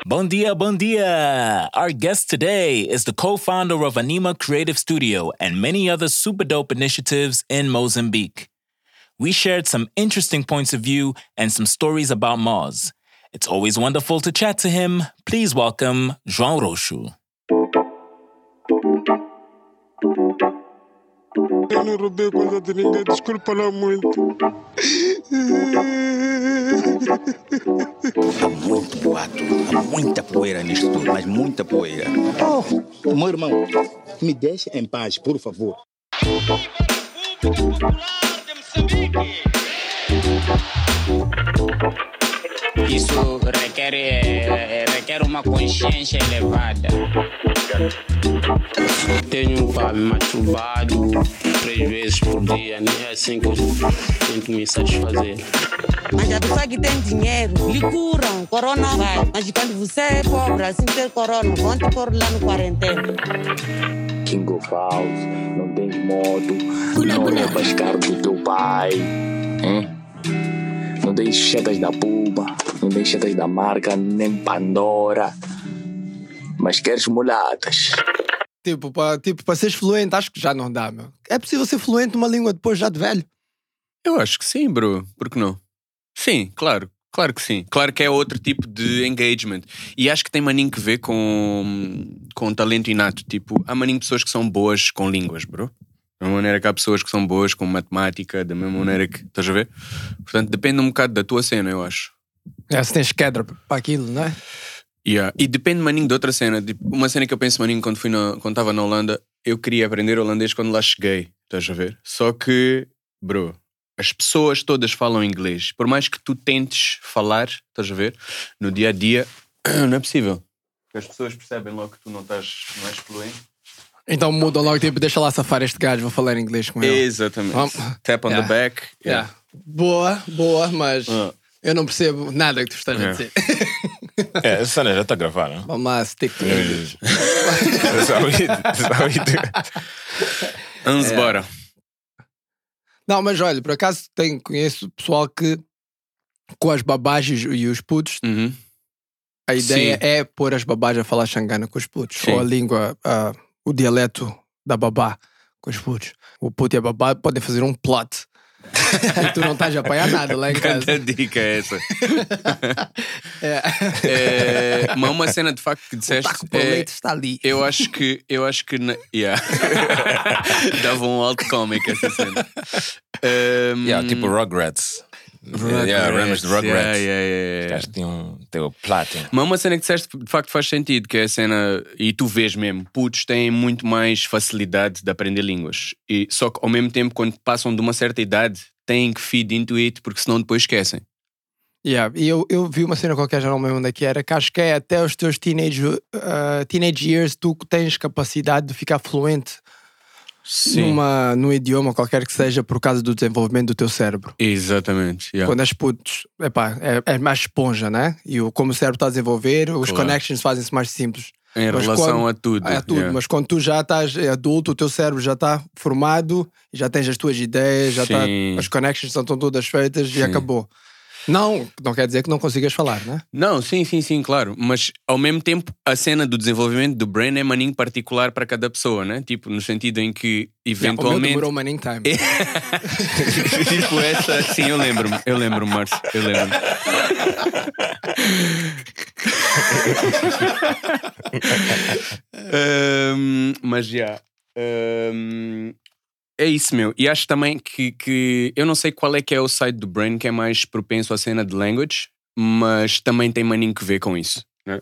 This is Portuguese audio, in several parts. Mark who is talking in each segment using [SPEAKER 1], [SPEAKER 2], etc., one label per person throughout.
[SPEAKER 1] Bom dia, bom dia! Our guest today is the co-founder of Anima Creative Studio and many other super dope initiatives in Mozambique. We shared some interesting points of view and some stories about Moz. It's always wonderful to chat to him. Please welcome João Roxo.
[SPEAKER 2] Eu não roubei coisa de ninguém, desculpa lá muito.
[SPEAKER 3] Há muito boato, há muita poeira nisto tudo, mas muita poeira. Oh, meu irmão, me deixe em paz, por favor.
[SPEAKER 4] Isso requer uma consciência elevada. Tenho me masturbado 3 vezes por dia, nem é assim que eu tento me satisfazer.
[SPEAKER 5] Mas a pessoa que tem dinheiro, lhe curam, corona vai. Mas quando você é pobre, assim ter corona, vão te pôr lá no quarentena.
[SPEAKER 6] King of House, não tens moto, não levas carro do teu pai, hein? Não tens chetas da Puma, não tens chetas da marca, nem Pandora, mas queres mulatas.
[SPEAKER 7] Tipo, para seres fluente, acho que já não dá, meu. É possível ser fluente numa língua depois já de velho?
[SPEAKER 8] Eu acho que sim, bro. Por que não? Sim, claro. Claro que sim. Claro que é outro tipo de engagement. E acho que tem maninho que ver com talento inato. Tipo, há maninho pessoas que são boas com línguas, bro. Da mesma maneira que há pessoas que são boas com matemática, da mesma maneira que... Estás a ver? Portanto, depende um bocado da tua cena, eu acho.
[SPEAKER 7] Se tens quedra para aquilo, não é?
[SPEAKER 8] Yeah. E depende, maninho, de outra cena. Tipo, uma cena que eu penso, maninho, quando estava na Holanda, eu queria aprender holandês quando lá cheguei. Estás a ver? Só que, bro, as pessoas todas falam inglês. Por mais que tu tentes falar, estás a ver? No dia a dia, não é possível. Porque as pessoas percebem logo que tu não és fluente.
[SPEAKER 7] Então mudam logo, tipo, deixa lá safar este gajo, vou falar inglês com ele.
[SPEAKER 8] Exatamente. Tap on the back. Yeah.
[SPEAKER 7] Boa, mas eu não percebo nada que tu estás a dizer.
[SPEAKER 1] Essa cena já está a gravar, não?
[SPEAKER 7] Vamos lá, stick to English.
[SPEAKER 8] Vamos embora.
[SPEAKER 7] Não, mas olha, por acaso conheço pessoal que com as babás e os putos, a ideia é pôr as babás a falar xangana com os putos. Sim. Ou a língua, o dialeto da babá com os putos. O puto e a babá podem fazer um plot. E tu não estás a apanhar nada lá em casa.
[SPEAKER 8] Quanta dica é essa? Mas uma cena de facto que disseste,
[SPEAKER 7] o leite está ali.
[SPEAKER 8] Eu acho que dava um alto cómico essa cena.
[SPEAKER 1] Tipo Rugrats. Lembras de Rugrats? Os gajos tinham o Platinum.
[SPEAKER 8] Mas uma cena que disseste de facto faz sentido, que é a cena, e tu vês mesmo, putos têm muito mais facilidade de aprender línguas. Só que ao mesmo tempo, quando passam de uma certa idade, têm que feed into it, porque senão depois esquecem.
[SPEAKER 7] E eu vi uma cena qualquer, já não me lembro onde é que era, que acho que é até os teus teenage years tu tens capacidade de ficar fluente num idioma qualquer que seja por causa do desenvolvimento do teu cérebro.
[SPEAKER 8] Exatamente. Yeah.
[SPEAKER 7] Quando és putos, é mais esponja, né? E como o cérebro está a desenvolver, os connections fazem-se mais simples.
[SPEAKER 8] Em relação a tudo.
[SPEAKER 7] A tudo, yeah. Mas quando tu já estás adulto, o teu cérebro já está formado, já tens as tuas ideias, as connections estão todas feitas e acabou. Não quer dizer que não consigas falar, né?
[SPEAKER 8] Não, sim, claro. Mas ao mesmo tempo, a cena do desenvolvimento do brain é maninho particular para cada pessoa, né? Tipo, no sentido em que eventualmente.
[SPEAKER 7] O meu demorou maninho time.
[SPEAKER 8] Tipo essa. Sim, eu lembro-me, Márcio. Eu lembro-me. Mas já. É isso, meu. E acho também que eu não sei qual é que é o side do brain que é mais propenso à cena de language, mas também tem maninho que ver com isso, né?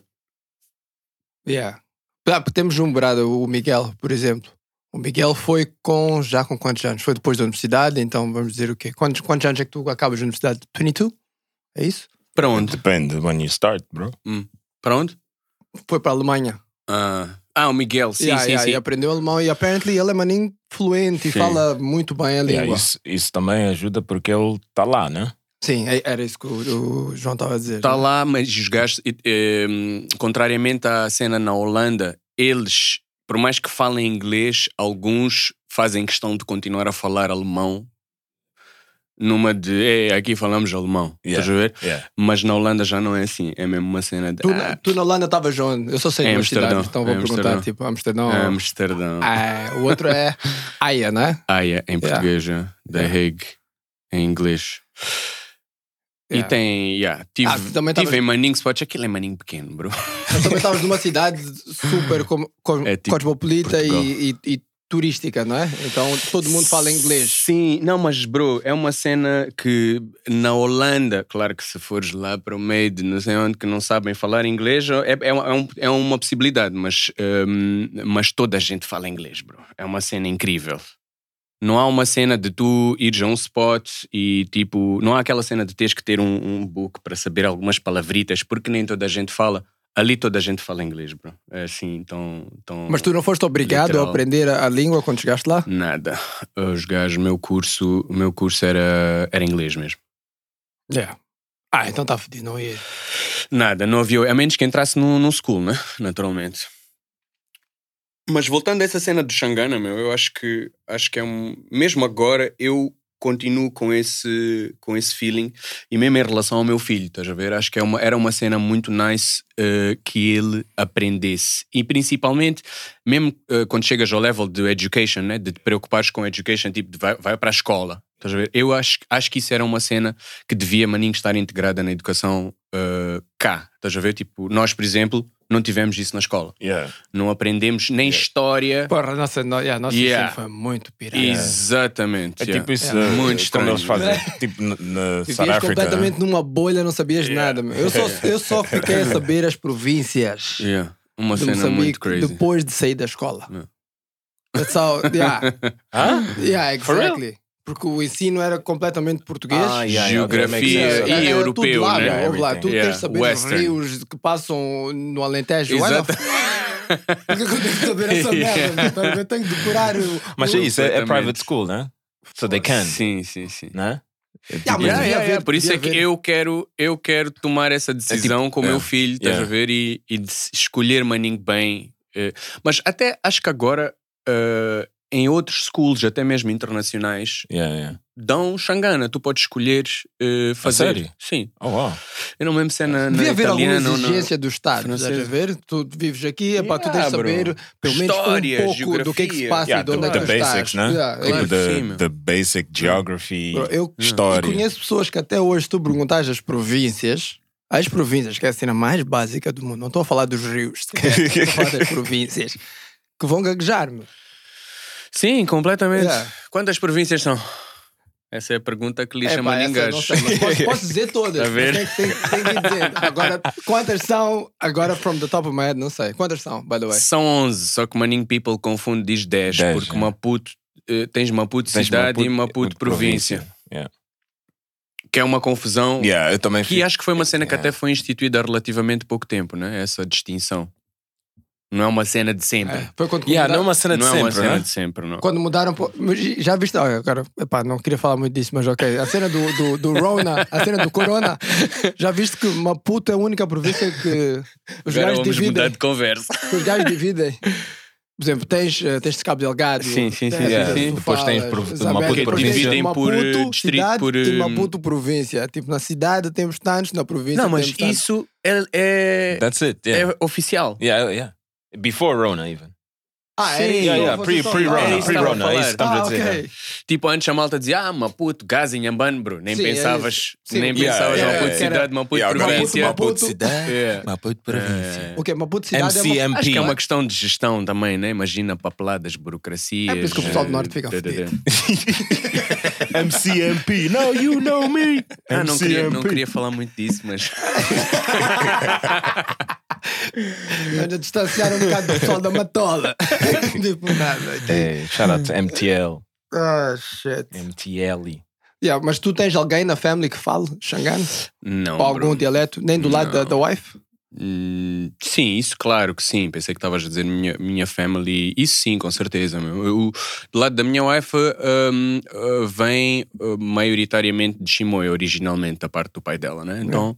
[SPEAKER 7] Temos um brado, o Miguel, por exemplo. O Miguel foi já com quantos anos? Foi depois da universidade, então vamos dizer o quê? Quantos anos é que tu acabas a universidade? 22? É isso?
[SPEAKER 8] Para onde?
[SPEAKER 1] Depende when you start, bro.
[SPEAKER 8] Para onde?
[SPEAKER 7] Foi para a Alemanha.
[SPEAKER 8] O Miguel, sim.
[SPEAKER 7] E aprendeu alemão e apparently ele é maninho fluente e fala muito bem a língua.
[SPEAKER 1] Isso também ajuda porque ele está lá, né?
[SPEAKER 7] Sim, era isso que o João estava a dizer.
[SPEAKER 8] Está lá, mas os gajos, contrariamente à cena na Holanda, eles, por mais que falem inglês, alguns fazem questão de continuar a falar alemão Numa de, aqui falamos alemão, estás a ver?
[SPEAKER 1] Yeah.
[SPEAKER 8] Mas na Holanda já não é assim, é mesmo uma cena de...
[SPEAKER 7] Tu na Holanda estavas onde? Eu só sei duas cidades, então vou perguntar, tipo, Amsterdão.
[SPEAKER 8] Amsterdão.
[SPEAKER 7] O outro é Haia, não é?
[SPEAKER 8] Haia, em português, The Hague, em inglês. E tem, tive em Manning Spots, aquilo é Manning pequeno, bro.
[SPEAKER 7] Mas também estavas numa cidade super cosmopolita e turística, não é? Então todo mundo fala inglês.
[SPEAKER 8] Sim, não, mas bro, é uma cena que na Holanda, claro que se fores lá para o meio de não sei onde que não sabem falar inglês, é uma possibilidade, mas toda a gente fala inglês, bro. É uma cena incrível. Não há uma cena de tu ires a um spot e tipo, não há aquela cena de teres que ter um book para saber algumas palavritas, porque nem toda a gente fala. Ali toda a gente fala inglês, bro. É assim, então...
[SPEAKER 7] Mas tu não foste obrigado literal a aprender a língua quando chegaste lá?
[SPEAKER 8] Nada. Os gajos, o meu curso era inglês mesmo.
[SPEAKER 7] Yeah. Então está fedido, não ia.
[SPEAKER 8] Nada, não havia... A menos que entrasse num school, né? Naturalmente. Mas voltando a essa cena do Xangana, meu, eu acho que é mesmo agora eu continuo com esse feeling, e mesmo em relação ao meu filho, estás a ver? Acho que era uma cena muito nice que ele aprendesse. E principalmente, mesmo quando chegas ao level de education, né? De te preocupares com education, tipo, de vai para a escola. Estás a ver? Eu acho que isso era uma cena que devia, maninho, estar integrada na educação cá. Estás a ver? Tipo, nós, por exemplo, não tivemos isso na escola.
[SPEAKER 1] Yeah.
[SPEAKER 8] Não aprendemos nem história.
[SPEAKER 7] Porra, nossa ensino foi muito pirata.
[SPEAKER 8] Exatamente.
[SPEAKER 1] É tipo isso,
[SPEAKER 8] muito estranho.
[SPEAKER 1] Como eles fazem, tipo na South Africa.
[SPEAKER 7] Completamente numa bolha, não sabias nada. Eu só fiquei a saber as províncias.
[SPEAKER 8] Uma cena muito crazy.
[SPEAKER 7] Depois de sair da escola. That's all. Yeah, exactly. Porque o ensino era completamente português.
[SPEAKER 8] Geografia e europeu,
[SPEAKER 7] lá,
[SPEAKER 8] né?
[SPEAKER 7] Lá, tu tens de saber Western. Os rios que passam no Alentejo.
[SPEAKER 8] Exato.
[SPEAKER 7] Porque eu tenho que saber essa merda. Eu tenho que decorar
[SPEAKER 1] Mas é isso, é private school, né? So they can.
[SPEAKER 8] Sim.
[SPEAKER 1] Né?
[SPEAKER 8] Por isso é que eu quero tomar essa decisão com o meu filho, estás a ver? E de escolher maninho bem. Mas até acho que agora... em outros schools, até mesmo internacionais, dão Xangana. Tu podes escolher fazer.
[SPEAKER 1] Sério?
[SPEAKER 8] Sim.
[SPEAKER 1] Oh, wow.
[SPEAKER 8] Eu não me lembro se é na
[SPEAKER 7] devia haver
[SPEAKER 8] italiana
[SPEAKER 7] alguma exigência do Estado. Estás a ver? Tu vives aqui, tu tens de saber pelo menos
[SPEAKER 8] história,
[SPEAKER 7] um pouco
[SPEAKER 8] geografia.
[SPEAKER 7] do que é que se passa e de onde é que tu
[SPEAKER 1] basics,
[SPEAKER 7] estás.
[SPEAKER 1] Né? The basic geography, história.
[SPEAKER 7] Eu conheço pessoas que até hoje, tu perguntas as províncias, que é a cena mais básica do mundo, não estou a falar dos rios, estou a falar das províncias, que vão gaguejar, meu.
[SPEAKER 8] Sim, completamente. Quantas províncias são? Essa é a pergunta que lhe chama ninguém.
[SPEAKER 7] Posso dizer todas.
[SPEAKER 8] A ver?
[SPEAKER 7] Tem que dizer. Agora, quantas são? Agora, from the top of my head, não sei. Quantas são, by the way?
[SPEAKER 8] São 11, só que Manning People confunde, diz 10 porque Maputo, tens Maputo cidade e Maputo província. Que é uma confusão.
[SPEAKER 1] Eu também
[SPEAKER 8] que acho que foi uma cena que até foi instituída há relativamente pouco tempo, né? Essa distinção. Não é uma cena de sempre.
[SPEAKER 1] Não é uma cena de
[SPEAKER 8] sempre, não.
[SPEAKER 7] Quando mudaram... Já viste... Agora, não queria falar muito disso, mas ok. A cena do Rona, a cena do Corona, já viste que Maputo é a única província que os gajos dividem.
[SPEAKER 8] Mudar de conversa.
[SPEAKER 7] Que os gajos dividem. Por exemplo, tens de Cabo Delgado.
[SPEAKER 8] Sim.
[SPEAKER 1] Depois tens Maputo província.
[SPEAKER 8] Dividem por distrito, por...
[SPEAKER 7] e Maputo província. Tipo, na cidade temos tantos, na província
[SPEAKER 8] não, mas isso é...
[SPEAKER 1] That's it,
[SPEAKER 8] é oficial.
[SPEAKER 1] Before Rona, even.
[SPEAKER 8] Pre-Rona.
[SPEAKER 1] Pre-Rona, é isso que estamos a dizer.
[SPEAKER 7] Okay.
[SPEAKER 8] Tipo, antes a malta dizia, Maputo, Gaza, Inhambane, bro. Nem pensavas Maputo cidade, Maputo província.
[SPEAKER 1] Maputo cidade, Maputo província.
[SPEAKER 7] Ok, Maputo cidade
[SPEAKER 1] MCMP.
[SPEAKER 8] Acho que é uma questão de gestão também, né? Imagina papeladas, burocracias.
[SPEAKER 7] É por isso que o pessoal do Norte fica fedido.
[SPEAKER 1] MCMP, now you know me.
[SPEAKER 8] Não queria falar muito disso, mas...
[SPEAKER 7] Ainda distanciaram um bocado do pessoal da Matola. Tipo nada.
[SPEAKER 1] Shout out to MTL.
[SPEAKER 7] Shit.
[SPEAKER 1] MTL.
[SPEAKER 7] Mas tu tens alguém na family que fale Xangana?
[SPEAKER 8] Não.
[SPEAKER 7] Ou algum dialeto? Nem do lado da wife?
[SPEAKER 8] Sim, isso claro que sim. Pensei que estavas a dizer minha family. Isso sim, com certeza. Do lado da minha wife vem maioritariamente de Chimoio, originalmente, da parte do pai dela, né? Então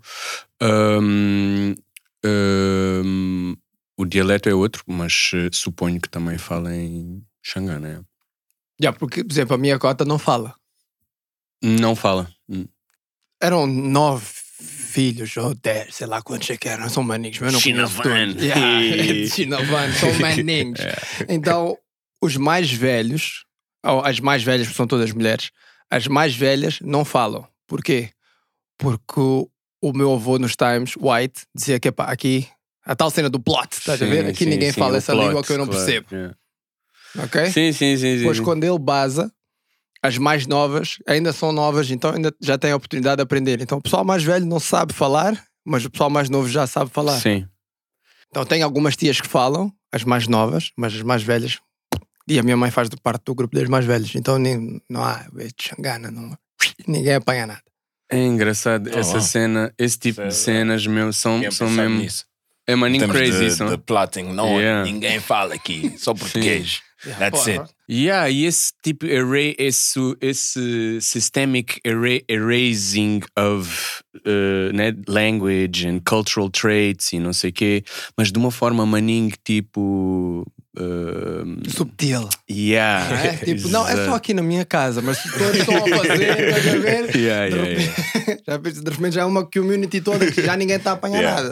[SPEAKER 8] o dialeto é outro, mas suponho que também fala em Xangana.
[SPEAKER 7] Porque, por exemplo, a minha cota não fala.
[SPEAKER 8] Não fala.
[SPEAKER 7] Eram 9 filhos ou 10, sei lá quantos é que eram. São maninhos, mas eu não conheço todos. Chinavan, são maninhos. Então, os mais velhos, ou as mais velhas, são todas mulheres, as mais velhas não falam. Porquê? Porque o meu avô nos Times, White, dizia que aqui, a tal cena do plot, estás a ver? Aqui ninguém fala essa língua que eu não percebo. Ok?
[SPEAKER 8] Sim.
[SPEAKER 7] Pois quando ele basa, as mais novas ainda são novas, então ainda já têm a oportunidade de aprender. Então o pessoal mais velho não sabe falar, mas o pessoal mais novo já sabe falar.
[SPEAKER 8] Sim.
[SPEAKER 7] Então tem algumas tias que falam, as mais novas, mas as mais velhas. E a minha mãe faz parte do grupo das mais velhas. Então não há xangana, ninguém apanha nada.
[SPEAKER 8] É engraçado essa cena, esse tipo de cenas mesmo são mesmo.
[SPEAKER 1] Nisso.
[SPEAKER 8] É maninho crazy, são.
[SPEAKER 1] The plotting, não, ninguém fala aqui, só português. That's it.
[SPEAKER 8] E esse tipo esse systemic erasing of language and cultural traits e não sei o quê, mas de uma forma maninho tipo
[SPEAKER 7] subtil.
[SPEAKER 8] Yeah.
[SPEAKER 7] Tipo, não, é só aqui na minha casa, mas se todos estão a fazer, estás a ver? De repente já é uma community toda que já ninguém está a apanhar nada.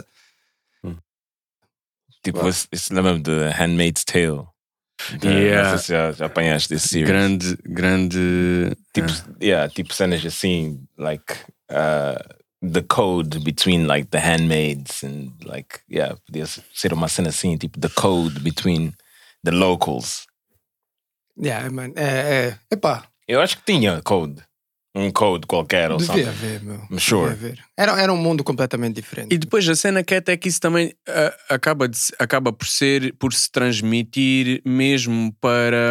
[SPEAKER 1] Tipo, esse lembra de Handmaid's Tale. Não sei se já apanhaste desse series.
[SPEAKER 8] Grande
[SPEAKER 1] tipo cenas assim, like the code between like the handmaids and like podia ser uma cena assim, tipo the code between the locals.
[SPEAKER 7] Man, epá.
[SPEAKER 1] Eu acho que tinha code. Um code qualquer ou
[SPEAKER 7] devia haver, meu.
[SPEAKER 1] I'm sure.
[SPEAKER 7] Devia haver. Era um mundo completamente diferente.
[SPEAKER 8] E depois a cena que é até que isso também acaba por se transmitir mesmo para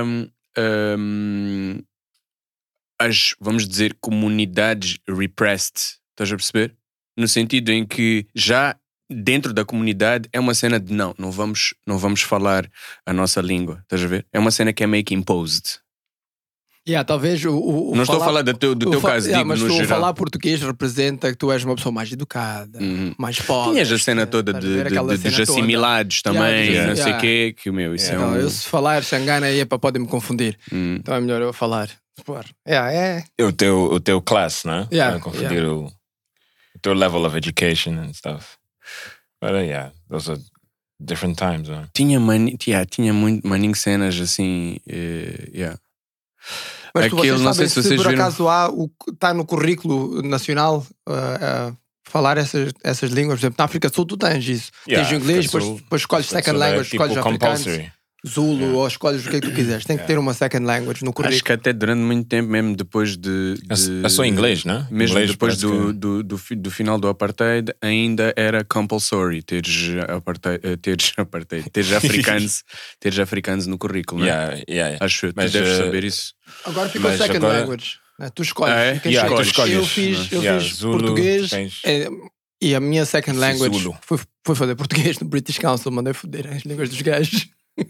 [SPEAKER 8] as, vamos dizer, comunidades repressed. Estás a perceber? No sentido em que já dentro da comunidade é uma cena de não vamos falar a nossa língua. Estás a ver? É uma cena que é meio que imposed.
[SPEAKER 7] Talvez
[SPEAKER 8] não estou a falar do teu caso, digo
[SPEAKER 7] mas
[SPEAKER 8] no
[SPEAKER 7] tu
[SPEAKER 8] geral.
[SPEAKER 7] Falar português representa que tu és uma pessoa mais educada, mais pobre.
[SPEAKER 8] Tinhas a cena toda dos assimilados também, não sei o quê, que o meu, isso
[SPEAKER 7] então, eu se falar xangana aí pode-me confundir. Então é melhor eu falar.
[SPEAKER 1] O teu classe, né? Para confundir o teu level of education and stuff. But those are different times.
[SPEAKER 8] Tinha muito maninho cenas assim,
[SPEAKER 7] Mas
[SPEAKER 8] aquilo, não sei se vocês
[SPEAKER 7] por
[SPEAKER 8] viram.
[SPEAKER 7] acaso está no currículo nacional falar essas línguas. Por exemplo, na África do Sul tu tens isso. Tens o inglês, depois escolhes second language, escolhes africano, Zulu, ou escolhes o que é que tu quiseres. Tem que ter uma second language no currículo.
[SPEAKER 8] Acho que até durante muito tempo, mesmo depois
[SPEAKER 1] é só inglês, né?
[SPEAKER 8] Mesmo
[SPEAKER 1] inglês
[SPEAKER 8] depois do final do apartheid, ainda era compulsory teres africanos no currículo, né? Acho que tu deves saber isso.
[SPEAKER 7] Agora ficou second language. Tu escolhes.
[SPEAKER 1] Tu escolhes.
[SPEAKER 7] Eu fiz Zulu, português e a minha second language foi fazer português no British Council. Mandei foder as línguas dos gajos.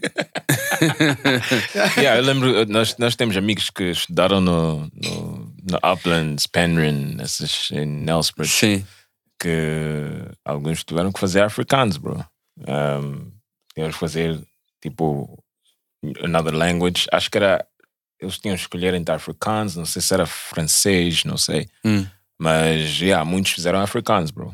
[SPEAKER 1] Eu lembro, nós temos amigos que estudaram no Uplands, Penryn, em Nelspruit.
[SPEAKER 8] Sim.
[SPEAKER 1] Que alguns tiveram que fazer africanos, bro. Tiveram que fazer tipo another language. Acho que eles tinham que escolher entre africanos, não sei se era francês, não sei. Mas muitos fizeram africanos, bro.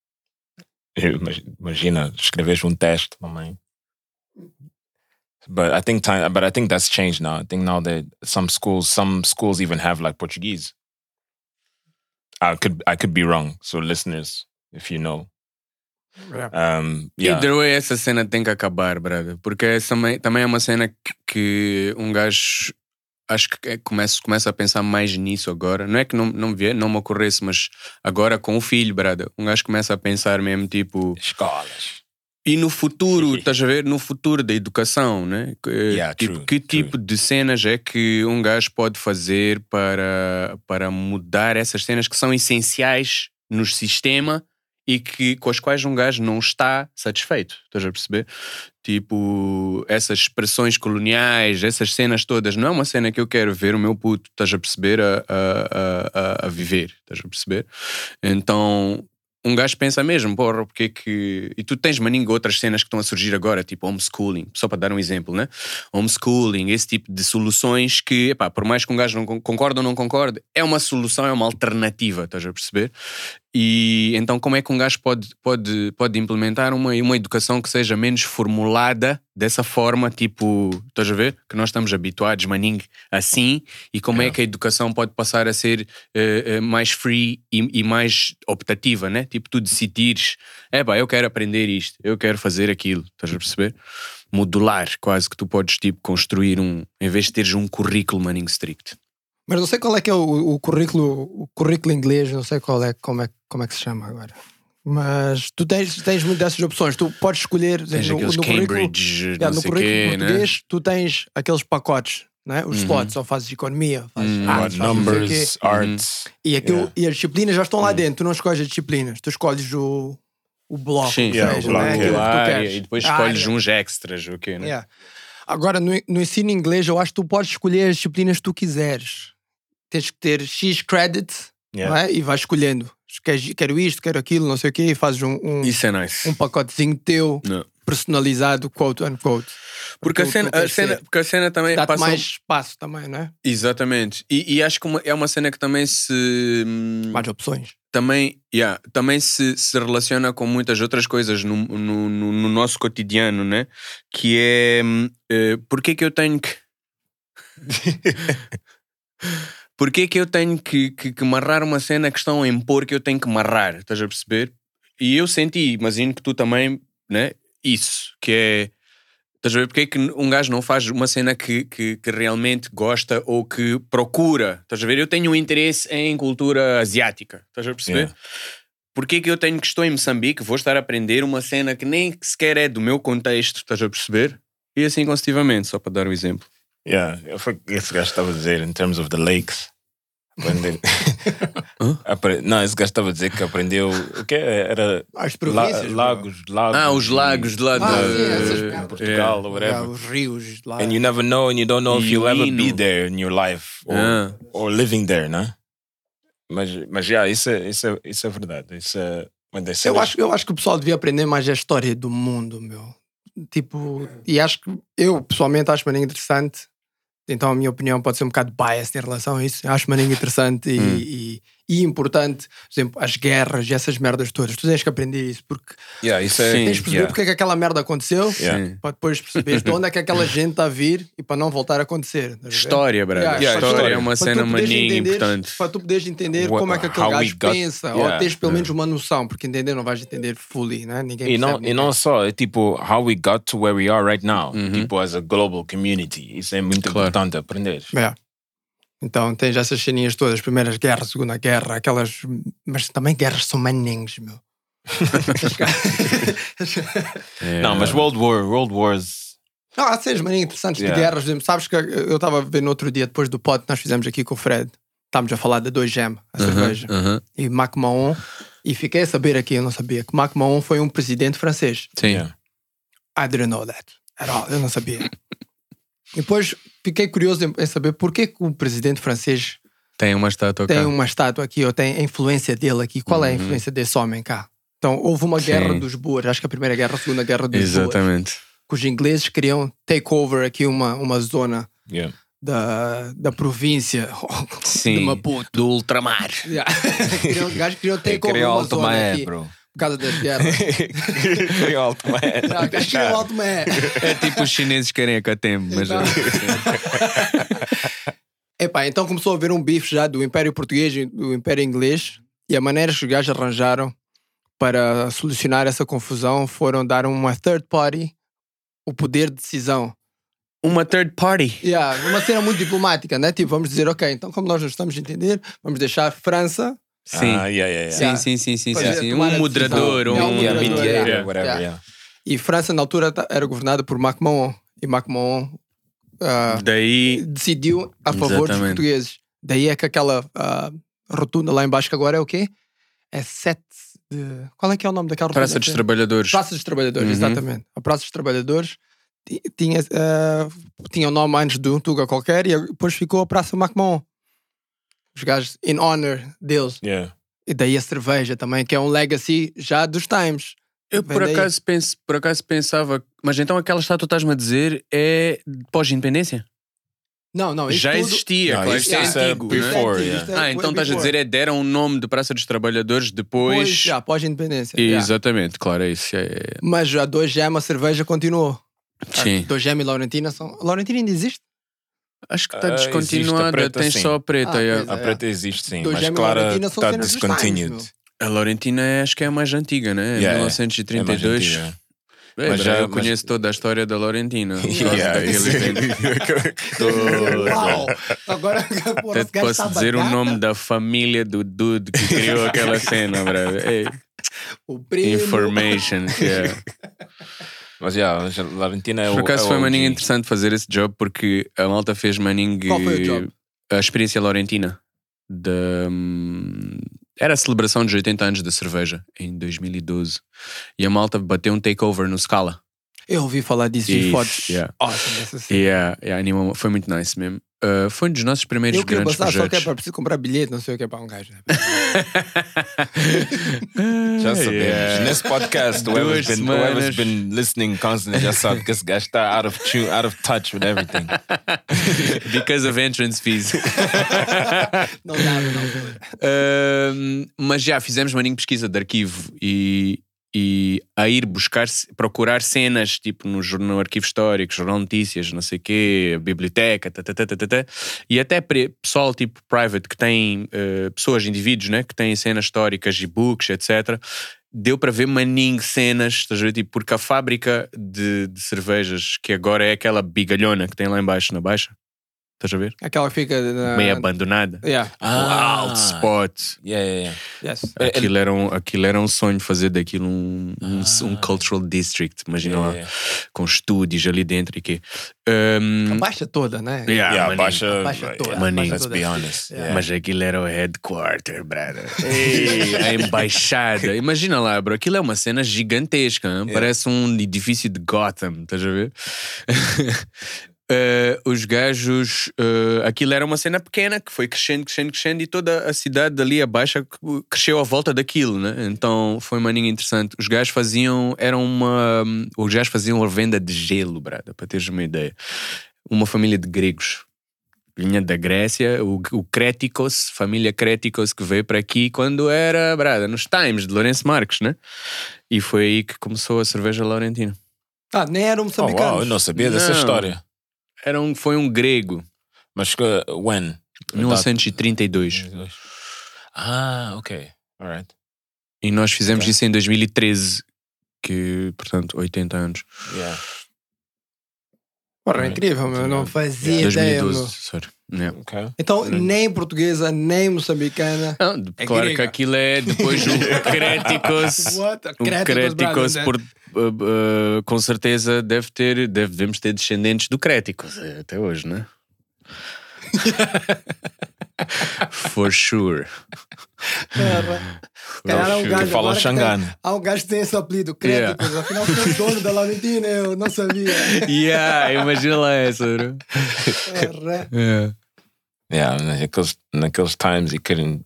[SPEAKER 1] Imagina, escreves um teste, mamãe. But I think that's changed now. I think now that some schools even have like Portuguese. I could be wrong. So listeners, if you know.
[SPEAKER 8] Either way, essa cena tem que acabar, brother. Porque essa também é uma cena que um gajo acho que começa a pensar mais nisso agora. Não é que não me ocorresse, mas agora com o filho, brother, um gajo começa a pensar mesmo tipo
[SPEAKER 1] escolas.
[SPEAKER 8] E no futuro, estás a ver? No futuro da educação, né? Tipo de cenas é que um gajo pode fazer para mudar essas cenas que são essenciais no sistema e com as quais um gajo não está satisfeito, estás a perceber? Tipo, essas expressões coloniais, essas cenas todas, não é uma cena que eu quero ver o meu puto, estás a perceber, a viver, estás a perceber? Então, um gajo pensa mesmo, porra, porque é que... E tu tens, maninho, outras cenas que estão a surgir agora, tipo homeschooling, só para dar um exemplo, né? Homeschooling, esse tipo de soluções que, epá, por mais que um gajo não concorde ou não concorde, é uma solução, é uma alternativa, estás a perceber? E então como é que um gajo pode implementar uma educação que seja menos formulada dessa forma, tipo, estás a ver? Que nós estamos habituados, maninho, assim, e como é que a educação pode passar a ser mais free e mais optativa, né? Tipo, tu decidires, eu quero aprender isto, eu quero fazer aquilo, estás a perceber? Modular, quase que tu podes, tipo, construir em vez de teres um currículo, maninho, strict.
[SPEAKER 7] Mas não sei qual é que é o currículo inglês, não sei como é que se chama agora. Mas tu tens muitas dessas opções. Tu podes escolher
[SPEAKER 8] tens
[SPEAKER 7] no
[SPEAKER 8] Cambridge,
[SPEAKER 7] currículo,
[SPEAKER 8] não
[SPEAKER 7] no
[SPEAKER 8] sei
[SPEAKER 7] currículo
[SPEAKER 8] quê,
[SPEAKER 7] português,
[SPEAKER 8] né?
[SPEAKER 7] tu tens aqueles pacotes, né? Os slots, ou fazes economia, fazes artes,
[SPEAKER 1] numbers, arts.
[SPEAKER 7] E as disciplinas já estão lá dentro. Tu não escolhes as disciplinas, tu escolhes o bloco.
[SPEAKER 8] Sim,
[SPEAKER 7] seja,
[SPEAKER 8] o bloco,
[SPEAKER 7] né? Aquilo que tu queres.
[SPEAKER 8] e depois escolhes uns extras, ok, né?
[SPEAKER 7] Agora, no ensino inglês, eu acho que tu podes escolher as disciplinas que tu quiseres. Tens que ter X credit, não é? E vais escolhendo. Quero isto, quero aquilo, não sei o quê, e fazes
[SPEAKER 8] Isso é nice.
[SPEAKER 7] um pacotezinho teu, personalizado, quote unquote.
[SPEAKER 8] Porque a cena também
[SPEAKER 7] dá-te
[SPEAKER 8] passa
[SPEAKER 7] mais espaço também, não é?
[SPEAKER 8] Exatamente. E acho que é uma cena que também se...
[SPEAKER 7] Mais opções.
[SPEAKER 8] Também se relaciona com muitas outras coisas no nosso cotidiano, né? Que é... porque é que eu tenho que... Porque é que eu tenho que marrar uma cena que estão a impor que eu tenho que marrar? Estás a perceber? E eu senti, imagino que tu também, né? Isso, que é... Estás a ver? Porque é que um gajo não faz uma cena que realmente gosta ou que procura? Estás a ver? Eu tenho um interesse em cultura asiática. Estás a perceber? Porque é que eu estou em Moçambique, vou estar a aprender uma cena que nem sequer é do meu contexto? Estás a perceber? E assim consecutivamente, só para dar um exemplo.
[SPEAKER 1] Foi o que esse gajo estava a dizer, in terms of the lakes. Não, esse gajo estava a dizer que aprendeu o que era
[SPEAKER 7] as províncias,
[SPEAKER 1] lagos.
[SPEAKER 8] Os lagos de lá
[SPEAKER 1] de Portugal ou whatever.
[SPEAKER 7] Os rios de lá.
[SPEAKER 1] And you never know, and you don't know if you'll ever be there in your life or living there, né? Mas isso é verdade.
[SPEAKER 7] Eu acho que o pessoal devia aprender mais a história do mundo, meu. Tipo, e acho que eu pessoalmente acho maninho interessante. Então a minha opinião pode ser um bocado biased em relação a isso. Eu acho maninho interessante e importante, por exemplo, as guerras e essas merdas todas. Tu tens que aprender isso porque
[SPEAKER 1] isso é,
[SPEAKER 7] tens que perceber porque é que aquela merda aconteceu, para depois perceber de onde é que aquela gente está a vir e para não voltar a acontecer.
[SPEAKER 8] História, brother. História é uma cena maninha importante.
[SPEAKER 7] Para tu poderes entender como é que aquele gajo pensa, ou teres pelo menos uma noção, porque entender não vais entender fully, né?
[SPEAKER 1] E não só, é tipo how we got to where we are right now, tipo as a global community. Isso é muito importante aprender.
[SPEAKER 7] Então tens essas ceninhas todas, Primeiras Guerras, Segunda Guerra, aquelas... Mas também guerras são maninhos, meu.
[SPEAKER 1] Não, mas World Wars...
[SPEAKER 7] Não, há cenas maninhas interessantes de guerras. Sabes que eu estava a ver no outro dia, depois do pod que nós fizemos aqui com o Fred, estávamos a falar da 2M, a cerveja, e MacMahon, e fiquei a saber aqui, eu não sabia, que MacMahon foi um presidente francês.
[SPEAKER 8] Sim.
[SPEAKER 7] I didn't know that at all, eu não sabia. E depois fiquei curioso em saber porque que o presidente francês
[SPEAKER 8] tem uma estátua
[SPEAKER 7] aqui, ou tem a influência dele aqui. Qual é a influência desse homem cá? Então houve uma guerra dos Boers, acho que a Primeira Guerra, a Segunda Guerra dos
[SPEAKER 8] Exatamente.
[SPEAKER 7] Boers, que os ingleses queriam take over aqui uma zona da província de Maputo,
[SPEAKER 8] do ultramar.
[SPEAKER 7] Os gajos queriam take over uma zona aqui. Por causa das guerras.
[SPEAKER 1] Queriam Alto Mé.
[SPEAKER 7] Queriam Alto Mé.
[SPEAKER 8] É tipo os chineses querem a Catembo, mas...
[SPEAKER 7] Então começou a haver um bife já do Império Português e do Império Inglês, e a maneira que os gajos arranjaram para solucionar essa confusão foram dar uma third party o poder de decisão.
[SPEAKER 8] Uma third party?
[SPEAKER 7] Uma cena muito diplomática, né? Tipo, vamos dizer, ok, então como nós não estamos a entender, vamos deixar a França...
[SPEAKER 8] Sim. Sim. Um moderador,
[SPEAKER 1] mediator, whatever.
[SPEAKER 7] E França na altura era governada por MacMahon, e MacMahon
[SPEAKER 8] daí
[SPEAKER 7] decidiu a favor dos portugueses. Daí é que aquela rotunda lá embaixo, que agora é o quê? É 7 de... Qual é que é o nome daquela rotunda?
[SPEAKER 8] Praça dos Trabalhadores.
[SPEAKER 7] Praça dos Trabalhadores, exatamente. A Praça dos Trabalhadores tinha o nome antes de um Tuga qualquer, e depois ficou a Praça MacMahon. Os gajos, in honor deles. E daí a cerveja também, que é um legacy já dos times.
[SPEAKER 8] Eu por acaso pensava, mas então aquela estátua que estás-me a dizer é pós-independência?
[SPEAKER 7] Não, isso
[SPEAKER 8] já
[SPEAKER 7] tudo...
[SPEAKER 8] existia, claro, isto é antigo,
[SPEAKER 1] before,
[SPEAKER 8] né? Então estás a dizer deram um nome de Praça dos Trabalhadores depois...
[SPEAKER 7] Já, pós-independência.
[SPEAKER 8] Exatamente, claro, é isso.
[SPEAKER 7] Mas a 2GM, a cerveja continuou.
[SPEAKER 8] Sim.
[SPEAKER 7] 2GM e Laurentina são... A Laurentina ainda existe?
[SPEAKER 8] Acho que está descontinuada,
[SPEAKER 1] preta,
[SPEAKER 8] tem
[SPEAKER 1] sim.
[SPEAKER 8] só a preta.
[SPEAKER 1] A preta existe, sim,
[SPEAKER 7] 2GM
[SPEAKER 1] mas
[SPEAKER 7] e
[SPEAKER 1] Clara
[SPEAKER 7] Laurentina são
[SPEAKER 1] está
[SPEAKER 7] cenas dos
[SPEAKER 1] discontinued.
[SPEAKER 7] times,
[SPEAKER 8] A Laurentina acho que é a mais antiga, né? 1932. Mas eu conheço toda a história da Laurentina.
[SPEAKER 7] Uau! Agora
[SPEAKER 8] até te posso dizer o nome da família do dude que criou aquela cena, brother. Hey.
[SPEAKER 7] O primo.
[SPEAKER 8] Information, yeah.
[SPEAKER 1] Mas a Laurentina é o...
[SPEAKER 8] Por acaso foi
[SPEAKER 1] o
[SPEAKER 8] maninho
[SPEAKER 1] OG.
[SPEAKER 8] interessante fazer esse job porque a malta fez maninho...
[SPEAKER 7] Qual foi o job?
[SPEAKER 8] A experiência Laurentina. Era a celebração dos 80 anos da cerveja, em 2012. E a malta bateu um takeover no Scala.
[SPEAKER 7] Eu ouvi falar disso e fotos.
[SPEAKER 8] Animal, foi muito nice mesmo. Foi um dos nossos primeiros
[SPEAKER 7] eu queria
[SPEAKER 8] grandes
[SPEAKER 7] passar,
[SPEAKER 8] projetos.
[SPEAKER 7] só que é para preciso comprar bilhete, não sei o que é para um gajo. Né?
[SPEAKER 1] Já sabemos. Nesse podcast, whoever's been listening constantly já sabe que esse gajo está out of touch with everything.
[SPEAKER 8] Because of entrance fees.
[SPEAKER 7] Não dá.
[SPEAKER 8] Mas já fizemos maninho pesquisa de arquivo e a ir procurar cenas tipo no arquivo histórico, jornal de notícias, não sei o quê, biblioteca, e até pessoal tipo private que tem pessoas, indivíduos, né, que têm cenas históricas, e-books, etc. Deu para ver maninho cenas, estás a ver, tipo, porque a fábrica de cervejas, que agora é aquela bigalhona que tem lá embaixo na Baixa, estás a ver?
[SPEAKER 7] Aquela que fica
[SPEAKER 8] meio abandonada. Alto spot.
[SPEAKER 7] Yes.
[SPEAKER 8] Aquilo era um sonho fazer daquilo um cultural district, imagina lá, com estúdios ali dentro e quê.
[SPEAKER 7] A Baixa toda, né?
[SPEAKER 1] A Baixa
[SPEAKER 7] toda.
[SPEAKER 8] Maninho.
[SPEAKER 1] Let's be honest.
[SPEAKER 8] Mas aquilo era o headquarter, brother. A embaixada. Imagina lá, bro, aquilo é uma cena gigantesca, hein? Parece um edifício de Gotham, estás a ver? Os gajos, aquilo era uma cena pequena que foi crescendo e toda a cidade dali abaixo cresceu à volta daquilo, né? Então foi uma maninha interessante. Os gajos faziam a venda de gelo, brada, para teres uma ideia. Uma família de gregos vinha da Grécia, o Créticos, família Créticos, que veio para aqui quando era, brada, nos times de Lourenço Marques, né? E foi aí que começou a cerveja Laurentina.
[SPEAKER 7] Nem eram moçambicanos.
[SPEAKER 1] Eu não sabia dessa história.
[SPEAKER 8] Foi um grego.
[SPEAKER 1] Mas when?
[SPEAKER 8] 1932.
[SPEAKER 1] Ok. Alright.
[SPEAKER 8] E nós fizemos isso em 2013, que, portanto, 80 anos.
[SPEAKER 7] Porra, incrível, meu. Não fazia
[SPEAKER 8] 2012,
[SPEAKER 7] ideia,
[SPEAKER 8] sorry.
[SPEAKER 1] Okay.
[SPEAKER 7] Então, nem portuguesa, nem moçambicana.
[SPEAKER 8] Não, claro
[SPEAKER 7] grega.
[SPEAKER 8] que aquilo é depois o Créticos.
[SPEAKER 7] What?
[SPEAKER 8] O Créticos, com certeza devemos ter descendentes do Créticos até hoje, né? For sure.
[SPEAKER 7] Há um gajo
[SPEAKER 1] que fala
[SPEAKER 7] agora
[SPEAKER 1] xangano.
[SPEAKER 7] Há um gajo que tem esse apelido, Créticos. Afinal, foi o dono da Laurentina, eu não sabia.
[SPEAKER 8] Imagina lá essa, bro.
[SPEAKER 1] Naqueles times he couldn't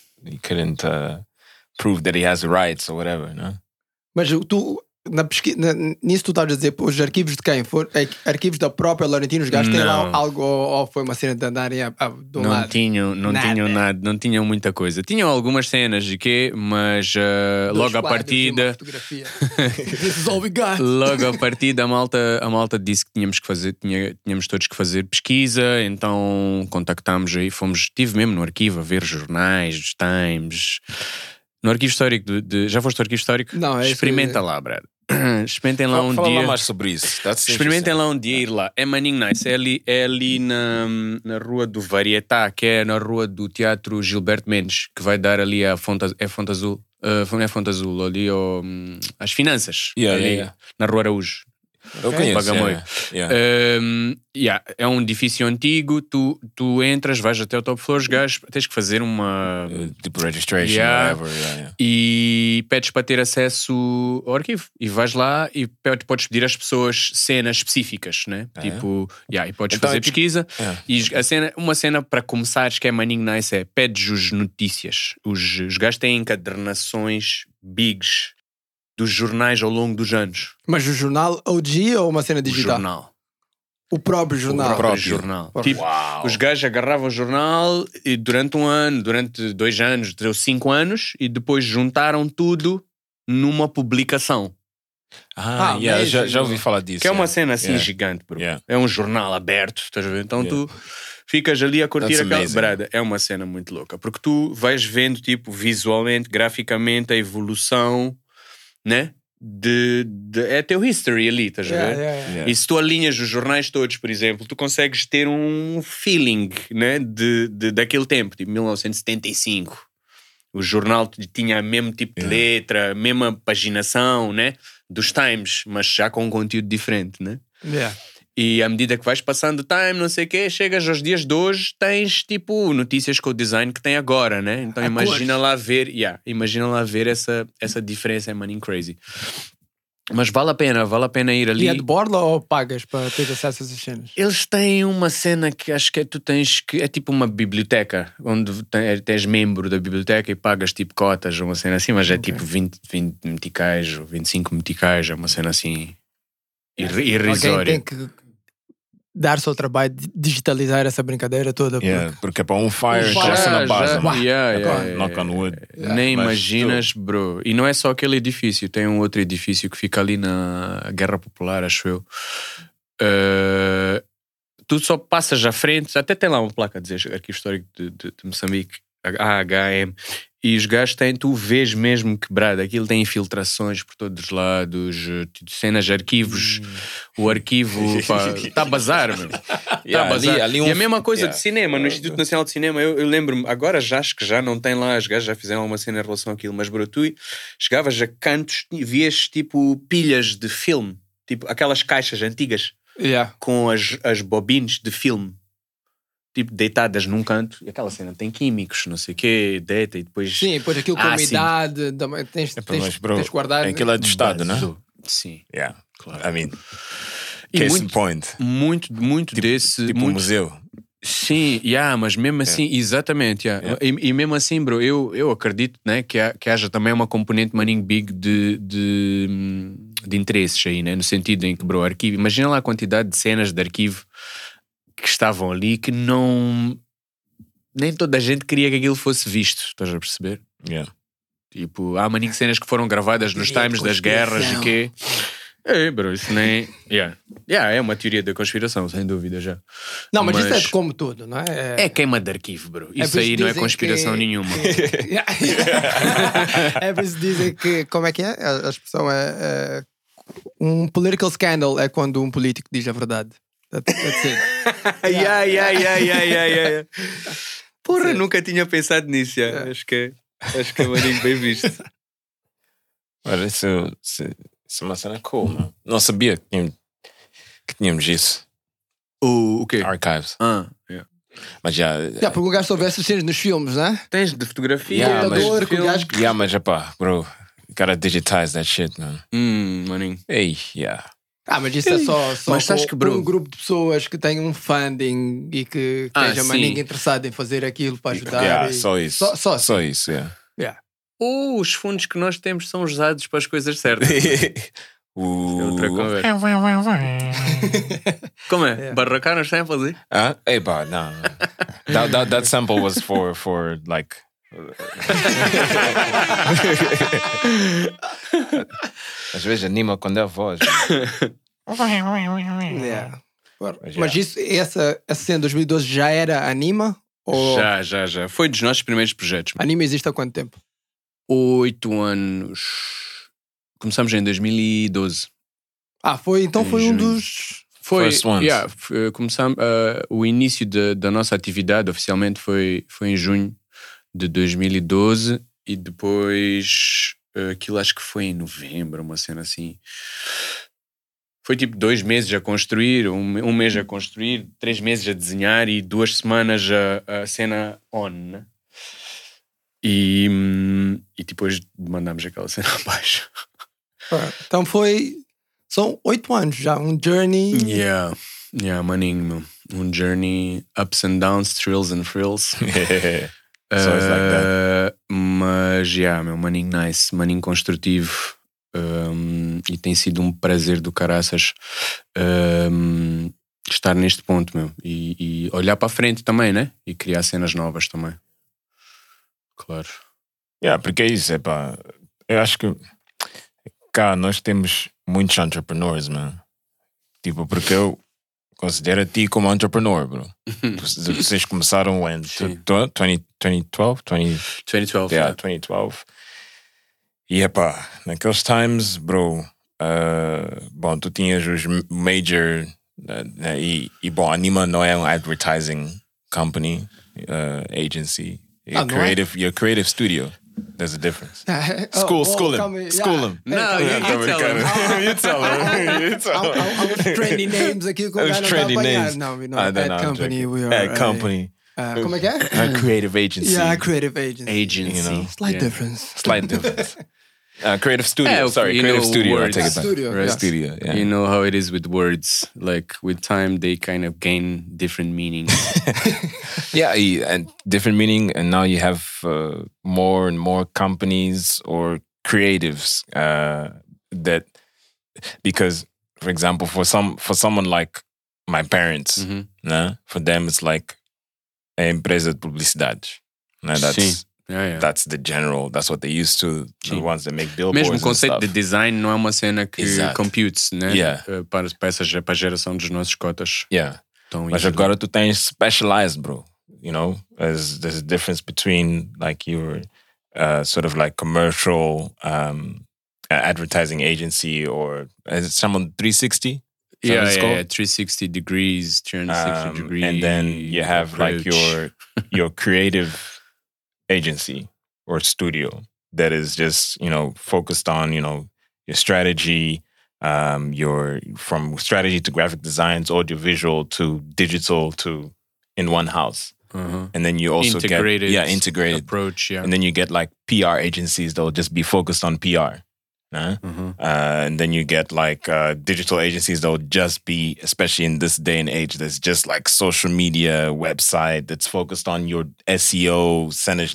[SPEAKER 1] prove that he has rights or whatever, no?
[SPEAKER 7] Mas tu, na pesquisa, nisso tu estás a dizer, os arquivos de quem? Arquivos da própria Laurentina, os gajos têm lá algo, ou foi uma cena de andarem de um lado?
[SPEAKER 8] Tinham nada, não tinham muita coisa. Tinham algumas cenas de quê, mas logo à partida.
[SPEAKER 7] This is all we got.
[SPEAKER 8] Logo à partida a malta disse que tínhamos todos que fazer pesquisa, então contactámos aí, estive mesmo no arquivo a ver jornais, dos Times. No arquivo histórico já foste ao arquivo histórico?
[SPEAKER 7] Não,
[SPEAKER 8] experimenta lá, brad. Experimentem lá um
[SPEAKER 1] Fala
[SPEAKER 8] dia.
[SPEAKER 1] lá mais sobre isso.
[SPEAKER 8] Experimentem lá um dia ir lá. É maninho nice. É ali na rua do Varietá, que é na rua do Teatro Gilberto Mendes, que vai dar ali a Fonte Azul. Não é Fonte Azul, ali as Finanças. Na Rua Araújo.
[SPEAKER 1] Eu conheço.
[SPEAKER 8] Bagamoio. É um edifício antigo, tu entras, vais até o top floor, gajos, tens que fazer uma...
[SPEAKER 1] Tipo registration, whatever.
[SPEAKER 8] E pedes para ter acesso ao arquivo. E vais lá e podes pedir às pessoas cenas específicas, né? E podes
[SPEAKER 1] Então
[SPEAKER 8] fazer
[SPEAKER 1] é tipo-
[SPEAKER 8] pesquisa. E uma cena para começares que é maninho nice é pedes os notícias. Os gajos têm encadernações bigs dos jornais ao longo dos anos.
[SPEAKER 7] Mas o jornal OG ou uma cena digital?
[SPEAKER 8] O jornal.
[SPEAKER 7] O próprio jornal.
[SPEAKER 8] O próprio jornal. Tipo, os gajos agarravam o jornal e durante um ano, durante 2 anos, 5 anos, e depois juntaram tudo numa publicação.
[SPEAKER 1] Já ouvi falar disso.
[SPEAKER 8] Que é uma cena assim gigante, bro. É um jornal aberto, estás a ver? Então tu ficas ali a curtir aquela brada. É uma cena muito louca. Porque tu vais vendo, tipo, visualmente, graficamente, a evolução, né? É teu history ali, estás a ver? E se tu alinhas os jornais todos, por exemplo, tu consegues ter um feeling, né? Daquele tempo, tipo 1975. O jornal tinha o mesmo tipo de letra, a mesma paginação, né? Dos Times, mas já com um conteúdo diferente, né? E à medida que vais passando o time, não sei o quê, chegas aos dias de hoje, tens tipo notícias com o design que tem agora, né? Então imagina lá ver essa diferença, é maninho crazy. Mas vale a pena ir ali.
[SPEAKER 7] E é de borla ou pagas para ter acesso a essas cenas?
[SPEAKER 8] Eles têm uma cena que acho que tu tens que... É tipo uma biblioteca, onde tens membro da biblioteca e pagas tipo cotas, uma cena assim, mas é tipo 20 meticais ou 25 meticais, é uma cena assim irrisória.
[SPEAKER 7] Alguém tem que dar-se ao trabalho de digitalizar essa brincadeira toda.
[SPEAKER 1] Porque é para um fire costa na base.
[SPEAKER 8] Knock on wood. Nem imaginas, bro. E não é só aquele edifício, tem um outro edifício que fica ali na Guerra Popular, acho eu. Tu só passas à frente, até tem lá uma placa a dizer Arquivo Histórico de Moçambique, AHM, e os gajos tu vês mesmo quebrado, aquilo tem infiltrações por todos os lados, cenas de arquivos, o arquivo está a bazar, meu. Tá a bazar. E a mesma coisa de cinema, no Instituto Nacional de Cinema, eu lembro-me, agora já acho que já não tem lá, os gajos já fizeram alguma cena em relação àquilo, mas bro, tu chegavas a cantos e vias tipo pilhas de filme, tipo aquelas caixas antigas com as bobines de filme, tipo, deitadas num canto, e aquela cena tem químicos, não sei o quê, deita e depois...
[SPEAKER 7] Sim, depois aquilo com umidade, tens de guardar...
[SPEAKER 1] Aquilo é do Estado, não é?
[SPEAKER 8] Sim.
[SPEAKER 1] Claro. I mean, case in point.
[SPEAKER 8] Muito tipo, desse...
[SPEAKER 1] Tipo um museu.
[SPEAKER 8] Sim, mas mesmo assim, exatamente. E mesmo assim, bro, eu acredito, né, que haja também uma componente maninho big de interesses aí, né, no sentido em que, bro, arquivo... Imagina lá a quantidade de cenas de arquivo que estavam ali que nem toda a gente queria que aquilo fosse visto, estás a perceber? Tipo, há maninho cenas que foram gravadas nos times das guerras e quê? Bro, isso nem... é uma teoria da conspiração, sem dúvida já.
[SPEAKER 7] Não, mas isso é como tudo, não é?
[SPEAKER 8] É queima de arquivo, bro. Isso aí não é conspiração nenhuma.
[SPEAKER 7] É por isso dizem que, como é que é? A expressão é um political scandal é quando um político diz a verdade. That's it.
[SPEAKER 8] Porra, nunca tinha pensado nisso. Acho que é maninho bem visto.
[SPEAKER 1] Olha, isso é uma cena cool, não? Não sabia que tínhamos isso.
[SPEAKER 8] O quê?
[SPEAKER 1] Archives. Mas
[SPEAKER 7] porque o gajo só vê essas cenas nos filmes, não é?
[SPEAKER 8] Tens de fotografia,
[SPEAKER 1] mas bro, you gotta digitize that shit, man.
[SPEAKER 8] Maninho.
[SPEAKER 7] Mas isso é só
[SPEAKER 8] mas acho que, bro,
[SPEAKER 7] um grupo de pessoas que tem um funding e que esteja maninho interessado em fazer aquilo para ajudar.
[SPEAKER 1] Só isso. Só isso.
[SPEAKER 8] Os fundos que nós temos são usados para as coisas certas. É outra conversa. Como é? Barracar nos samples aí?
[SPEAKER 1] No. That sample was for like... Às vezes anima quando é a voz.
[SPEAKER 7] Mas essa cena de 2012 já era Anima? Ou...
[SPEAKER 8] Já. Foi dos nossos primeiros projetos.
[SPEAKER 7] Anima existe há quanto tempo?
[SPEAKER 8] 8 anos. Começamos em 2012.
[SPEAKER 7] Foi um dos...
[SPEAKER 1] First ones.
[SPEAKER 8] Começamos, o início da nossa atividade oficialmente foi em junho de 2012 e depois aquilo acho que foi em novembro, uma cena assim. Foi tipo 2 meses a construir, um mês a construir, 3 meses a desenhar e 2 semanas a cena on, né? E depois mandámos aquela cena abaixo.
[SPEAKER 7] Então são 8 anos já, um journey.
[SPEAKER 8] Yeah, maninho, meu. Um journey, ups and downs, thrills and frills.
[SPEAKER 1] So it's like that.
[SPEAKER 8] Mas, meu, maninho nice, maninho construtivo. E tem sido um prazer do caraças estar neste ponto, meu. E olhar para a frente também, né? E criar cenas novas também. Claro.
[SPEAKER 1] Porque é isso, eu acho que cá nós temos muitos entrepreneurs, man. Tipo, porque eu considero a ti como entrepreneur, bro. Vocês começaram when? 2012?
[SPEAKER 8] 2012.
[SPEAKER 1] Yeah, 2012. E naqueles times, bro, bom, tu tinhas os major e bom, a Anima não é um advertising company, agency. You're creative studio. There's a difference. School him.
[SPEAKER 8] No, you tell him.
[SPEAKER 1] You tell him.
[SPEAKER 7] I was trendy names aqui com
[SPEAKER 1] trendy names.
[SPEAKER 7] No, we're not ad company. We are
[SPEAKER 1] ad company.
[SPEAKER 7] Como é que é?
[SPEAKER 1] A creative agency.
[SPEAKER 7] Yeah, creative agency.
[SPEAKER 1] You know,
[SPEAKER 7] Slight difference.
[SPEAKER 1] Creative studio. Creative studio. I take it back.
[SPEAKER 7] Studio.
[SPEAKER 1] Yeah.
[SPEAKER 8] You know how it is with words. Like with time, they kind of gain different meanings.
[SPEAKER 1] And different meaning. And now you have more and more companies or creatives that, because, for example, for someone like my parents, for them it's like a empresa de publicidades. That's the general. That's what they used to. The ones that make billboards.
[SPEAKER 8] Mesmo o conceito de
[SPEAKER 1] stuff.
[SPEAKER 8] design não é uma cena que computes, né? Para a geração dos nossos cotas.
[SPEAKER 1] Mas agora tu tens specialized, bro. You know, there's a difference between like your sort of like commercial advertising agency or is someone 360?
[SPEAKER 8] 360 degrees, 360 degrees.
[SPEAKER 1] And then you have
[SPEAKER 8] approach.
[SPEAKER 1] Like your creative agency or studio that is just, you know, focused on, you know, your strategy, your from strategy to graphic designs, audio visual to digital to in one house. And then you also
[SPEAKER 8] integrated
[SPEAKER 1] integrated
[SPEAKER 8] approach,
[SPEAKER 1] and then you get like PR agencies that will just be focused on PR. And then you get like digital agencies that will just be, especially in this day and age, there's just like social media website that's focused on your SEO.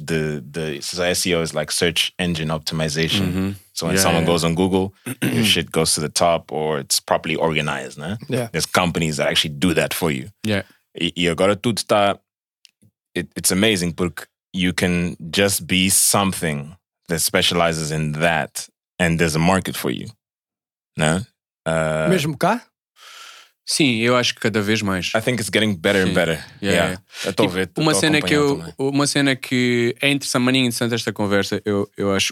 [SPEAKER 1] So SEO is like search engine optimization. So when someone goes on Google, your shit goes to the top or it's properly organized. There's companies that actually do that for you. You agora tudo está. It's amazing because you can just be something that specializes in that. And there's a market for you, né?
[SPEAKER 7] Mesmo cá?
[SPEAKER 8] Sim, eu acho que cada vez mais.
[SPEAKER 1] I think it's getting better and better. Eu estou a ver.
[SPEAKER 8] Uma cena que é interessante esta conversa, eu acho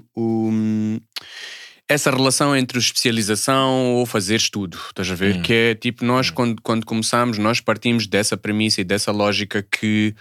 [SPEAKER 8] essa relação entre especialização ou fazer estudo, estás a ver? Que é tipo, nós quando começámos, nós partimos dessa premissa e dessa lógica que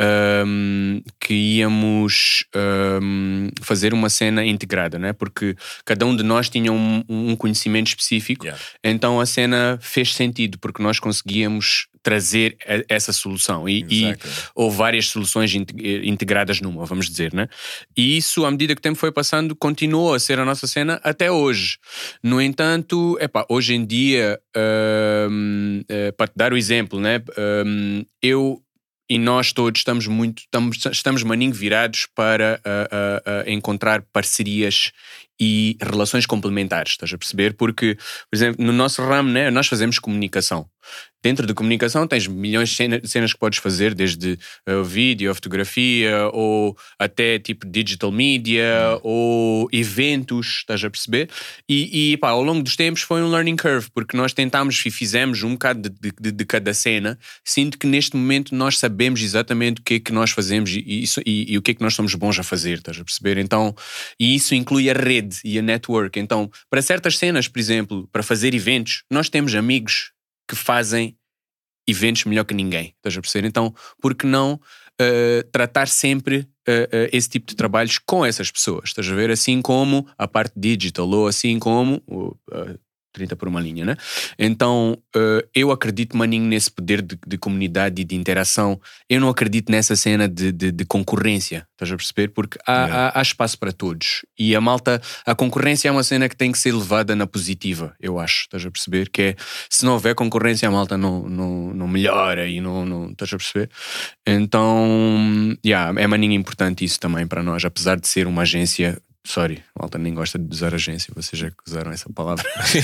[SPEAKER 8] íamos fazer uma cena integrada, né? Porque cada um de nós tinha um conhecimento específico, então a cena fez sentido, porque nós conseguíamos trazer essa solução e houve várias soluções integradas numa, vamos dizer, né? E isso, à medida que o tempo foi passando, continuou a ser a nossa cena até hoje. No entanto, hoje em dia, para te dar o exemplo, né? Eu e nós todos estamos maninho virados para encontrar parcerias e relações complementares, estás a perceber? Porque, por exemplo, no nosso ramo, né, nós fazemos comunicação. Dentro da comunicação tens milhões de cenas que podes fazer, desde vídeo, fotografia, ou até tipo digital media, ou eventos, estás a perceber? E ao longo dos tempos foi um learning curve, porque nós tentámos e fizemos um bocado de cada cena. Sinto que neste momento nós sabemos exatamente o que é que nós fazemos e o que é que nós somos bons a fazer, estás a perceber? Então, e isso inclui a rede e a network. Então, para certas cenas, por exemplo, para fazer eventos, nós temos amigos que fazem eventos melhor que ninguém, estás a perceber? Então, por que não tratar sempre esse tipo de trabalhos com essas pessoas, estás a ver? Assim como a parte digital, ou assim como 30 por uma linha, né? Então, eu acredito, maninho, nesse poder de comunidade e de interação. Eu não acredito nessa cena de concorrência, estás a perceber? Porque há espaço para todos. E a concorrência é uma cena que tem que ser levada na positiva, eu acho, estás a perceber? Que é, se não houver concorrência, a malta não melhora e não estás a perceber? Então, é maninho importante isso também para nós, apesar de ser uma agência. Sorry, o Malta nem gosta de usar agência, vocês já usaram essa palavra.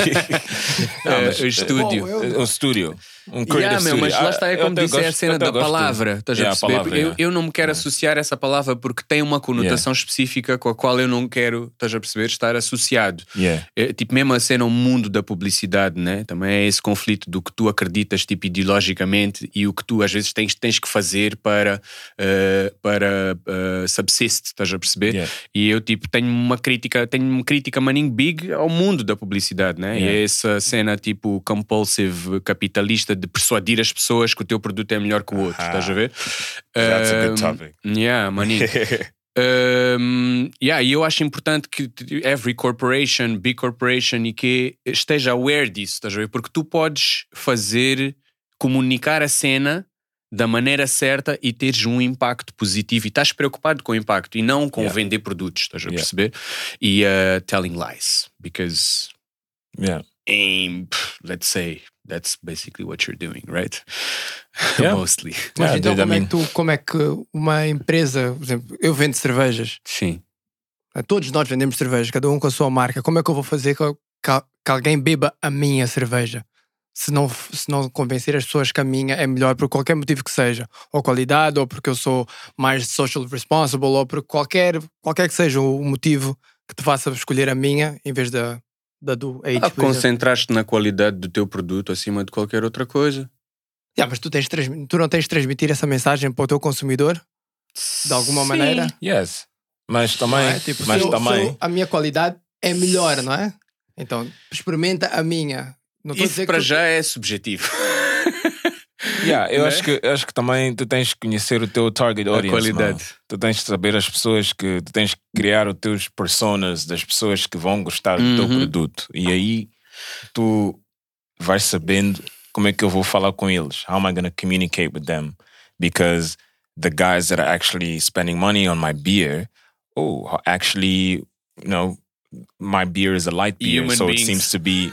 [SPEAKER 8] Estúdio.
[SPEAKER 1] Um estúdio. Um creative studio.
[SPEAKER 8] Mas lá está, é como disse, é a cena da palavra. Estás a perceber? Eu não me quero associar essa palavra porque tem uma conotação específica com a qual eu não quero, estás a perceber, estar associado. Tipo, mesmo a cena, o mundo da publicidade, né? Também é esse conflito do que tu acreditas, tipo, ideologicamente, e o que tu às vezes tens que fazer para subsist, estás a perceber? E eu, tipo, tenho uma crítica maninho big ao mundo da publicidade, né? E é essa cena tipo compulsive capitalista de persuadir as pessoas que o teu produto é melhor que o outro, estás a ver?
[SPEAKER 1] That's a good topic.
[SPEAKER 8] Maninho. E eu acho importante que every corporation, big corporation e que esteja aware disso, estás a ver? Porque tu podes comunicar a cena da maneira certa e teres um impacto positivo e estás preocupado com o impacto e não com vender produtos, estás a perceber? E telling lies, because let's say that's basically what you're doing, right? Mostly.
[SPEAKER 7] Mas então como é que uma empresa, por exemplo, eu vendo cervejas.
[SPEAKER 8] Sim.
[SPEAKER 7] Todos nós vendemos cervejas, cada um com a sua marca. Como é que eu vou fazer que alguém beba a minha cerveja? Se não convencer as pessoas que a minha é melhor por qualquer motivo que seja, ou qualidade, ou porque eu sou mais social responsible, ou por qualquer que seja o motivo que te faça escolher a minha em vez da do H.
[SPEAKER 8] Concentraste na qualidade do teu produto acima de qualquer outra coisa.
[SPEAKER 7] Mas tu não tens de transmitir essa mensagem para o teu consumidor de alguma maneira?
[SPEAKER 1] Yes. Mas também,
[SPEAKER 7] a minha qualidade é melhor, não é? Então experimenta a minha.
[SPEAKER 8] Isso para já é subjetivo.
[SPEAKER 1] Eu acho que também tu tens que conhecer o teu target audience. A qualidade. Tu tens de saber as pessoas que tu tens que criar os teus personas das pessoas que vão gostar do teu produto. E aí tu vais sabendo como é que eu vou falar com eles. How am I going to communicate with them? Because the guys that are actually spending money on my beer, actually, my beer is a light beer,
[SPEAKER 8] Human
[SPEAKER 1] so
[SPEAKER 8] beings.
[SPEAKER 1] It seems to be.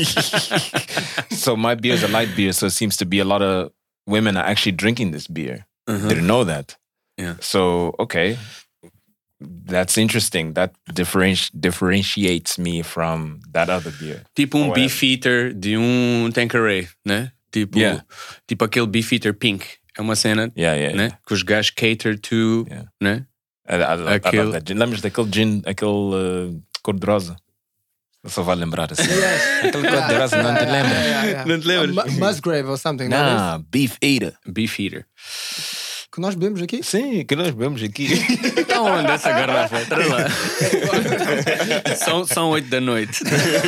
[SPEAKER 1] So my beer is a light beer, so it seems to be a lot of women are actually drinking this beer. Didn't know that.
[SPEAKER 8] Yeah.
[SPEAKER 1] So that's interesting. That differentiates me from that other beer.
[SPEAKER 8] Tipo Beefeater de Tanqueray, né? Tipo aquele Beefeater Pink. É uma cena, né? Que os gajos cater to, né?
[SPEAKER 1] I love that. Lembras daquele gin, aquele cor-de-rosa? Só vai lembrar assim. Aquele cor-de-rosa, não te lembras?
[SPEAKER 8] Não te lembras?
[SPEAKER 7] Musgrave or something.
[SPEAKER 1] Beefeater.
[SPEAKER 7] Que nós bebemos aqui?
[SPEAKER 1] Sim, que nós bebemos aqui.
[SPEAKER 8] Então onde essa garrafa? Traz lá. São 8 da noite.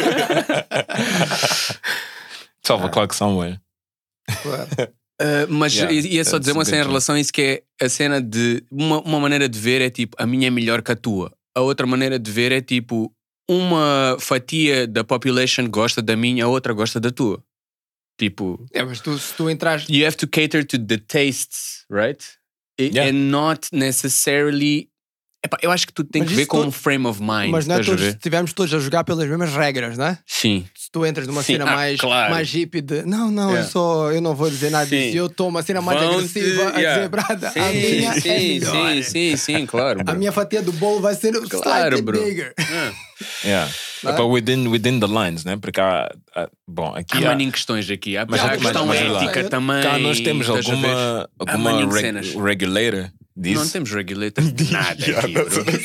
[SPEAKER 1] 12 o'clock somewhere.
[SPEAKER 7] Claro.
[SPEAKER 8] Mas ia só dizer uma cena em relação a isso, que é a cena de uma maneira de ver é tipo, a minha é melhor que a tua. A outra maneira de ver é tipo, uma fatia da population gosta da minha, a outra gosta da tua. Tipo,
[SPEAKER 7] mas se tu entras,
[SPEAKER 8] you have to cater to the tastes, right? And not necessarily. Eu acho que tu tens que ver com um frame of mind.
[SPEAKER 7] Mas não é tivemos todos a jogar pelas mesmas regras, não é?
[SPEAKER 8] Sim.
[SPEAKER 7] Se tu entras numa cena mais hippie de eu não vou dizer nada disso, eu estou uma cena mais agressiva, azebrada.
[SPEAKER 8] Sim,
[SPEAKER 7] a minha
[SPEAKER 8] sim,
[SPEAKER 7] é melhor.
[SPEAKER 8] sim, claro. Bro.
[SPEAKER 7] A minha fatia do bolo vai ser slightly bigger.
[SPEAKER 1] But within the lines, né? Porque bom, aqui
[SPEAKER 8] há maninho questões aqui. Há questão ética também.
[SPEAKER 1] Cá nós temos alguma regulator.
[SPEAKER 8] Não temos regulator nada aqui,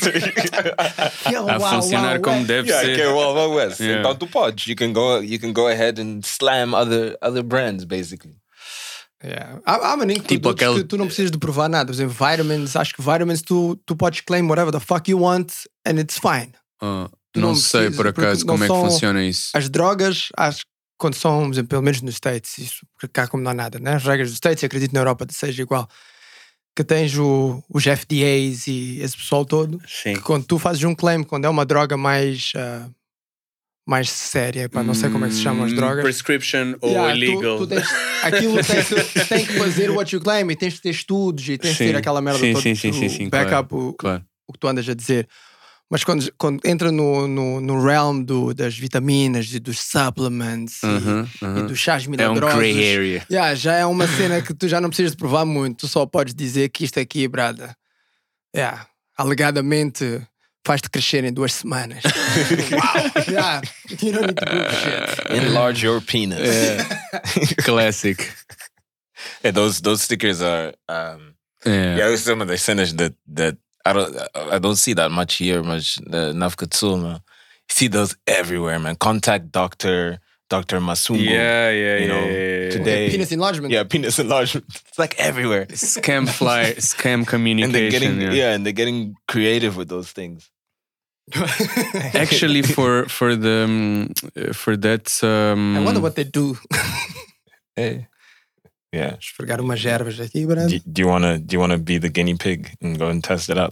[SPEAKER 8] a funcionar como deve ser.
[SPEAKER 1] Então tu podes. You can go ahead and slam other brands, basically.
[SPEAKER 7] Há maninho tipo que tu não precisas de provar nada. Por exemplo, vitamins. Acho que vitamins tu podes claim whatever the fuck you want and it's fine.
[SPEAKER 8] Não sei por acaso como é que funciona isso.
[SPEAKER 7] As drogas, acho que quando são, por exemplo, pelo menos nos States, isso, porque cá como não há nada, né? As regras dos States, eu acredito na Europa seja igual. Que tens os FDAs e esse pessoal todo.
[SPEAKER 8] Sim.
[SPEAKER 7] Que quando tu fazes um claim, quando é uma droga mais mais séria, pá, não sei como é que se chamam as drogas.
[SPEAKER 8] Prescription ou illegal.
[SPEAKER 7] Aquilo tem que fazer what you claim, e tens de ter estudos e tens de ter aquela merda toda. Sim, backup
[SPEAKER 8] claro.
[SPEAKER 7] O que tu andas a dizer. Mas quando entra no realm das vitaminas e dos supplements e dos chás milagrosos,
[SPEAKER 8] é um grey area.
[SPEAKER 7] Já é uma cena que tu já não precisas de provar muito. Tu só podes dizer que isto aqui, brada, alegadamente faz-te crescer em 2 semanas. Wow! You don't need to prove shit.
[SPEAKER 1] Enlarge your penis.
[SPEAKER 8] Classic.
[SPEAKER 1] Those stickers are some of the cenas that I don't see that much here, mas na África do Sul, man. You see those everywhere, man. Contact Dr. Masungo.
[SPEAKER 8] Yeah.
[SPEAKER 1] Today.
[SPEAKER 7] Penis enlargement.
[SPEAKER 1] Yeah, penis enlargement. It's like everywhere.
[SPEAKER 8] Scam communication.
[SPEAKER 1] And they're getting creative with those things.
[SPEAKER 8] Actually, for that.
[SPEAKER 7] I wonder what they do.
[SPEAKER 1] Hey. Yeah.
[SPEAKER 7] Esfregar umas ervas aqui, brado.
[SPEAKER 1] Do you wanna be the guinea pig and go and test it out?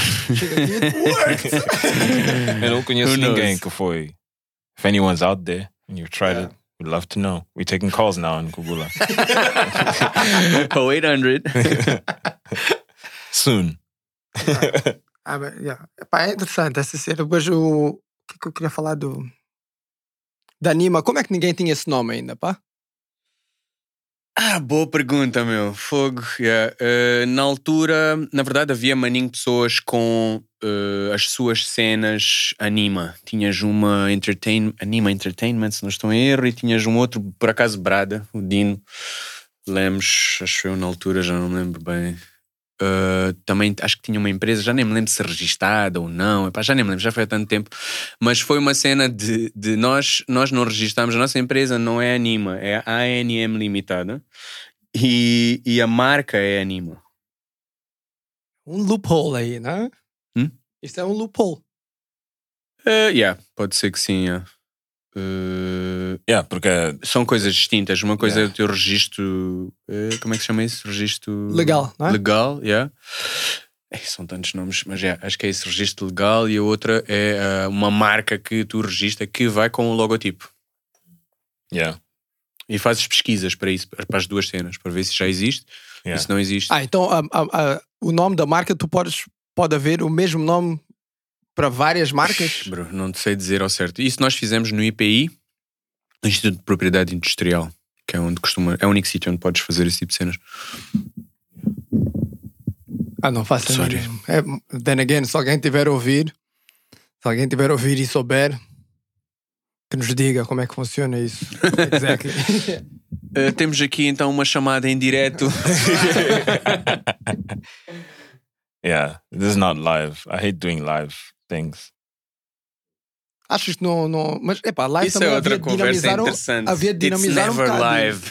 [SPEAKER 1] Eu não conheço ninguém que foi. If anyone's out there and you've tried it, we'd love to know. We're taking calls now in Kubula.
[SPEAKER 8] 0800.
[SPEAKER 1] Soon.
[SPEAKER 7] É interessante essa cena. Depois o que eu queria falar da Anima. Como é que ninguém tinha esse nome ainda, pá?
[SPEAKER 8] Boa pergunta, meu. Fogo. Na altura, na verdade, havia maninho pessoas com as suas cenas Anima. Tinhas uma Anima Entertainment, se não estou em erro, e tinhas um outro, por acaso, Brada, o Dino Lemos, acho eu na altura, já não me lembro bem. Também acho que tinha uma empresa, já nem me lembro se registada ou não, epá, já nem me lembro, já foi há tanto tempo, mas foi uma cena de nós não registámos, a nossa empresa não é Anima, é a ANM Limitada e a marca é Anima.
[SPEAKER 7] Um loophole aí, não é? Isto é um loophole.
[SPEAKER 8] Pode ser que sim,
[SPEAKER 1] porque
[SPEAKER 8] são coisas distintas. Uma coisa é o teu registro, como é que se chama isso? Registro
[SPEAKER 7] legal, não é?
[SPEAKER 8] Legal, são tantos nomes, mas acho que é esse registro legal, e a outra é uma marca que tu registra que vai com o logotipo. E fazes pesquisas para isso, para as duas cenas, para ver se já existe e se não existe.
[SPEAKER 7] Então o nome da marca pode haver o mesmo nome para várias marcas?
[SPEAKER 8] Bro, não te sei dizer ao certo. Isso nós fizemos no IPI, Instituto de Propriedade Industrial, que é onde é o único sítio onde podes fazer esse tipo de cenas.
[SPEAKER 7] Não faço mesmo. Then again, se alguém tiver a ouvir e souber, que nos diga como é que funciona isso. Exactly.
[SPEAKER 8] Temos aqui então uma chamada em direto.
[SPEAKER 1] This is not live. I hate doing live things.
[SPEAKER 7] Achas que não... Mas, live
[SPEAKER 8] isso
[SPEAKER 7] também
[SPEAKER 8] é outra conversa interessante.
[SPEAKER 7] Havia de dinamizar um bocado.
[SPEAKER 8] Live.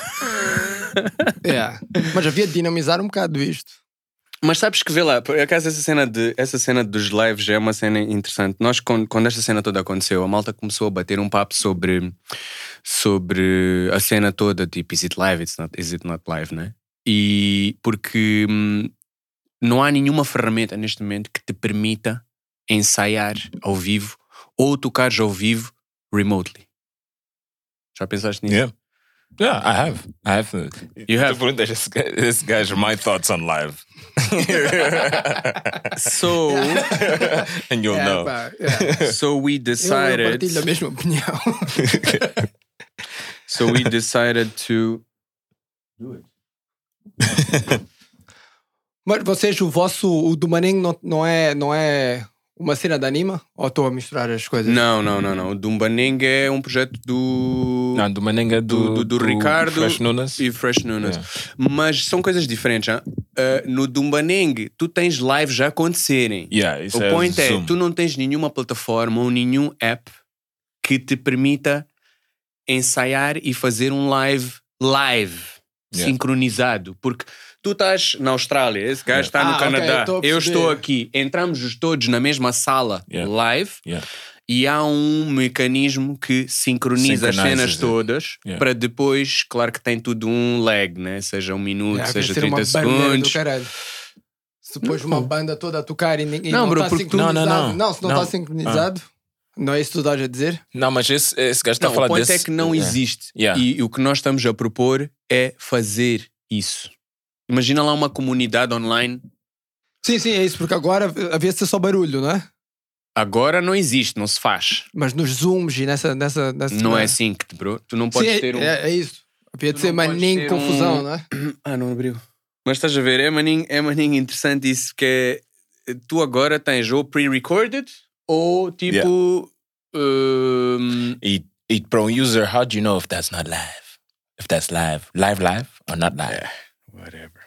[SPEAKER 7] Mas havia de dinamizar um bocado isto.
[SPEAKER 8] Mas sabes que, vê lá, por acaso essa cena dos lives é uma cena interessante. Nós, quando esta cena toda aconteceu, a malta começou a bater um papo sobre a cena toda, tipo, is it live, is it not live, né? E porque não há nenhuma ferramenta neste momento que te permita ensaiar ao vivo ou tocares ao vivo remotely. Já pensaste nisso?
[SPEAKER 1] Yeah, I have.
[SPEAKER 8] You have.
[SPEAKER 1] This guy's my thoughts on live.
[SPEAKER 8] So,
[SPEAKER 1] and you'll know.
[SPEAKER 8] So we decided.
[SPEAKER 7] Eu partilho a mesma opinião.
[SPEAKER 8] So we decided to do it.
[SPEAKER 7] Mas vocês, o do Maninho não é uma cena da Anima? Ou estou a misturar as coisas?
[SPEAKER 8] Não. O Dumbaneng é um projeto do...
[SPEAKER 1] Não, Dumbaneng é do
[SPEAKER 8] Ricardo
[SPEAKER 1] Fresh Nunes.
[SPEAKER 8] e Fresh Nunes. Mas são coisas diferentes. No Dumbaneng, tu tens lives já acontecerem.
[SPEAKER 1] Isso
[SPEAKER 8] o point
[SPEAKER 1] Zoom.
[SPEAKER 8] tu não tens nenhuma plataforma ou nenhum app que te permita ensaiar e fazer um live sincronizado. Porque tu estás na Austrália, esse gajo está no Canadá, eu estou aqui, entramos todos na mesma sala live e há um mecanismo que sincroniza as cenas todas para depois, claro que tem tudo um lag, né? Seja 1 minuto, seja 30 segundos.
[SPEAKER 7] Se depois uma banda toda a tocar e ninguém
[SPEAKER 8] não
[SPEAKER 7] está sincronizado. Não, se não está sincronizado. Não é isso que tu estás a dizer?
[SPEAKER 1] Não, mas esse gajo está a
[SPEAKER 8] Não,
[SPEAKER 1] falar
[SPEAKER 8] o ponto
[SPEAKER 1] desse...
[SPEAKER 8] é que não existe.
[SPEAKER 1] Yeah.
[SPEAKER 8] E o que nós estamos a propor é fazer isso. Imagina lá uma comunidade online.
[SPEAKER 7] Sim, é isso, porque agora havia de ser só barulho, não é?
[SPEAKER 8] Agora não existe, não se faz.
[SPEAKER 7] Mas nos zooms e nessa
[SPEAKER 8] Não é assim que bro. Tu não podes
[SPEAKER 7] sim,
[SPEAKER 8] ter um...
[SPEAKER 7] é isso. Havia de
[SPEAKER 8] Tu
[SPEAKER 7] ser
[SPEAKER 8] não podes
[SPEAKER 7] maninho
[SPEAKER 8] ter
[SPEAKER 7] confusão,
[SPEAKER 8] um-
[SPEAKER 7] não é?
[SPEAKER 8] Não abriu. Mas estás a ver, é maninho interessante isso, que é, tu agora tens ou pre-recorded ou tipo...
[SPEAKER 1] E para um user, how do you know if that's not live? If that's live or not live?
[SPEAKER 8] whatever.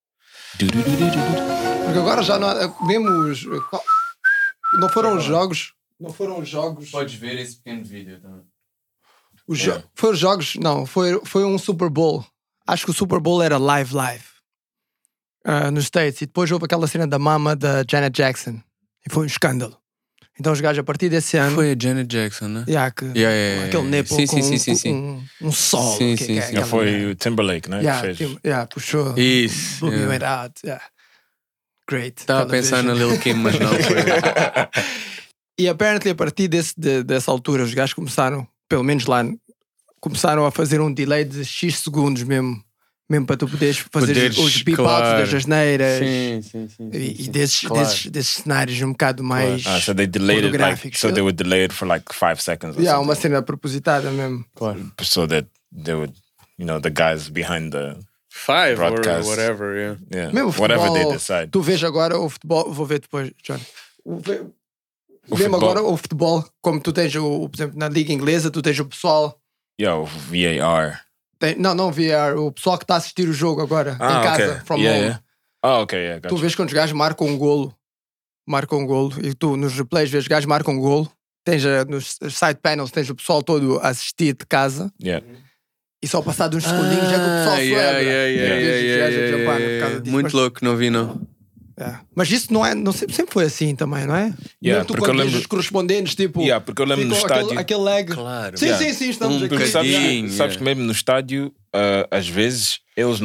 [SPEAKER 7] Porque agora já não há, mesmo os... Não foram os jogos... Não foram os jogos...
[SPEAKER 8] Podes ver esse pequeno vídeo também.
[SPEAKER 7] Foram os jogos... Não, foi um Super Bowl. Acho que o Super Bowl era live. Nos States. E depois houve aquela cena da mama da Janet Jackson. E foi um escândalo. Então os gajos a partir desse ano...
[SPEAKER 8] Foi a Janet Jackson, né?
[SPEAKER 7] Aquele nipple
[SPEAKER 8] sim.
[SPEAKER 7] um solo.
[SPEAKER 8] Sim.
[SPEAKER 1] Já foi o Timberlake, né? que fez.
[SPEAKER 7] Puxou.
[SPEAKER 8] Isso.
[SPEAKER 7] Blew me right out. Great.
[SPEAKER 8] Estava a pensar na Lil Kim, mas não foi.
[SPEAKER 7] E apparently a partir dessa altura os gajos começaram, pelo menos lá, começaram a fazer um delay de X segundos mesmo para tu poderes fazer os beep-outs das asneiras
[SPEAKER 8] Sim.
[SPEAKER 7] e desses cenários um bocado mais
[SPEAKER 1] So they delayed it,
[SPEAKER 7] fotográficos.
[SPEAKER 1] they would delay it for 5 seconds. Or
[SPEAKER 7] Uma
[SPEAKER 1] something.
[SPEAKER 7] cena propositada mesmo.
[SPEAKER 1] So that they would, the guys behind the
[SPEAKER 8] 5
[SPEAKER 1] broadcast.
[SPEAKER 8] or whatever, yeah.
[SPEAKER 7] Mesmo o futebol,
[SPEAKER 1] whatever they decide.
[SPEAKER 7] tu vês agora o futebol, vou ver depois, Johnny. Mesmo
[SPEAKER 1] futebol.
[SPEAKER 7] agora o futebol, como tu tens por exemplo, na Liga Inglesa, tu tens o pessoal.
[SPEAKER 1] O VAR.
[SPEAKER 7] Não VR, o pessoal que está a assistir o jogo agora em casa,
[SPEAKER 1] okay.
[SPEAKER 7] from home.
[SPEAKER 1] Gotcha.
[SPEAKER 7] Tu vês quando os gajos marcam um golo, e tu nos replays vês os gajos marcam um golo, tens nos side panels, tens o pessoal todo a assistir de casa. E só passado uns segundinhos já que o pessoal celebra.
[SPEAKER 8] Muito louco, não vi não.
[SPEAKER 7] Mas isso não sempre foi assim também, não é?
[SPEAKER 1] Yeah,
[SPEAKER 7] tu
[SPEAKER 1] porque eu
[SPEAKER 7] quando
[SPEAKER 1] lembro
[SPEAKER 7] os correspondentes, tipo,
[SPEAKER 1] porque eu lembro no estádio
[SPEAKER 7] aquele lag.
[SPEAKER 8] Claro.
[SPEAKER 7] Sim, estamos aqui.
[SPEAKER 1] Sabes que mesmo no estádio, às vezes eles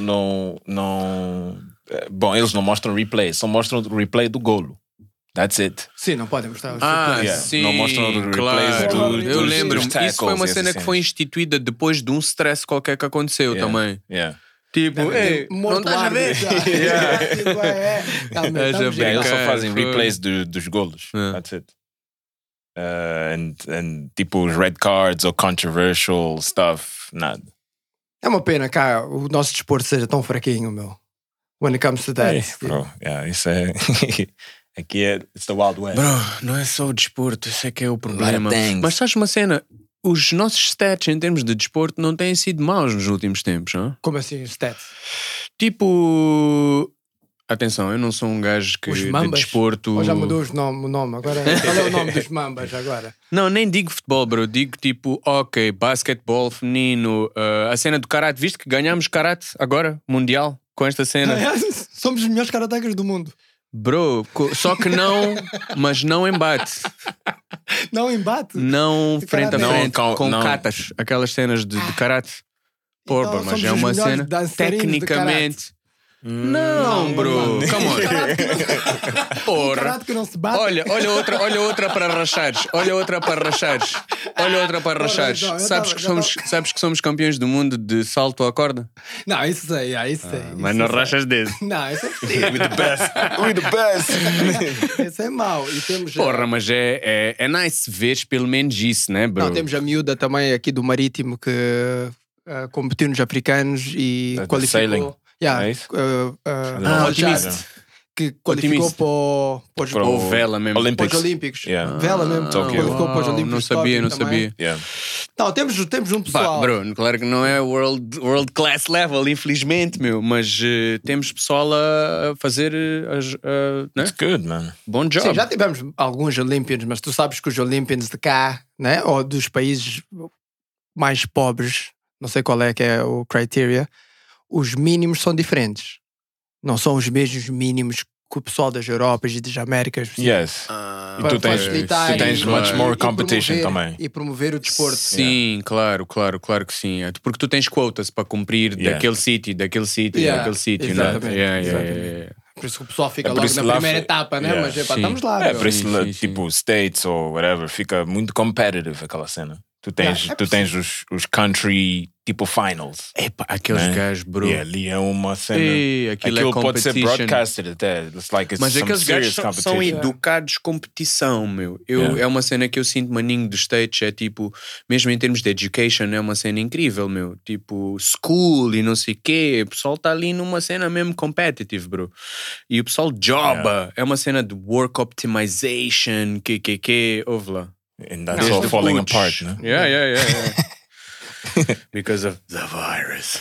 [SPEAKER 1] bom, eles não mostram replay, só mostram o replay do golo. That's it.
[SPEAKER 7] Sim, não podem mostrar os
[SPEAKER 8] Sim,
[SPEAKER 1] não mostram os replays
[SPEAKER 8] Eu lembro,
[SPEAKER 1] dos tackles,
[SPEAKER 8] isso foi uma cena que foi instituída depois de um stress qualquer que aconteceu também. Tipo, não estás a ver?
[SPEAKER 1] Eles só fazem replays dos golos. That's it. And tipo os red cards ou controversial stuff, nada.
[SPEAKER 7] É uma pena que o nosso desporto seja tão fraquinho, meu. When it comes to that.
[SPEAKER 1] Bro, isso é... Aqui it's the Wild West.
[SPEAKER 8] Bro, não é só o desporto, isso é que é o problema. Mas sabes uma cena? Os nossos stats em termos de desporto não têm sido maus nos últimos tempos, não?
[SPEAKER 7] Como assim, stats?
[SPEAKER 8] Tipo... Atenção, eu não sou um gajo que de desporto...
[SPEAKER 7] Ou já mudou o nome? Agora, qual é o nome dos mambas agora?
[SPEAKER 8] Não, nem digo futebol, bro. Digo tipo, basquetebol feminino, a cena do karate. Viste que ganhámos karate agora, mundial, com esta cena?
[SPEAKER 7] Somos os melhores karatecas do mundo.
[SPEAKER 8] Bro, só que não, mas não embate.
[SPEAKER 7] Não embate?
[SPEAKER 8] Não frente a frente,
[SPEAKER 1] não,
[SPEAKER 8] com
[SPEAKER 1] não.
[SPEAKER 8] katas, aquelas cenas de karate. Porra,
[SPEAKER 7] Então,
[SPEAKER 8] mas
[SPEAKER 7] somos
[SPEAKER 8] é
[SPEAKER 7] os
[SPEAKER 8] uma
[SPEAKER 7] melhores
[SPEAKER 8] cena
[SPEAKER 7] dançarinos de
[SPEAKER 8] tecnicamente. Não, bro, come on. Porra.
[SPEAKER 7] Karate que não se bate.
[SPEAKER 8] Olha outra para rachares. Olha outra para rachares. Sabes que somos campeões do mundo de salto à corda?
[SPEAKER 7] Não, isso sei.
[SPEAKER 8] Mas não rachas dedo.
[SPEAKER 7] Não, isso é
[SPEAKER 1] We the best.
[SPEAKER 7] Isso é mau. E temos,
[SPEAKER 8] Porra, mas é nice ver pelo menos isso, né, bro?
[SPEAKER 7] não, temos a miúda também aqui do Marítimo que competiu nos africanos e
[SPEAKER 1] The
[SPEAKER 7] qualificou.
[SPEAKER 1] sailing.
[SPEAKER 7] Yeah,
[SPEAKER 1] É isso?
[SPEAKER 7] Otimista. Que qualificou para os
[SPEAKER 8] Ou vela mesmo.
[SPEAKER 7] Olímpicos.
[SPEAKER 1] Yeah.
[SPEAKER 7] Vela mesmo.
[SPEAKER 1] Tokyo.
[SPEAKER 7] Qualificou para os Olímpicos.
[SPEAKER 8] Não sabia.
[SPEAKER 1] Yeah.
[SPEAKER 7] Não, temos um pessoal.
[SPEAKER 8] Pá, bro, claro que não é world class level, infelizmente, meu, mas temos pessoal a fazer né?
[SPEAKER 1] It's good, man.
[SPEAKER 8] Bom job.
[SPEAKER 7] Sim, já tivemos alguns Olympians, mas tu sabes que os Olympians de cá, né, ou dos países mais pobres, não sei qual é que é o criteria, os mínimos são diferentes. Não são os mesmos mínimos que o pessoal das Europas e das Américas.
[SPEAKER 1] Yes. E
[SPEAKER 7] Para
[SPEAKER 1] tu tens
[SPEAKER 7] facilitar
[SPEAKER 1] much more
[SPEAKER 7] e
[SPEAKER 1] competition
[SPEAKER 7] promover,
[SPEAKER 1] também.
[SPEAKER 7] E promover o desporto.
[SPEAKER 8] Sim, claro que sim. Porque tu tens quotas para cumprir daquele sítio,
[SPEAKER 7] Yeah,
[SPEAKER 8] daquele sítio,
[SPEAKER 7] exatamente,
[SPEAKER 8] né?
[SPEAKER 7] exatamente. Por isso que o pessoal fica
[SPEAKER 1] É por
[SPEAKER 7] logo
[SPEAKER 1] isso
[SPEAKER 7] na
[SPEAKER 1] lá
[SPEAKER 7] primeira
[SPEAKER 1] foi-
[SPEAKER 7] etapa, né?
[SPEAKER 1] Yeah.
[SPEAKER 7] Mas epá,
[SPEAKER 8] Sim.
[SPEAKER 7] estamos lá.
[SPEAKER 1] É,
[SPEAKER 7] meu.
[SPEAKER 1] por isso,
[SPEAKER 8] Sim, sim,
[SPEAKER 1] tipo, States ou whatever, fica muito competitive aquela cena. Tu tens,
[SPEAKER 7] Yeah, é
[SPEAKER 1] tu tens os country, tipo, finals.
[SPEAKER 8] Epá, aqueles
[SPEAKER 1] né?
[SPEAKER 8] gajos, bro.
[SPEAKER 1] E ali é uma cena.
[SPEAKER 8] Ei, aquilo é
[SPEAKER 1] pode ser
[SPEAKER 8] competition.
[SPEAKER 1] broadcasted até. It's like it's
[SPEAKER 8] Mas
[SPEAKER 1] some
[SPEAKER 8] aqueles
[SPEAKER 1] serious
[SPEAKER 8] gajos são
[SPEAKER 1] competition.
[SPEAKER 8] educados competição, meu.
[SPEAKER 1] Yeah.
[SPEAKER 8] É uma cena que eu sinto maninho dos States, é tipo, mesmo em termos de education, é uma cena incrível, meu. Tipo, school e não sei o quê. O pessoal está ali numa cena mesmo competitive, bro. E o pessoal joba. É uma cena de work optimization, ouve lá.
[SPEAKER 1] And that's all falling apart, né?
[SPEAKER 8] Yeah. Because of the virus.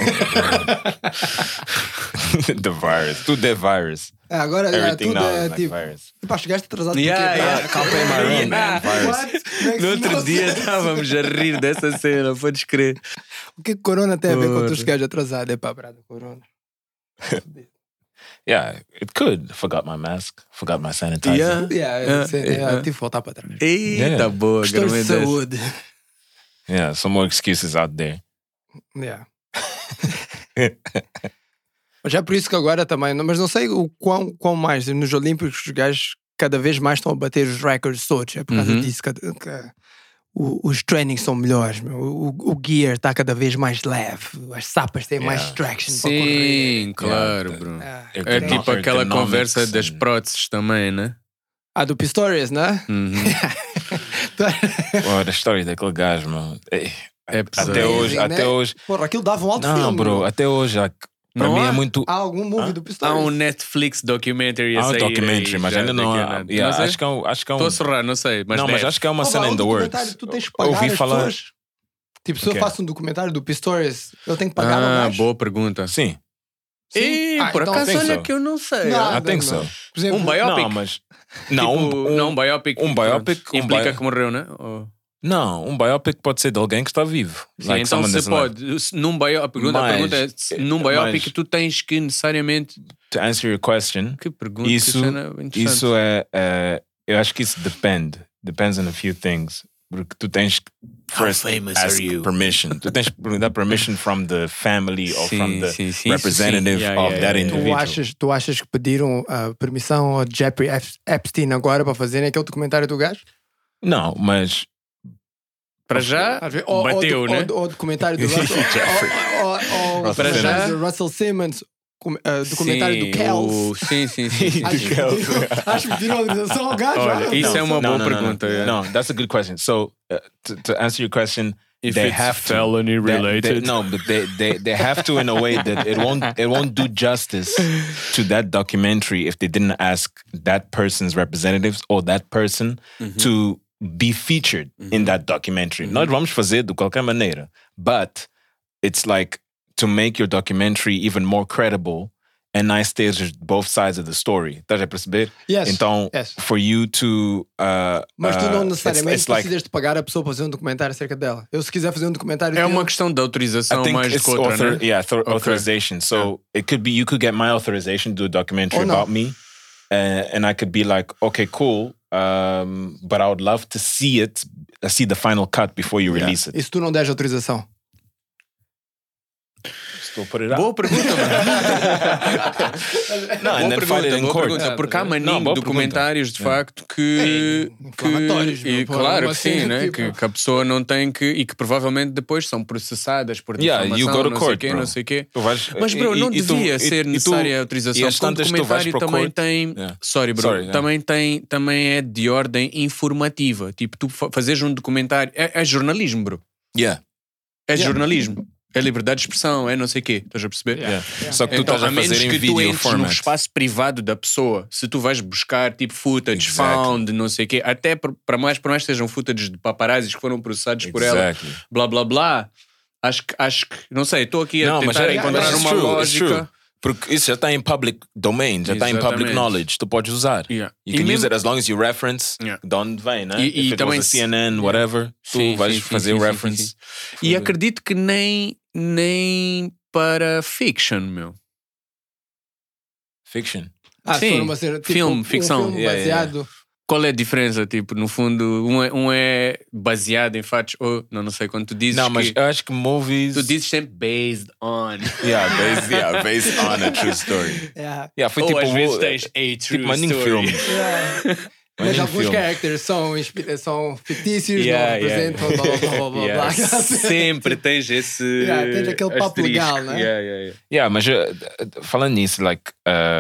[SPEAKER 1] The virus. Tudo é virus.
[SPEAKER 7] Agora
[SPEAKER 1] Everything
[SPEAKER 7] tudo
[SPEAKER 1] now
[SPEAKER 7] é
[SPEAKER 1] is like
[SPEAKER 7] tipo.
[SPEAKER 1] virus.
[SPEAKER 7] Pá, chegaste atrasado
[SPEAKER 1] Can't pay my rent. Virus.
[SPEAKER 8] No outro dia estávamos a rir dessa cena, podes crer.
[SPEAKER 7] O que Corona tem a ver com
[SPEAKER 8] Porra.
[SPEAKER 7] tu chegares atrasado? É pá, brado, Corona.
[SPEAKER 1] Yeah, it could. Forgot my mask. Forgot my sanitizer.
[SPEAKER 7] Tive que voltar para trás.
[SPEAKER 8] Eita,
[SPEAKER 1] Yeah.
[SPEAKER 8] boa,
[SPEAKER 7] Questões de
[SPEAKER 8] grande
[SPEAKER 7] saúde.
[SPEAKER 1] Yeah, some more excuses out there.
[SPEAKER 7] Yeah. Mas é por isso que agora também, mas não sei o quão mais nos Olímpicos os gajos cada vez mais estão a bater os records todos. É por causa disso que os trainings são melhores. Meu. O gear está cada vez mais leve. As sapas têm mais traction para correr.
[SPEAKER 8] Sim, claro, bro. É tipo aquela conversa das próteses também, né?
[SPEAKER 7] Do Pistorius, né?
[SPEAKER 1] Well, a história daquele gajo, mano.
[SPEAKER 8] É pesado.
[SPEAKER 1] Até hoje.
[SPEAKER 7] Porra, aquilo dava um alto
[SPEAKER 1] Não,
[SPEAKER 7] filme.
[SPEAKER 1] bro, até hoje. Para
[SPEAKER 8] Não
[SPEAKER 1] mim
[SPEAKER 8] há?
[SPEAKER 1] é muito.
[SPEAKER 7] Há algum movie do
[SPEAKER 8] Há
[SPEAKER 7] Pistorius?
[SPEAKER 8] um Netflix documentary a
[SPEAKER 1] Há um
[SPEAKER 8] sair
[SPEAKER 1] documentary,
[SPEAKER 8] aí,
[SPEAKER 1] mas
[SPEAKER 8] já
[SPEAKER 1] ainda não
[SPEAKER 8] daqui a
[SPEAKER 1] há.
[SPEAKER 8] nada.
[SPEAKER 1] Yeah,
[SPEAKER 8] Não sei.
[SPEAKER 1] acho que é um.
[SPEAKER 8] Estou a serrar, não sei. Mas
[SPEAKER 1] Não, mas acho que é uma cena in the works.
[SPEAKER 7] Tu tens que pagar
[SPEAKER 1] Ouvi
[SPEAKER 7] as
[SPEAKER 1] falar.
[SPEAKER 7] pessoas. Tipo, se eu
[SPEAKER 1] Ok.
[SPEAKER 7] faço um documentário do Pistorius, eu tenho que pagar ao gajo.
[SPEAKER 8] Boa pergunta.
[SPEAKER 1] Sim.
[SPEAKER 8] Ih, por
[SPEAKER 7] então
[SPEAKER 8] acaso,
[SPEAKER 1] think
[SPEAKER 8] olha
[SPEAKER 1] so.
[SPEAKER 8] que eu não sei.
[SPEAKER 7] Não,
[SPEAKER 1] I think so.
[SPEAKER 7] Por exemplo,
[SPEAKER 8] Um biopic.
[SPEAKER 1] Não, mas. Não,
[SPEAKER 8] Tipo, não, um biopic.
[SPEAKER 1] um biopic,
[SPEAKER 8] pronto, implica que morreu, né? Ou-
[SPEAKER 1] Não, um biopic pode ser de alguém que está vivo.
[SPEAKER 8] Sim, então
[SPEAKER 1] someone
[SPEAKER 8] se
[SPEAKER 1] that's alive.
[SPEAKER 8] pode. Num biopic, a pergunta é: num biopic
[SPEAKER 1] mas-
[SPEAKER 8] tu tens que necessariamente.
[SPEAKER 1] To answer your question,
[SPEAKER 8] Que pergunta?
[SPEAKER 1] isso,
[SPEAKER 8] que cena interessante.
[SPEAKER 1] isso eu acho que isso depends on a few things. Porque tu tens que first
[SPEAKER 8] famous
[SPEAKER 1] ask
[SPEAKER 8] are you?
[SPEAKER 1] permission. Tu tens que perguntar permission from the family or
[SPEAKER 8] Sim,
[SPEAKER 1] from the
[SPEAKER 8] sim, sim,
[SPEAKER 1] representative
[SPEAKER 8] sim. Yeah,
[SPEAKER 1] of
[SPEAKER 8] yeah,
[SPEAKER 1] that
[SPEAKER 8] yeah.
[SPEAKER 1] individual.
[SPEAKER 7] tu achas que pediram permissão ao Jeffrey Epstein agora para fazerem aquele documentário do gajo?
[SPEAKER 1] Não, mas
[SPEAKER 8] Para já, bateu, né?
[SPEAKER 7] Ou documentário do Russell, ou
[SPEAKER 1] Russell
[SPEAKER 7] documentário
[SPEAKER 8] Simmons.
[SPEAKER 7] do Russell Simmons, documentário do Kels.
[SPEAKER 8] Sim.
[SPEAKER 7] Acho que pediram autorização ao gajo.
[SPEAKER 8] Olha, isso é uma boa pergunta. é.
[SPEAKER 1] No, that's a good question. So to answer your question,
[SPEAKER 8] If
[SPEAKER 1] they
[SPEAKER 8] it's
[SPEAKER 1] have to.
[SPEAKER 8] felony
[SPEAKER 1] They-
[SPEAKER 8] related.
[SPEAKER 1] no, but they have to in a way that it won't do justice to that documentary if they didn't ask that person's representatives or that person to be featured in that documentary. Nós vamos fazer de qualquer maneira, but it's like to make your documentary even more credible and nice stages both sides of the story. Estás a perceber?
[SPEAKER 7] Yes,
[SPEAKER 1] Então,
[SPEAKER 7] yes.
[SPEAKER 1] for you to
[SPEAKER 7] Mas tu não necessariamente
[SPEAKER 1] it's like
[SPEAKER 7] precisas de pagar a pessoa para fazer um documentário acerca dela. Eu se quiser fazer um documentário
[SPEAKER 8] É
[SPEAKER 7] dele-
[SPEAKER 8] uma questão de autorização
[SPEAKER 1] I think
[SPEAKER 8] mais do
[SPEAKER 1] it's
[SPEAKER 8] que outra, né?
[SPEAKER 1] authorization. So it could be you could get my authorization to do a documentary
[SPEAKER 7] Or not.
[SPEAKER 1] about me, and I could be like, okay, cool, but I would love to see it, see the final cut before you release it.
[SPEAKER 7] E se tu não deres autorização?
[SPEAKER 1] Still put it out.
[SPEAKER 8] Boa pergunta, mano.
[SPEAKER 1] No, and then fight it in
[SPEAKER 8] boa
[SPEAKER 1] court.
[SPEAKER 8] pergunta. Porque há
[SPEAKER 1] Não,
[SPEAKER 8] maninho
[SPEAKER 1] boa
[SPEAKER 8] documentários de facto que.
[SPEAKER 7] inflamatórios,
[SPEAKER 8] e
[SPEAKER 7] meu, pô,
[SPEAKER 8] claro
[SPEAKER 7] uma
[SPEAKER 8] que sim,
[SPEAKER 7] cena,
[SPEAKER 8] né?
[SPEAKER 7] tipo-
[SPEAKER 8] Que a pessoa não tem que. E que provavelmente depois são processadas por
[SPEAKER 1] Yeah,
[SPEAKER 8] difamação,
[SPEAKER 1] you go to
[SPEAKER 8] não sei
[SPEAKER 1] court,
[SPEAKER 8] quê,
[SPEAKER 1] bro.
[SPEAKER 8] não sei quê.
[SPEAKER 1] Tu vais-
[SPEAKER 8] Mas, bro, não
[SPEAKER 1] e tu-
[SPEAKER 8] devia
[SPEAKER 1] e-
[SPEAKER 8] ser
[SPEAKER 1] e tu-
[SPEAKER 8] necessária a
[SPEAKER 1] e
[SPEAKER 8] autorização.
[SPEAKER 1] as
[SPEAKER 8] Porque um
[SPEAKER 1] tantas tu vais
[SPEAKER 8] documentário
[SPEAKER 1] para
[SPEAKER 8] também
[SPEAKER 1] court.
[SPEAKER 8] tem.
[SPEAKER 1] Yeah.
[SPEAKER 8] Sorry, bro.
[SPEAKER 1] Sorry, yeah.
[SPEAKER 8] Também é de ordem informativa. Tipo, tu fazeres um documentário. É jornalismo, bro.
[SPEAKER 1] Yeah.
[SPEAKER 8] É jornalismo. É liberdade de expressão, é não sei o quê. Estás a perceber?
[SPEAKER 1] Yeah. Só que tu
[SPEAKER 8] Então,
[SPEAKER 1] estás a
[SPEAKER 8] a menos
[SPEAKER 1] fazer em
[SPEAKER 8] que tu
[SPEAKER 1] video
[SPEAKER 8] entres no
[SPEAKER 1] format.
[SPEAKER 8] espaço privado da pessoa, se tu vais buscar tipo footage
[SPEAKER 1] Exactly.
[SPEAKER 8] found, não sei o quê, até para mais sejam footage de paparazzis que foram processados por ela,
[SPEAKER 1] Exactly.
[SPEAKER 8] blá blá blá. Acho que não sei, estou aqui a
[SPEAKER 1] Não, mas
[SPEAKER 8] tentar
[SPEAKER 1] é
[SPEAKER 8] encontrar
[SPEAKER 1] it's
[SPEAKER 8] uma
[SPEAKER 1] true, it's
[SPEAKER 8] lógica.
[SPEAKER 1] true. Porque isso já está em public domain, já está em public
[SPEAKER 8] Exatamente.
[SPEAKER 1] knowledge, tu podes usar.
[SPEAKER 8] Yeah.
[SPEAKER 1] You
[SPEAKER 8] E
[SPEAKER 1] can use
[SPEAKER 8] mesmo-
[SPEAKER 1] it as long as you reference
[SPEAKER 8] Yeah.
[SPEAKER 1] de onde vem, né?
[SPEAKER 8] E
[SPEAKER 1] If it
[SPEAKER 8] também
[SPEAKER 1] was a
[SPEAKER 8] se-
[SPEAKER 1] CNN, whatever,
[SPEAKER 8] Sim,
[SPEAKER 1] tu vais
[SPEAKER 8] sim,
[SPEAKER 1] fazer
[SPEAKER 8] sim,
[SPEAKER 1] o
[SPEAKER 8] sim,
[SPEAKER 1] reference.
[SPEAKER 8] sim, sim. E acredito que nem para fiction, meu.
[SPEAKER 1] Fiction.
[SPEAKER 7] Se
[SPEAKER 8] Sim,
[SPEAKER 7] for uma cena, tipo,
[SPEAKER 8] filme, ficção.
[SPEAKER 7] filme
[SPEAKER 1] Yeah, yeah,
[SPEAKER 7] baseado.
[SPEAKER 8] qual é a diferença? Tipo, no fundo, um é baseado em fatos, ou não sei quando tu dizes.
[SPEAKER 1] Não, mas eu acho que movies.
[SPEAKER 8] Tu dizes sempre based on.
[SPEAKER 1] Based on a true story. Foi
[SPEAKER 8] Ou
[SPEAKER 1] tipo.
[SPEAKER 8] às vezes tens a true
[SPEAKER 1] tipo Manning
[SPEAKER 8] story.
[SPEAKER 1] Film.
[SPEAKER 7] Mas alguns characters são fictícios, não representam blá blá blá.
[SPEAKER 8] Sempre tens esse.
[SPEAKER 7] Tens aquele papo legal, né?
[SPEAKER 1] Mas falando nisso, like,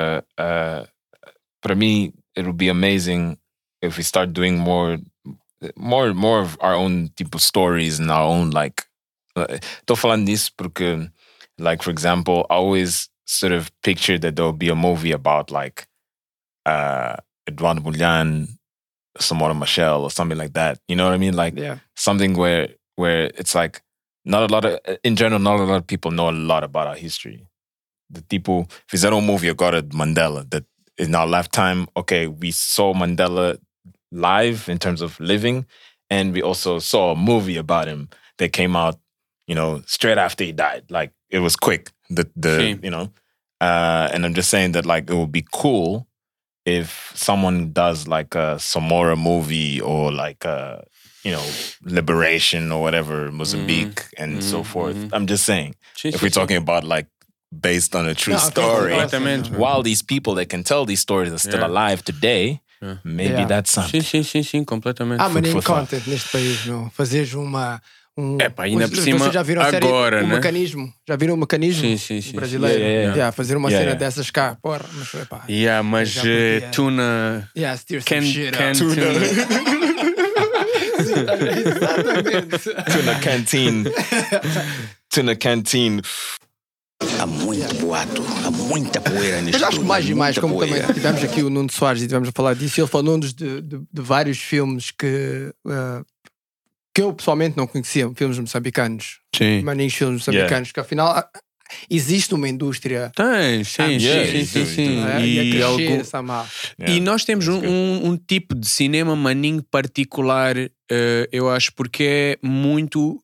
[SPEAKER 1] para mim, it would be amazing if we start doing more of our own tipo stories and our own like. Tô falando nisso porque, like, for example, I always sort of pictured that there would be a movie about like Eduardo Bulhan, Samora Machel, or something like that. You know what I mean? Like something where it's like not a lot of people know a lot about our history. The people fizeram movie agora de Mandela that in our lifetime, okay, we saw Mandela live in terms of living, and we also saw a movie about him that came out, you know, straight after he died. Like it was quick. You know, and I'm just saying that like it would be cool if someone does like a Samora movie or like a, you know, Liberation or whatever, Mozambique and so forth. I'm just saying, if we're talking about like based on a true story, while these people that can tell these stories are still alive today, maybe that's something.
[SPEAKER 8] Sim, completamente.
[SPEAKER 7] Há maninho content neste país, meu. Fazeres
[SPEAKER 8] ainda por cima,
[SPEAKER 7] vocês já viram a série
[SPEAKER 8] agora,
[SPEAKER 7] O
[SPEAKER 8] né?
[SPEAKER 7] Mecanismo? Já viram O Mecanismo?
[SPEAKER 8] Sim.
[SPEAKER 7] Brasileiro. Fazer uma cena dessas cá, porra. Mas,
[SPEAKER 8] mas tuna...
[SPEAKER 7] steer some shit up.
[SPEAKER 1] Exatamente. Tuna canteen.
[SPEAKER 3] Há muito boato, há muita poeira neste.
[SPEAKER 7] Mas acho que mais e mais, como
[SPEAKER 3] poeira.
[SPEAKER 7] também tivemos aqui o Nuno Soares e tivemos a falar disso, ele falou-nos de vários filmes que eu pessoalmente não conhecia, filmes moçambicanos.
[SPEAKER 8] Sim.
[SPEAKER 7] Maninhos filmes moçambicanos, que afinal existe uma indústria.
[SPEAKER 8] Tem, sim. E nós temos um tipo de cinema maninho particular, eu acho, porque é muito...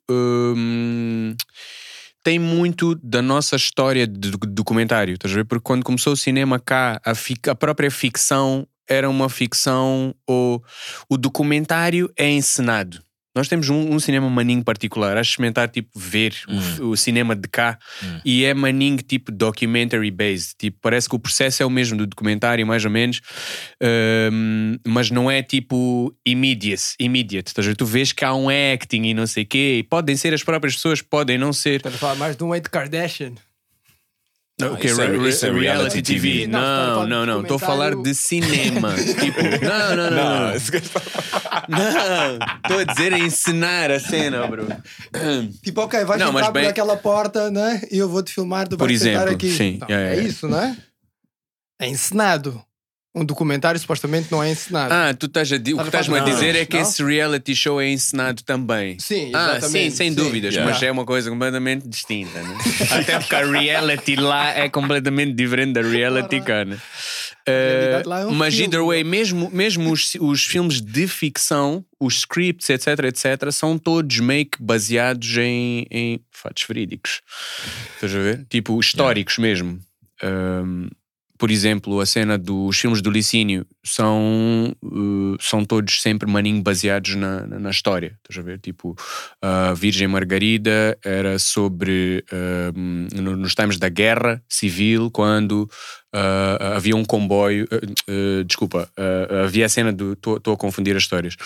[SPEAKER 8] tem muito da nossa história de documentário, estás a ver? Porque quando começou o cinema cá, a própria ficção era uma ficção, ou o documentário é encenado. Nós temos um cinema maninho particular. Acho experimentar, tipo, ver o cinema de cá e é maninho, tipo, documentary based. Tipo, parece que o processo é o mesmo do documentário, mais ou menos, mas não é, tipo, immediate. Estás a ver? Tu vês que há um acting e não sei o quê, e podem ser as próprias pessoas, podem não ser.
[SPEAKER 7] Estás a falar mais de um Wade Kardashian.
[SPEAKER 8] Okay, reality TV. Não. Estou a falar de cinema. Tipo, não. Estou a dizer encenar a cena, bro.
[SPEAKER 7] Tipo, ok, vais entrar por aquela porta, né? E eu vou-te filmar, tu vais sentar aqui.
[SPEAKER 8] Sim,
[SPEAKER 7] então, é isso, não é? É encenado. Um documentário supostamente não é encenado.
[SPEAKER 8] O que estás-me a dizer é que esse reality show é encenado também.
[SPEAKER 7] Sim, exatamente.
[SPEAKER 8] Sim, sem dúvidas, mas é uma coisa completamente distinta, né? Até porque a reality lá é completamente diferente da reality cá, né? Mas either way, mesmo os filmes de ficção, os scripts, etc, são todos meio que baseados em fatos verídicos. Estás a ver? Tipo, históricos mesmo. Por exemplo, a cena dos filmes do Licínio são todos sempre maninho baseados na história. Estás a ver? Tipo, a Virgem Margarida era sobre nos times da guerra civil, quando havia um comboio. Havia a cena do... Estou a confundir as histórias.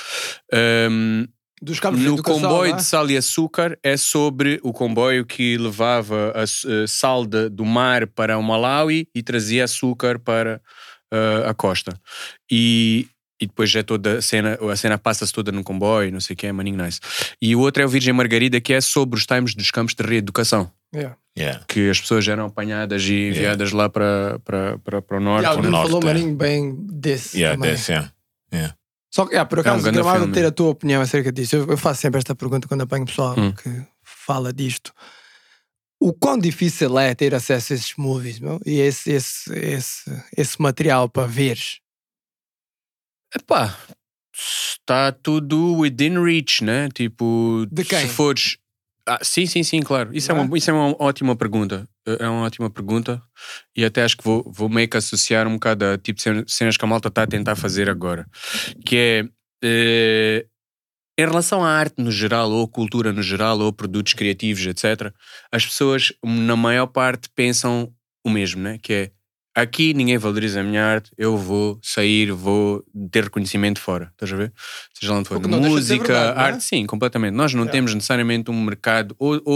[SPEAKER 8] No comboio de sal e açúcar é sobre o comboio que levava a sal do mar para o Malawi e trazia açúcar para a costa. E depois já toda a cena passa-se toda no comboio, não sei o que, é maninho nice. E o outro é o Virgem Margarida, que é sobre os times dos campos de reeducação. Que as pessoas eram apanhadas e enviadas lá para o norte.
[SPEAKER 7] Alguém falou maninho bem desse também. Só que, por acaso, gravava ter a tua opinião acerca disso. Eu faço sempre esta pergunta quando apanho pessoal que fala disto. O quão difícil é ter acesso a esses movies, meu? E esse material para veres?
[SPEAKER 8] Está tudo within reach, né? Tipo,
[SPEAKER 7] de quem?
[SPEAKER 8] Se fores... Sim, claro. Isso é uma ótima pergunta. É uma ótima pergunta. E até acho que vou meio que associar um bocado a tipo de cenas que a malta está a tentar fazer agora. Que é... em relação à arte no geral, ou cultura no geral, ou produtos criativos, etc., as pessoas, na maior parte, pensam o mesmo, né? Que é, aqui ninguém valoriza a minha arte, eu vou sair, vou ter reconhecimento fora. Estás a ver? Seja lá onde for. Música, verdade, arte, sim, completamente. Nós não temos necessariamente um mercado,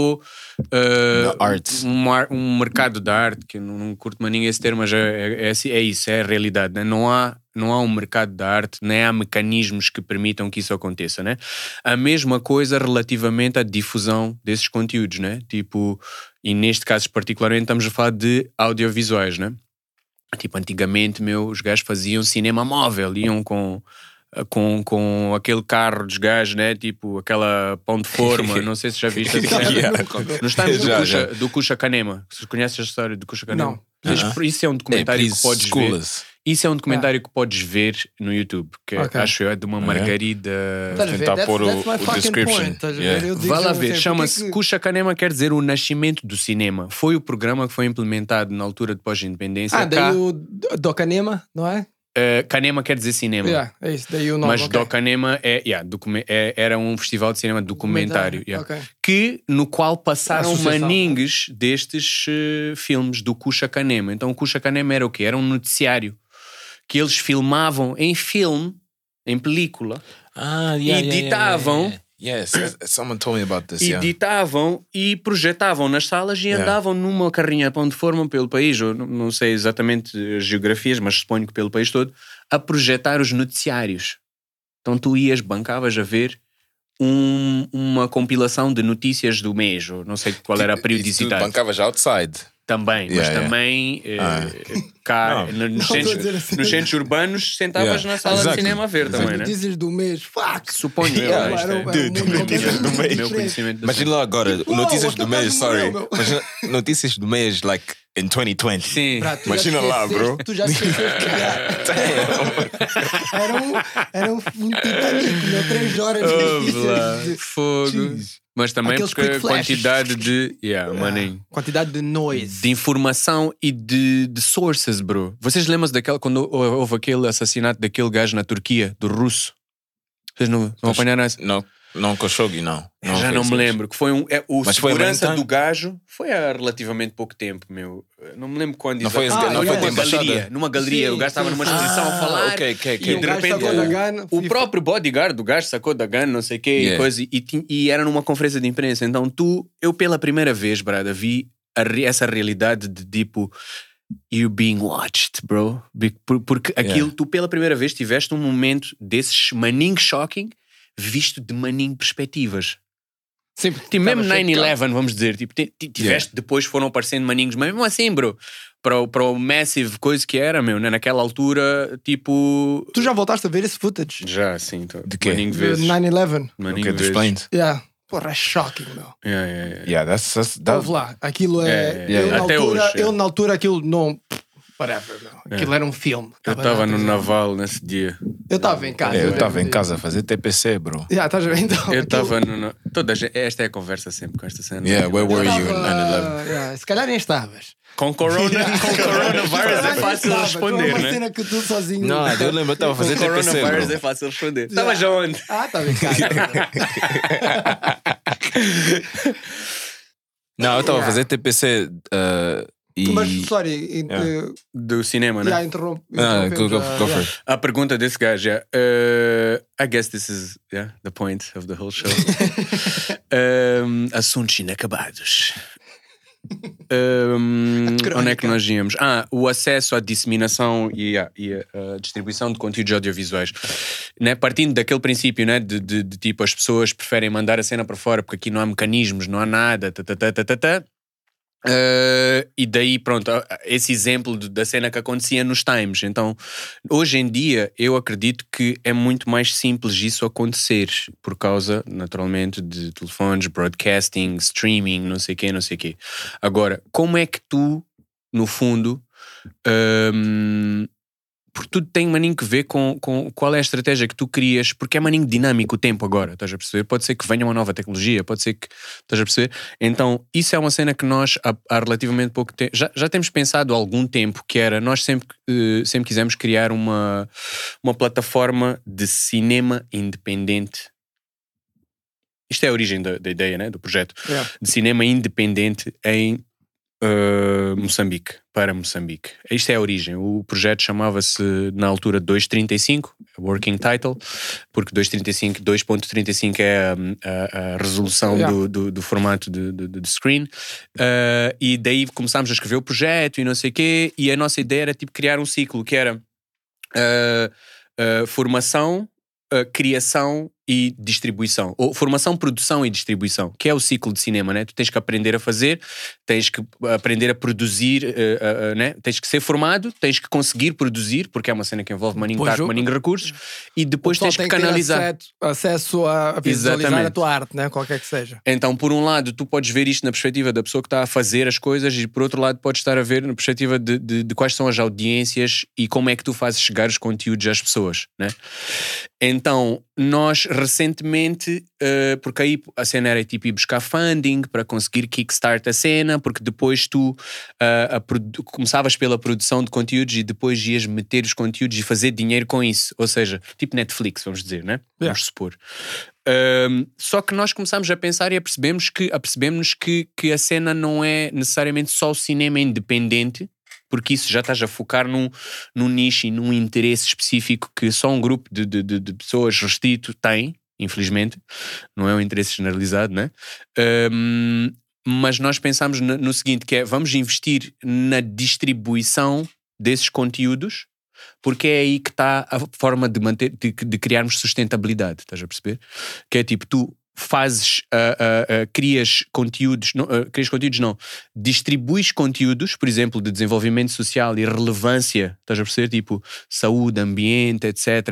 [SPEAKER 8] um mercado da arte, que eu não curto mais ninguém esse termo, mas é isso, é a realidade, né? Não há um mercado da arte, nem há mecanismos que permitam que isso aconteça, né? A mesma coisa relativamente à difusão desses conteúdos, né? Tipo, e neste caso particularmente estamos a falar de audiovisuais, né? Tipo, antigamente, os gajos faziam cinema móvel, iam com aquele carro dos gajos, né? Tipo, aquela pão de forma, não sei se já viste essa cena. Nos times do Kucha Kanema. Você conhece a história do Kucha Kanema? Não. Isso é um documentário que podes ver. Isso é um documentário que podes ver no YouTube, que acho eu é de uma Margarida.
[SPEAKER 1] Tentar pôr o description.
[SPEAKER 8] Vá lá ver, chama-se Kucha Kanema, quer dizer o nascimento do cinema. Foi o programa que foi implementado na altura de pós-independência.
[SPEAKER 7] Daí o do Kanema, não é?
[SPEAKER 8] Kanema quer dizer cinema.
[SPEAKER 7] É isso, daí o nome.
[SPEAKER 8] Mas do Kanema era um festival de cinema documentário. No qual passaram maningues destes filmes do Kucha Kanema. Então o Kucha Kanema era o quê? Era um noticiário que eles filmavam em filme, em película, editavam.
[SPEAKER 1] Yes, someone told me about this.
[SPEAKER 8] Editavam e projetavam nas salas e andavam numa carrinha pão de forma pelo país, ou não sei exatamente as geografias, mas suponho que pelo país todo, a projetar os noticiários. Então tu bancavas a ver uma compilação de notícias do mês, ou não sei qual era a periodicidade.
[SPEAKER 1] Tu bancavas outside.
[SPEAKER 8] Também, mas também cá nos centros urbanos sentavas na sala de cinema a ver também, né?
[SPEAKER 7] Notícias do mês, fuck!
[SPEAKER 8] Suponho eu.
[SPEAKER 1] Notícias do mês.
[SPEAKER 8] Meu conhecimento.
[SPEAKER 1] Imagina lá agora, notícias do mês, Imagina notícias do mês, like in 2020.
[SPEAKER 8] Sim.
[SPEAKER 1] Imagina lá, bro.
[SPEAKER 7] Tu já esqueceste. Era um Titanic, 3 horas de notícias.
[SPEAKER 8] Fogo. Mas também porque a quantidade de
[SPEAKER 7] quantidade de noise,
[SPEAKER 8] de informação e de sources, bro. Vocês lembram-se daquela quando houve aquele assassinato daquele gajo na Turquia, do russo? Vocês não apanharam essa?
[SPEAKER 1] Não, Khashoggi, não.
[SPEAKER 8] Já não me lembro. Que foi o segurança do gajo foi há relativamente pouco tempo, meu. Não me lembro quando.
[SPEAKER 1] Não foi
[SPEAKER 8] numa galeria. O gajo estava numa exposição a falar. E de repente o próprio bodyguard do gajo sacou da gun, não sei o quê, e coisa. E era numa conferência de imprensa. Então eu pela primeira vez, brada, vi essa realidade de tipo... You being watched, bro. Porque aquilo, tu pela primeira vez tiveste um momento desses maninho shocking visto de maninho perspectivas.
[SPEAKER 7] Sim,
[SPEAKER 8] tipo, mesmo 9/11, vamos dizer, tipo, tiveste, depois foram aparecendo maninhos, mas mesmo assim, bro, para o massive coisa que era, meu, né? Naquela altura, tipo...
[SPEAKER 7] Tu já voltaste a ver esse footage?
[SPEAKER 8] Já, sim.
[SPEAKER 1] De quê?
[SPEAKER 8] Maninho vezes.
[SPEAKER 7] 9/11.
[SPEAKER 8] Maninho vezes.
[SPEAKER 7] Porra, é shocking, meu.
[SPEAKER 1] That's
[SPEAKER 7] Ouve lá, aquilo é... Eu na altura aquilo não... Whatever, meu. Aquilo era um filme.
[SPEAKER 8] Eu estava no naval nesse dia.
[SPEAKER 7] Eu estava em casa.
[SPEAKER 1] Eu estava em casa a fazer TPC, bro.
[SPEAKER 7] Estás bem, então.
[SPEAKER 8] Eu estava no... Esta é a conversa sempre com esta cena.
[SPEAKER 1] Where were you in 9/11?
[SPEAKER 7] Se calhar nem estavas.
[SPEAKER 8] Com coronavirus é fácil responder, né?
[SPEAKER 7] Uma cena que tu sozinho...
[SPEAKER 1] Não, eu lembro, eu estava a fazer TPC, bro.
[SPEAKER 8] Coronavirus é fácil responder. Estavas onde?
[SPEAKER 7] Estava em casa.
[SPEAKER 1] Não, eu estava a fazer TPC...
[SPEAKER 7] Mas, sorry,
[SPEAKER 8] do cinema, né?
[SPEAKER 7] Interrompe.
[SPEAKER 1] Go for it.
[SPEAKER 8] A pergunta desse gajo é I guess this is the point of the whole show. Assuntos inacabados. Onde é que nós íamos? O acesso à disseminação e a distribuição de conteúdos audiovisuais, né? Partindo daquele princípio, né? de tipo, as pessoas preferem mandar a cena para fora porque aqui não há mecanismos, não há nada, e daí pronto, esse exemplo da cena que acontecia nos Times. Então hoje em dia eu acredito que é muito mais simples isso acontecer por causa naturalmente de telefones, broadcasting, streaming, não sei o quê. Agora, como é que tu no fundo porque tudo tem, maninho, que ver com qual é a estratégia que tu crias, porque é, maninho, dinâmico o tempo agora, estás a perceber? Pode ser que venha uma nova tecnologia, pode ser que, estás a perceber? Então, isso é uma cena que nós, há relativamente pouco tempo, já temos pensado há algum tempo, que era, nós sempre quisemos criar uma plataforma de cinema independente. Isto é a origem da ideia, né? Do projeto. De cinema independente em Moçambique, para Moçambique. Isto é a origem. O projeto chamava-se na altura 235, working title, porque 2.35 é a resolução do formato de screen, e daí começámos a escrever o projeto e não sei o quê, e a nossa ideia era tipo criar um ciclo que era formação, criação e distribuição, ou formação, produção e distribuição, que é o ciclo de cinema, né? Tu tens que aprender a fazer, tens que aprender a produzir, né? Tens que ser formado, tens que conseguir produzir, porque é uma cena que envolve maninho recursos, e depois tens que canalizar.
[SPEAKER 7] Acesso a visualizar a tua arte, né? Qualquer que seja.
[SPEAKER 8] Então, por um lado, tu podes ver isto na perspectiva da pessoa que está a fazer as coisas, e por outro lado podes estar a ver na perspectiva de quais são as audiências e como é que tu fazes chegar os conteúdos às pessoas, né? Então, nós recentemente, porque aí a cena era tipo ir buscar funding para conseguir kickstart a cena, porque depois tu começavas pela produção de conteúdos e depois ias meter os conteúdos e fazer dinheiro com isso, ou seja, tipo Netflix, vamos dizer, né? Vamos supor. Só que nós começámos a pensar e apercebemos que a cena não é necessariamente só o cinema independente, porque isso já estás a focar num nicho e num interesse específico que só um grupo de pessoas restrito tem, infelizmente, não é um interesse generalizado, né? Mas nós pensámos no seguinte, que é, vamos investir na distribuição desses conteúdos, porque é aí que está a forma de criarmos sustentabilidade, estás a perceber? Que é tipo, tu crias conteúdos, distribuis conteúdos, por exemplo, de desenvolvimento social e relevância, estás a perceber, tipo saúde, ambiente, etc,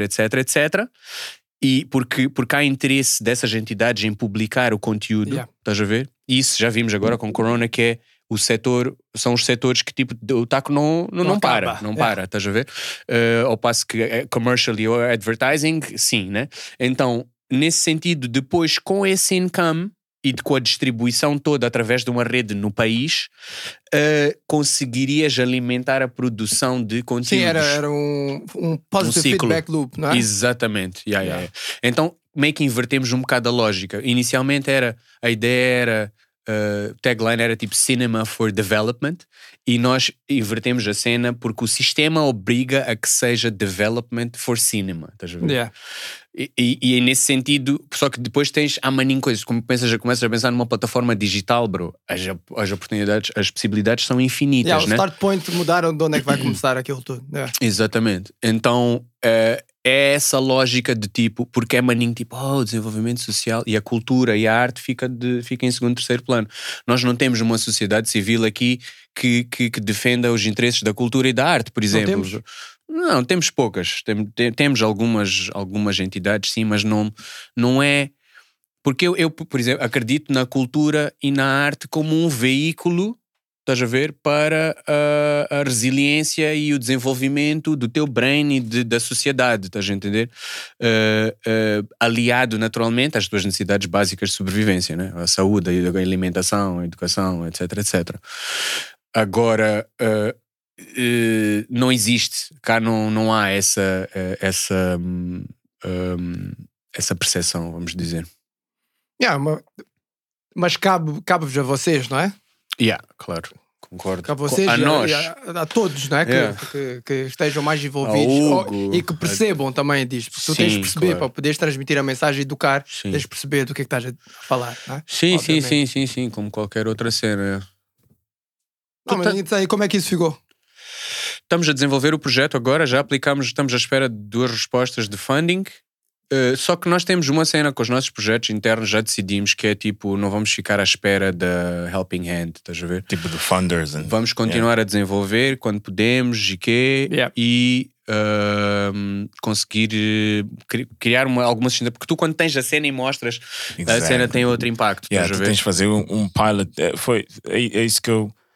[SPEAKER 8] e porque há interesse dessas entidades em publicar o conteúdo, estás a ver? Isso já vimos agora com Corona, que é o setor, são os setores que tipo, o taco não para, estás a ver? Ao passo que commercial e advertising, sim, né? Então, nesse sentido, depois com esse income e com a distribuição toda através de uma rede no país, conseguirias alimentar a produção de conteúdos. Sim,
[SPEAKER 7] era um positive feedback loop, não é?
[SPEAKER 8] Exatamente. Então, meio que invertemos um bocado a lógica. Inicialmente a ideia era, tagline era tipo Cinema for Development, e nós invertemos a cena porque o sistema obriga a que seja Development for Cinema, estás a ver? E nesse sentido, só que depois há maninho coisas, como começas a pensar numa plataforma digital, bro, as oportunidades, as possibilidades são infinitas,
[SPEAKER 7] né?
[SPEAKER 8] O
[SPEAKER 7] start point mudaram de onde é que vai começar aquilo tudo.
[SPEAKER 8] Exatamente. Então é essa lógica de tipo, porque é maninho tipo, o desenvolvimento social e a cultura e a arte fica em segundo, terceiro plano. Nós não temos uma sociedade civil aqui que defenda os interesses da cultura e da arte, por exemplo. Não, temos poucas. Temos algumas entidades, sim, mas não é... Porque eu, por exemplo, acredito na cultura e na arte como um veículo, estás a ver, para a resiliência e o desenvolvimento do teu brain e da sociedade, estás a entender? Aliado naturalmente às tuas necessidades básicas de sobrevivência, né? A saúde, a alimentação, a educação, etc, etc. Agora... não existe, cá não há essa percepção, vamos dizer.
[SPEAKER 7] Mas cabe-vos a vocês, não é?
[SPEAKER 8] Claro, concordo.
[SPEAKER 7] Cabe a vocês,
[SPEAKER 8] a nós.
[SPEAKER 7] A todos, não é? Que estejam mais envolvidos e que percebam também disso. Porque tu tens de perceber, claro. Para poderes transmitir a mensagem e educar, tens de perceber do que é que estás a falar, não é?
[SPEAKER 8] Sim, como qualquer outra cena.
[SPEAKER 7] Mas aí como é que isso ficou?
[SPEAKER 8] Estamos a desenvolver o projeto agora, já aplicamos, estamos à espera de 2 respostas de funding, só que nós temos uma cena com os nossos projetos internos, já decidimos que é tipo, não vamos ficar à espera da helping hand, estás a ver?
[SPEAKER 1] Tipo de funders.
[SPEAKER 8] Vamos continuar a desenvolver quando podemos e conseguir criar alguma sustentabilidade, porque tu quando tens a cena e mostras, a cena tem outro impacto.
[SPEAKER 1] Tu tens de fazer um pilot, é isso que eu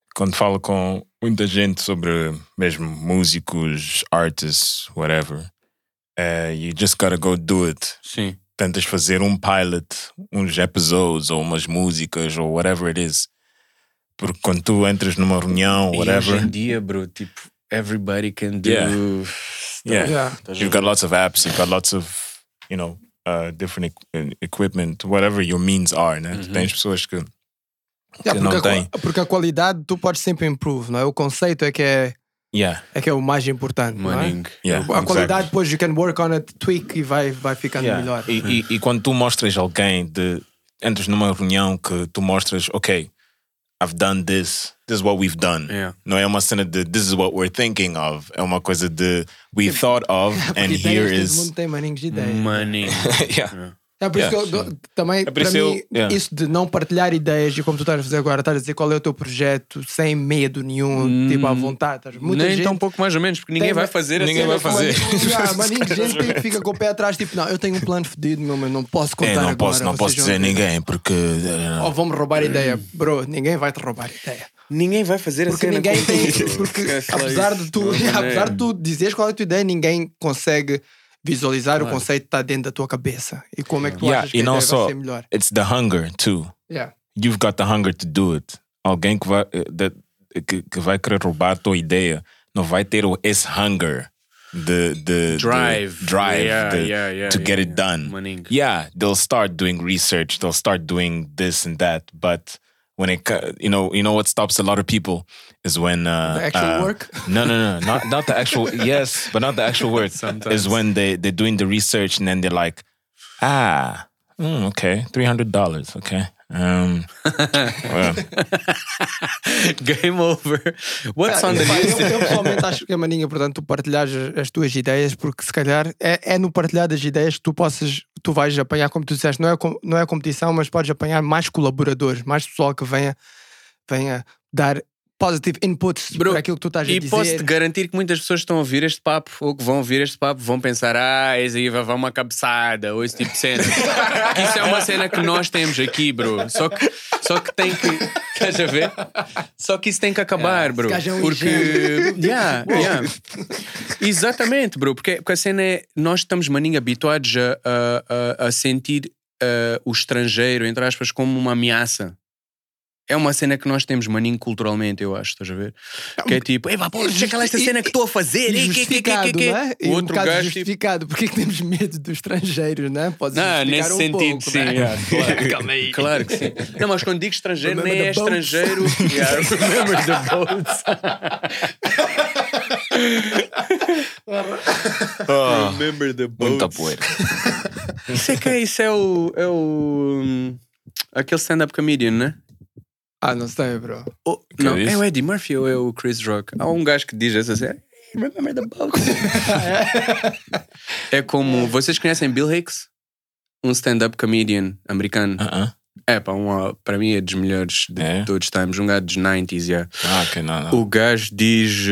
[SPEAKER 9] quando falo com muita gente sobre mesmo músicos, artists, whatever, you just gotta go do it.
[SPEAKER 8] Sim.
[SPEAKER 9] Tentas fazer um pilot, uns episódios ou umas músicas ou whatever it is. Porque quando tu entras numa reunião, whatever.
[SPEAKER 8] Hoje em dia, bro, tipo, everybody can do.
[SPEAKER 9] Yeah. You've got lots of apps, you've got lots of, different equipment, whatever your means are, né? Tu tens pessoas que não têm.
[SPEAKER 7] Porque a qualidade tu podes sempre improve, não é? O conceito é que é o mais importante.
[SPEAKER 8] Maninho.
[SPEAKER 7] A qualidade depois you can work on it, tweak e vai ficando melhor.
[SPEAKER 9] E quando tu mostras alguém, entras numa reunião que tu mostras, ok, I've done this is what we've done. Não é uma cena de this is what we're thinking of. É uma coisa de we thought of and here is.
[SPEAKER 7] Todo mundo tem maninhos de ideias.
[SPEAKER 8] Maninho.
[SPEAKER 7] É por isso que eu, também, para mim, isso de não partilhar ideias e como tu estás a fazer agora, estás a dizer qual é o teu projeto sem medo nenhum, tipo à vontade.
[SPEAKER 8] Nem gente, tão pouco mais ou menos, porque ninguém vai fazer.
[SPEAKER 9] Ninguém vai fazer.
[SPEAKER 7] Maninho, gente que fica com o pé atrás, tipo, não, eu tenho um plano fedido, mas não posso contar agora.
[SPEAKER 9] Não posso dizer a ninguém, porque...
[SPEAKER 7] Ou vão-me roubar ideia. Bro, ninguém vai te roubar ideia.
[SPEAKER 8] Ninguém vai fazer a cena.
[SPEAKER 7] Ninguém tem, porque apesar de tu dizeres qual é a tua ideia, ninguém consegue visualizar o conceito que está dentro da tua cabeça. E como é que tu achas que a ideia vai ser melhor?
[SPEAKER 9] It's the hunger too. You've got the hunger to do it. Alguém que vai querer roubar a tua ideia não vai ter esse hunger the drive to get it done. They'll start doing research, they'll start doing this and that, but when it, you know what stops a lot of people is when
[SPEAKER 7] the actual work.
[SPEAKER 9] No, not the actual. Yes, but not the actual work. Sometimes. Is when they're doing the research and then they're like, okay, $300, okay. Well.
[SPEAKER 8] Game over. What's on the list?
[SPEAKER 7] Eu pessoalmente acho que é maninha, portanto, tu partilhares as tuas ideias, porque se calhar é no partilhar das ideias que tu vais apanhar, como tu disseste, não é competição, mas podes apanhar mais colaboradores, mais pessoal que venha dar positive inputs para aquilo que tu estás a dizer.
[SPEAKER 8] E posso-te garantir que muitas pessoas que estão a ouvir este papo ou que vão ouvir este papo vão pensar, esse aí vai uma cabeçada ou esse tipo de cena. Isso é uma cena que nós temos aqui, bro. Só que tem que... Estás a ver? Só que isso tem que acabar, bro. Porque... Exatamente, bro. Porque a cena é... Nós estamos, maninho, habituados a sentir o estrangeiro, entre aspas, como uma ameaça. É uma cena que nós temos, maninho, culturalmente, eu acho, estás a ver? Que é tipo, checa lá esta cena que estou a fazer.
[SPEAKER 7] Justificado, não é?
[SPEAKER 8] O outro gajo
[SPEAKER 7] justificado. Porque é que temos medo dos estrangeiros, não é? Podes
[SPEAKER 8] nesse sentido,
[SPEAKER 7] pouco,
[SPEAKER 8] sim. Claro que sim. Não, mas quando digo estrangeiro, nem é estrangeiro. Remember the boats. Remember the boats.
[SPEAKER 9] Muita poeira.
[SPEAKER 8] Isso é o aquele stand-up comedian, né?
[SPEAKER 7] Não sei, bro.
[SPEAKER 8] Não, é o Eddie Murphy ou é o Chris Rock? Há um gajo que diz essa cena. Remember the boats. É como... Vocês conhecem Bill Hicks? Um stand-up comedian americano. Para mim é dos melhores de todos os tempos. Um gajo dos 90s,
[SPEAKER 9] okay, não.
[SPEAKER 8] O gajo diz...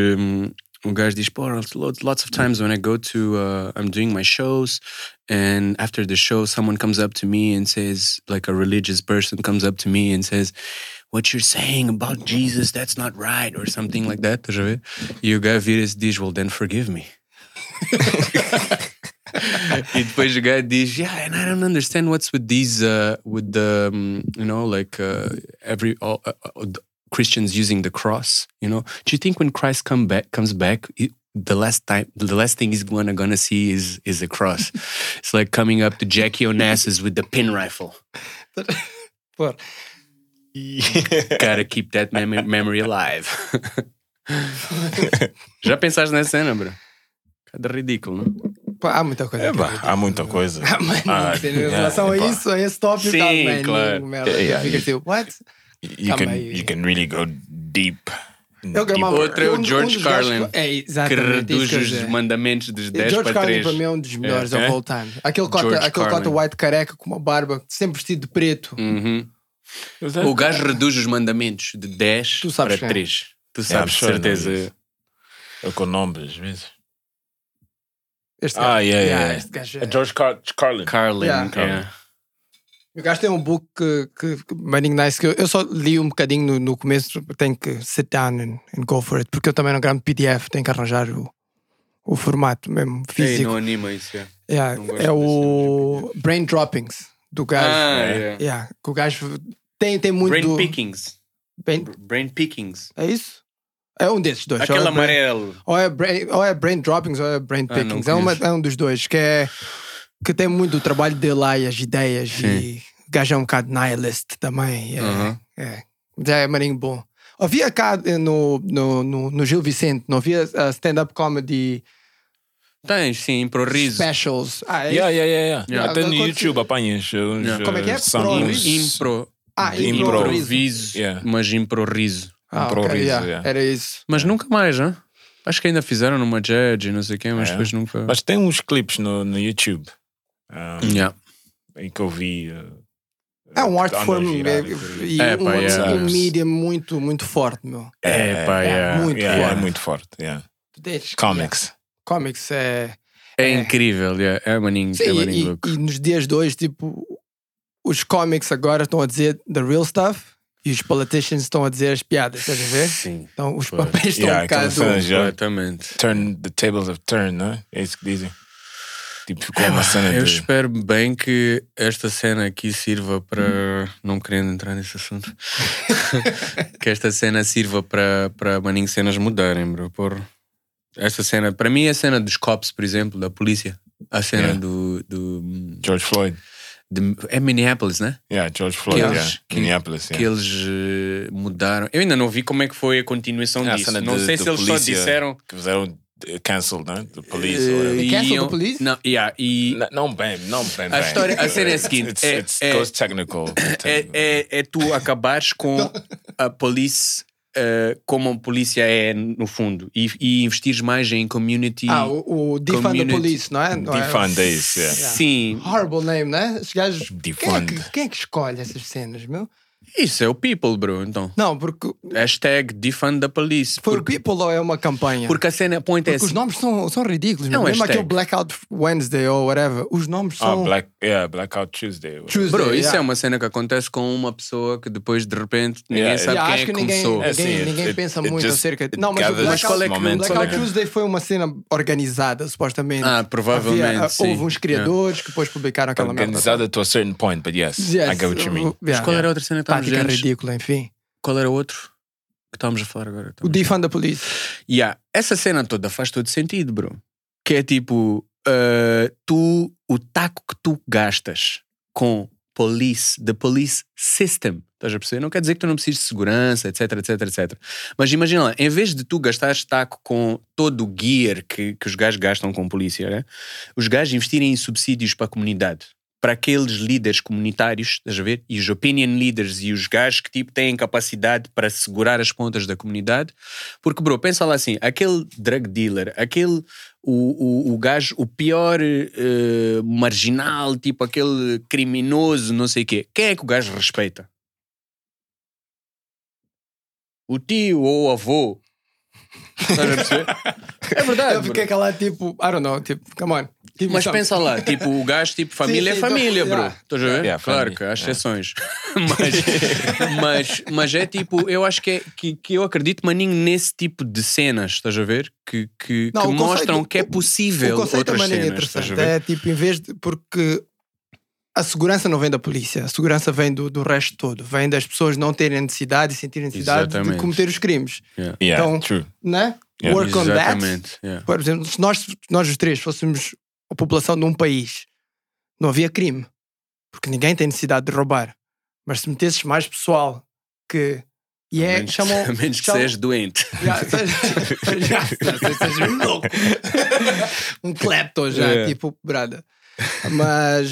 [SPEAKER 8] lots of times when I go to I'm doing my shows and after the show someone comes up to me and says, like a religious person comes up to me and says, what you're saying about Jesus, that's not right, or something like that. Estás a ver? E o gajo vira e diz, well, then forgive me. E depois o gajo diz, and I don't understand what's with these with the Christians using the cross, Do you think when Christ comes back, the last thing he's gonna see is a cross? It's like coming up to Jackie Onassis with the pin rifle. Gotta keep that memory alive. Já pensaste nessa cena, bro? Cada ridículo, não?
[SPEAKER 7] Há muita coisa.
[SPEAKER 9] Há muita coisa.
[SPEAKER 7] Em relação a isso, a esse tópico,
[SPEAKER 8] sim, claro.
[SPEAKER 7] Fica tipo, what?
[SPEAKER 9] You can really go deep.
[SPEAKER 8] Outro é o George Carlin, que reduz os mandamentos dos 10
[SPEAKER 7] George
[SPEAKER 8] para 3.
[SPEAKER 7] Carlin para mim é um dos melhores of all time. Aquele cota white careca com uma barba, sempre vestido de preto.
[SPEAKER 8] O gajo reduz os mandamentos de 10 para 3. Tu sabes, de certeza.
[SPEAKER 9] É com nome às vezes.
[SPEAKER 7] Este gajo.
[SPEAKER 9] Este gajo é George Carlin.
[SPEAKER 8] Carlin.
[SPEAKER 7] O gajo tem um book que Maninho Nice, que eu só li um bocadinho no começo, tenho que sit down and go for it, porque eu também não gravo PDF, tenho que arranjar o formato mesmo físico.
[SPEAKER 8] Ei, não anima isso,
[SPEAKER 7] é o Brain Droppings do gajo. Que o gajo tem muito...
[SPEAKER 8] Brain Pickings. Brain Pickings.
[SPEAKER 7] É isso? É um desses dois.
[SPEAKER 8] Aquele amarelo.
[SPEAKER 7] Ou é Brain Droppings ou é Brain Pickings. É um dos dois, que tem muito o trabalho dele lá e as ideias. Sim. E o gajo é um bocado nihilist também. Já é marinho bom. Havia cá no Gil Vicente, não havia stand-up comedy...
[SPEAKER 8] Tens, sim, Improriso.
[SPEAKER 7] Specials.
[SPEAKER 9] Até no YouTube apanhas uns...
[SPEAKER 7] Como é que é?
[SPEAKER 8] Improviso. Mas Improriso.
[SPEAKER 7] Era isso.
[SPEAKER 8] Mas nunca mais, hein? Acho que ainda fizeram numa Judge e não sei o quê, mas depois nunca...
[SPEAKER 9] Mas tem uns clipes no YouTube em que eu vi...
[SPEAKER 7] É um art form e um mídia muito, muito forte, meu.
[SPEAKER 9] Muito forte.
[SPEAKER 7] Comics é
[SPEAKER 8] incrível, é maninho.
[SPEAKER 7] E nos dias de hoje, tipo, os comics agora estão a dizer the real stuff e os politicians estão a dizer as piadas, estás a ver?
[SPEAKER 8] Sim.
[SPEAKER 7] Então os papéis estão um bocado...
[SPEAKER 8] Completamente.
[SPEAKER 9] The tables have turned, não é? É isso que dizem. Tipo, ficou uma cena
[SPEAKER 8] eu espero bem que esta cena aqui sirva para... Não querendo entrar nesse assunto. Que esta cena sirva para maninho cenas mudarem, bro. Esta cena, para mim, é a cena dos cops, por exemplo, da polícia. A cena do
[SPEAKER 9] George Floyd.
[SPEAKER 8] É Minneapolis, né?
[SPEAKER 9] George Floyd, Minneapolis.
[SPEAKER 8] Que eles mudaram. Eu ainda não vi como é que foi a continuação disso. Não sei se eles só disseram...
[SPEAKER 9] Que fizeram cancel, né? The police.
[SPEAKER 7] Cancel the police?
[SPEAKER 8] Não,
[SPEAKER 9] não bem.
[SPEAKER 8] A cena é a seguinte.
[SPEAKER 9] It goes technical.
[SPEAKER 8] É tu acabares com a police... como a polícia é no fundo e investires mais em community.
[SPEAKER 7] O Defund the Police, não é?
[SPEAKER 9] Defund é isso,
[SPEAKER 8] Sim.
[SPEAKER 7] Horrible name, né? Os gajos.
[SPEAKER 9] Defund.
[SPEAKER 7] Quem é que escolhe essas cenas, meu?
[SPEAKER 8] Isso é o people, bro, então.
[SPEAKER 7] Não, porque...
[SPEAKER 8] Hashtag Defund the Police.
[SPEAKER 7] Foi o people ou é uma campanha?
[SPEAKER 8] Porque a cena point é
[SPEAKER 7] os nomes são ridículos.
[SPEAKER 8] Não,
[SPEAKER 7] mesmo aquele Blackout Wednesday ou whatever. Os nomes são...
[SPEAKER 9] Blackout Tuesday.
[SPEAKER 8] Bro, isso é uma cena que acontece com uma pessoa que depois de repente ninguém sabe quem é que começou.
[SPEAKER 7] Ninguém pensa muito acerca... Não, mas o Blackout Tuesday foi uma cena organizada, supostamente.
[SPEAKER 8] Provavelmente, sim.
[SPEAKER 7] Houve uns criadores que depois publicaram aquela merda.
[SPEAKER 9] Organizada to a certain point, but yes, I get what you mean.
[SPEAKER 8] Mas qual era a outra cena que
[SPEAKER 7] tática ridícula, enfim.
[SPEAKER 8] Qual era o outro que estávamos a falar agora?
[SPEAKER 7] O Defund the Police.
[SPEAKER 8] Essa cena toda faz todo sentido, bro. Que é tipo, o taco que tu gastas com the police system, estás a perceber? Não quer dizer que tu não precises de segurança, etc. Mas imagina lá, em vez de tu gastares taco com todo o gear que os gajos gastam com polícia, né? Os gajos investirem em subsídios para a comunidade, para aqueles líderes comunitários, estás a ver? E os opinion leaders e os gajos que tipo têm capacidade para segurar as pontas da comunidade. Porque, bro, pensa lá assim, aquele drug dealer, o gajo, o pior marginal, tipo aquele criminoso, não sei o quê. Quem é que o gajo respeita? O tio ou o avô? Estás a perceber? É verdade.
[SPEAKER 7] Eu fiquei calado, tipo, I don't know, tipo, come on.
[SPEAKER 8] Mas pensa lá, tipo, o gajo, tipo, família
[SPEAKER 7] sim,
[SPEAKER 8] é família, bro. Estás a ver?
[SPEAKER 9] family.
[SPEAKER 8] Claro que há exceções. Mas é tipo, eu acho que eu acredito, maninho, nesse tipo de cenas, estás a ver? Que mostram que é possível outras cenas.
[SPEAKER 7] Interessante. É tipo, em vez de... Porque a segurança não vem da polícia, a segurança vem do resto todo. Vem das pessoas não terem necessidade e sentirem necessidade de cometer os crimes. Então,
[SPEAKER 9] true.
[SPEAKER 7] Né? Work on that. Por exemplo, se nós os três fôssemos a população de um país, não havia crime, porque ninguém tem necessidade de roubar. Mas se metesses mais pessoal que
[SPEAKER 8] a menos que sejas doente.
[SPEAKER 7] Sejas louco. Um klepto já, tipo, brada. Mas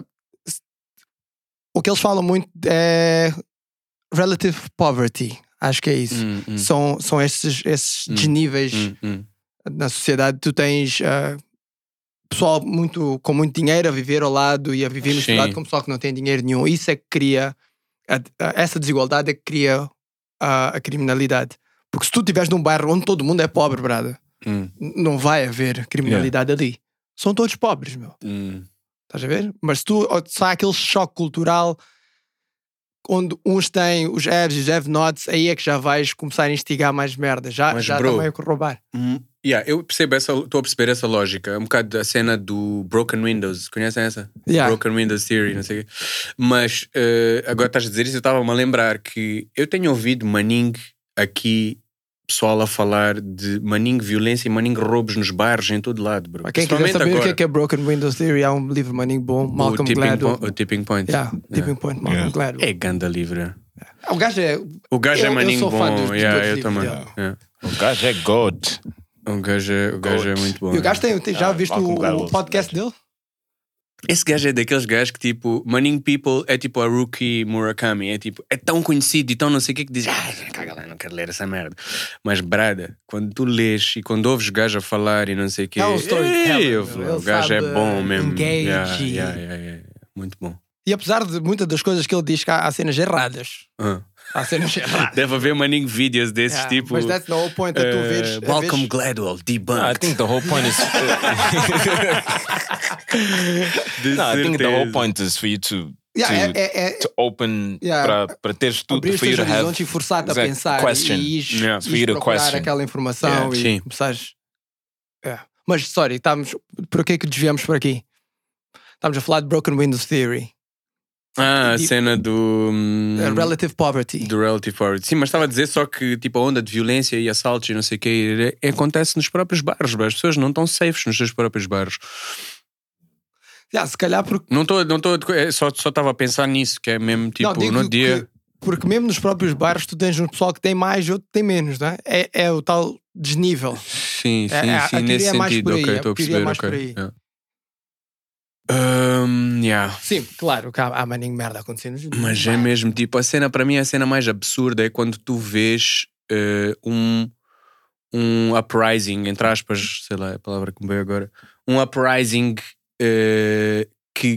[SPEAKER 7] o que eles falam muito é relative poverty. Acho que é isso. São esses desníveis na sociedade. Tu tens pessoal com muito dinheiro a viver ao lado e a viver misturado com pessoal que não tem dinheiro nenhum. Isso é que cria essa desigualdade, é que cria a criminalidade. Porque se tu estiveres num bairro onde todo mundo é pobre, brada, não vai haver criminalidade ali. São todos pobres, meu. Estás a ver? Mas se há aquele choque cultural onde uns têm os haves e os have-nots, aí é que já vais começar a instigar mais merda. Já está meio que roubar.
[SPEAKER 8] Eu percebo estou a perceber essa lógica. É um bocado a cena do Broken Windows. Conhecem essa? Broken Windows Theory, não sei o quê. Mas agora estás a dizer isso, eu estava-me a lembrar que eu tenho ouvido Manning aqui, pessoal a falar de Manning violência e Manning roubos nos bairros em todo lado, bro.
[SPEAKER 7] Quem quiser saber o que é Broken Windows Theory, há um livro Manning bom, Malcolm Gladwell.
[SPEAKER 8] O Tipping Point.
[SPEAKER 7] Tipping Point, Malcolm Gladwell.
[SPEAKER 8] É ganda livre.
[SPEAKER 7] O gajo é
[SPEAKER 8] Manning
[SPEAKER 7] bom.
[SPEAKER 8] Eu também.
[SPEAKER 9] O gajo é God.
[SPEAKER 8] O gajo é muito bom.
[SPEAKER 7] E o gajo tem já viste o podcast dele?
[SPEAKER 8] Esse gajo é daqueles gajos que tipo Manning People é tipo a Rookie Murakami. É tipo, é tão conhecido e tão não sei o que diz, caga lá, não quero ler essa merda. Mas brada, quando tu lês e quando ouves o gajo a falar e não sei o que, o gajo é bom mesmo. Muito bom.
[SPEAKER 7] E apesar de muitas das coisas que ele diz que há cenas erradas. Há cenas erradas.
[SPEAKER 8] Deve haver Manning vídeos desses tipo.
[SPEAKER 7] Mas that's the whole point that tu vês.
[SPEAKER 8] Malcolm Gladwell, debunked.
[SPEAKER 9] I think the whole point is. I think the whole point is for you to open para teres tudo, for you to have
[SPEAKER 7] e forçar-te a pensar
[SPEAKER 9] question.
[SPEAKER 7] For you to procurar aquela informação e começares. Mas por que desviamos por aqui? Estamos a falar de Broken Windows Theory.
[SPEAKER 8] A cena do
[SPEAKER 7] Relative Poverty.
[SPEAKER 8] Do Relative Poverty. Sim, mas estava a dizer só que tipo, a onda de violência e assaltos e não sei o que acontece nos próprios bairros. As pessoas não estão safes nos seus próprios bairros.
[SPEAKER 7] Se calhar porque...
[SPEAKER 8] Não estou só estava a pensar nisso, que é mesmo tipo no dia...
[SPEAKER 7] Porque mesmo nos próprios bairros tu tens um pessoal que tem mais e outro que tem menos, não é? É o tal desnível.
[SPEAKER 8] Sim, nesse sentido. Ok, estou a perceber.
[SPEAKER 7] Sim, claro que há Manning merda acontecendo.
[SPEAKER 8] Mas é mesmo tipo, para mim a cena mais absurda é quando tu vês um uprising, entre aspas, sei lá a palavra que me veio agora, um uprising que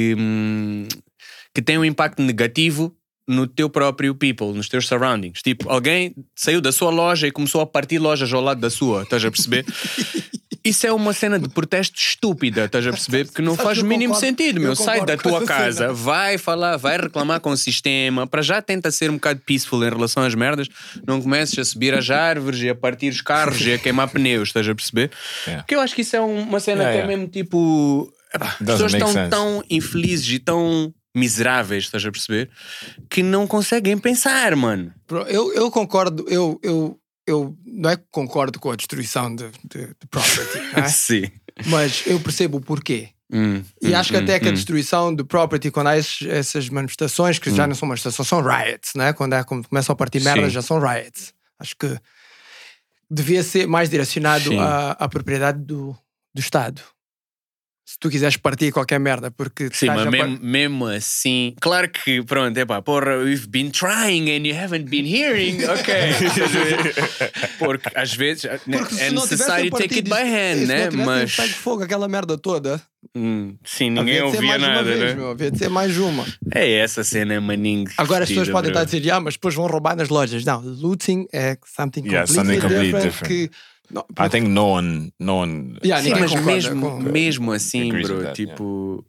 [SPEAKER 8] tem um impacto negativo no teu próprio people, nos teus surroundings. Tipo, alguém saiu da sua loja e começou a partir lojas ao lado da sua, estás a perceber? Isso é uma cena de protesto estúpida, estás a perceber? Porque não faz o mínimo sentido, meu. Sai da tua casa, vai falar, vai reclamar com o sistema, para já tenta ser um bocado peaceful em relação às merdas, não comeces a subir as árvores e a partir os carros e a queimar pneus, estás a perceber? Porque eu acho que isso é uma cena que é mesmo tipo... As pessoas estão tão infelizes e tão miseráveis, estás a perceber? Que não conseguem pensar, mano.
[SPEAKER 7] Eu concordo, eu não é que concordo com a destruição de property, não é?
[SPEAKER 8] Sim.
[SPEAKER 7] Mas eu percebo o porquê. E acho que até que a destruição de property, quando há essas manifestações, que já não são manifestações, são riots, não é? Quando começam a partir merda, já são riots. Acho que devia ser mais direcionado à propriedade do Estado. Se tu quiseres partir qualquer merda, porque...
[SPEAKER 8] Sim, mas mesmo assim... Claro que, pronto, porra, we've been trying and you haven't been hearing, ok. Porque às vezes é necessário take it by hand, né?
[SPEAKER 7] Mas... pego fogo, aquela merda toda.
[SPEAKER 8] Sim, ninguém ouvia nada, né?
[SPEAKER 7] Havia de ser mais uma.
[SPEAKER 8] É essa cena, Manning.
[SPEAKER 7] Agora as pessoas podem estar a dizer, mas depois vão roubar nas lojas. Não, looting é something completely different. Que...
[SPEAKER 9] I think no one.
[SPEAKER 7] Sim,
[SPEAKER 8] mas mesmo assim, bro, that, tipo,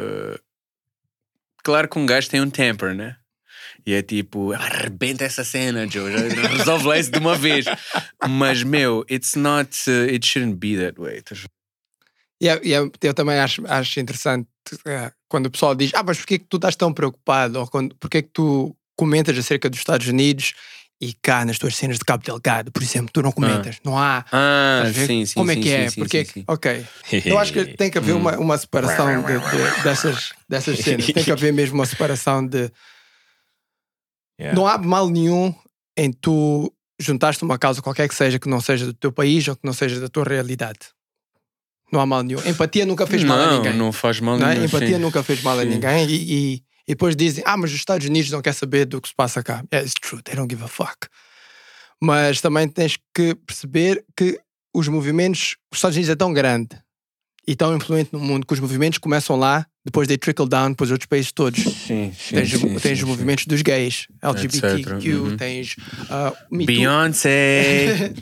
[SPEAKER 8] claro que um gajo tem um temper, né? E é tipo, arrebenta essa cena, Joe, resolve lá isso de uma vez. Mas meu, it shouldn't be that way.
[SPEAKER 7] Eu também acho interessante quando o pessoal diz, mas porquê que tu estás tão preocupado? Ou porquê que tu comentas acerca dos Estados Unidos? E cá nas tuas cenas de Cabo Delgado, por exemplo, tu não comentas, não há.
[SPEAKER 8] Sim.
[SPEAKER 7] Como é que é? Porque, ok. Eu acho que tem que haver uma separação dessas cenas. Tem que haver mesmo uma separação de. Não há mal nenhum em tu juntaste uma causa qualquer que seja, que não seja do teu país ou que não seja da tua realidade. Não há mal nenhum. Empatia nunca fez mal a ninguém.
[SPEAKER 8] Não faz mal nenhum.
[SPEAKER 7] Empatia nunca fez mal a ninguém. E depois dizem, mas os Estados Unidos não querem saber do que se passa cá. It's true, they don't give a fuck. Mas também tens que perceber que os Estados Unidos é tão grande e tão influente no mundo que os movimentos começam lá depois they trickle down para os outros países todos.
[SPEAKER 8] Sim,
[SPEAKER 7] Tens os movimentos dos gays, LGBTQ, tens
[SPEAKER 8] Beyoncé.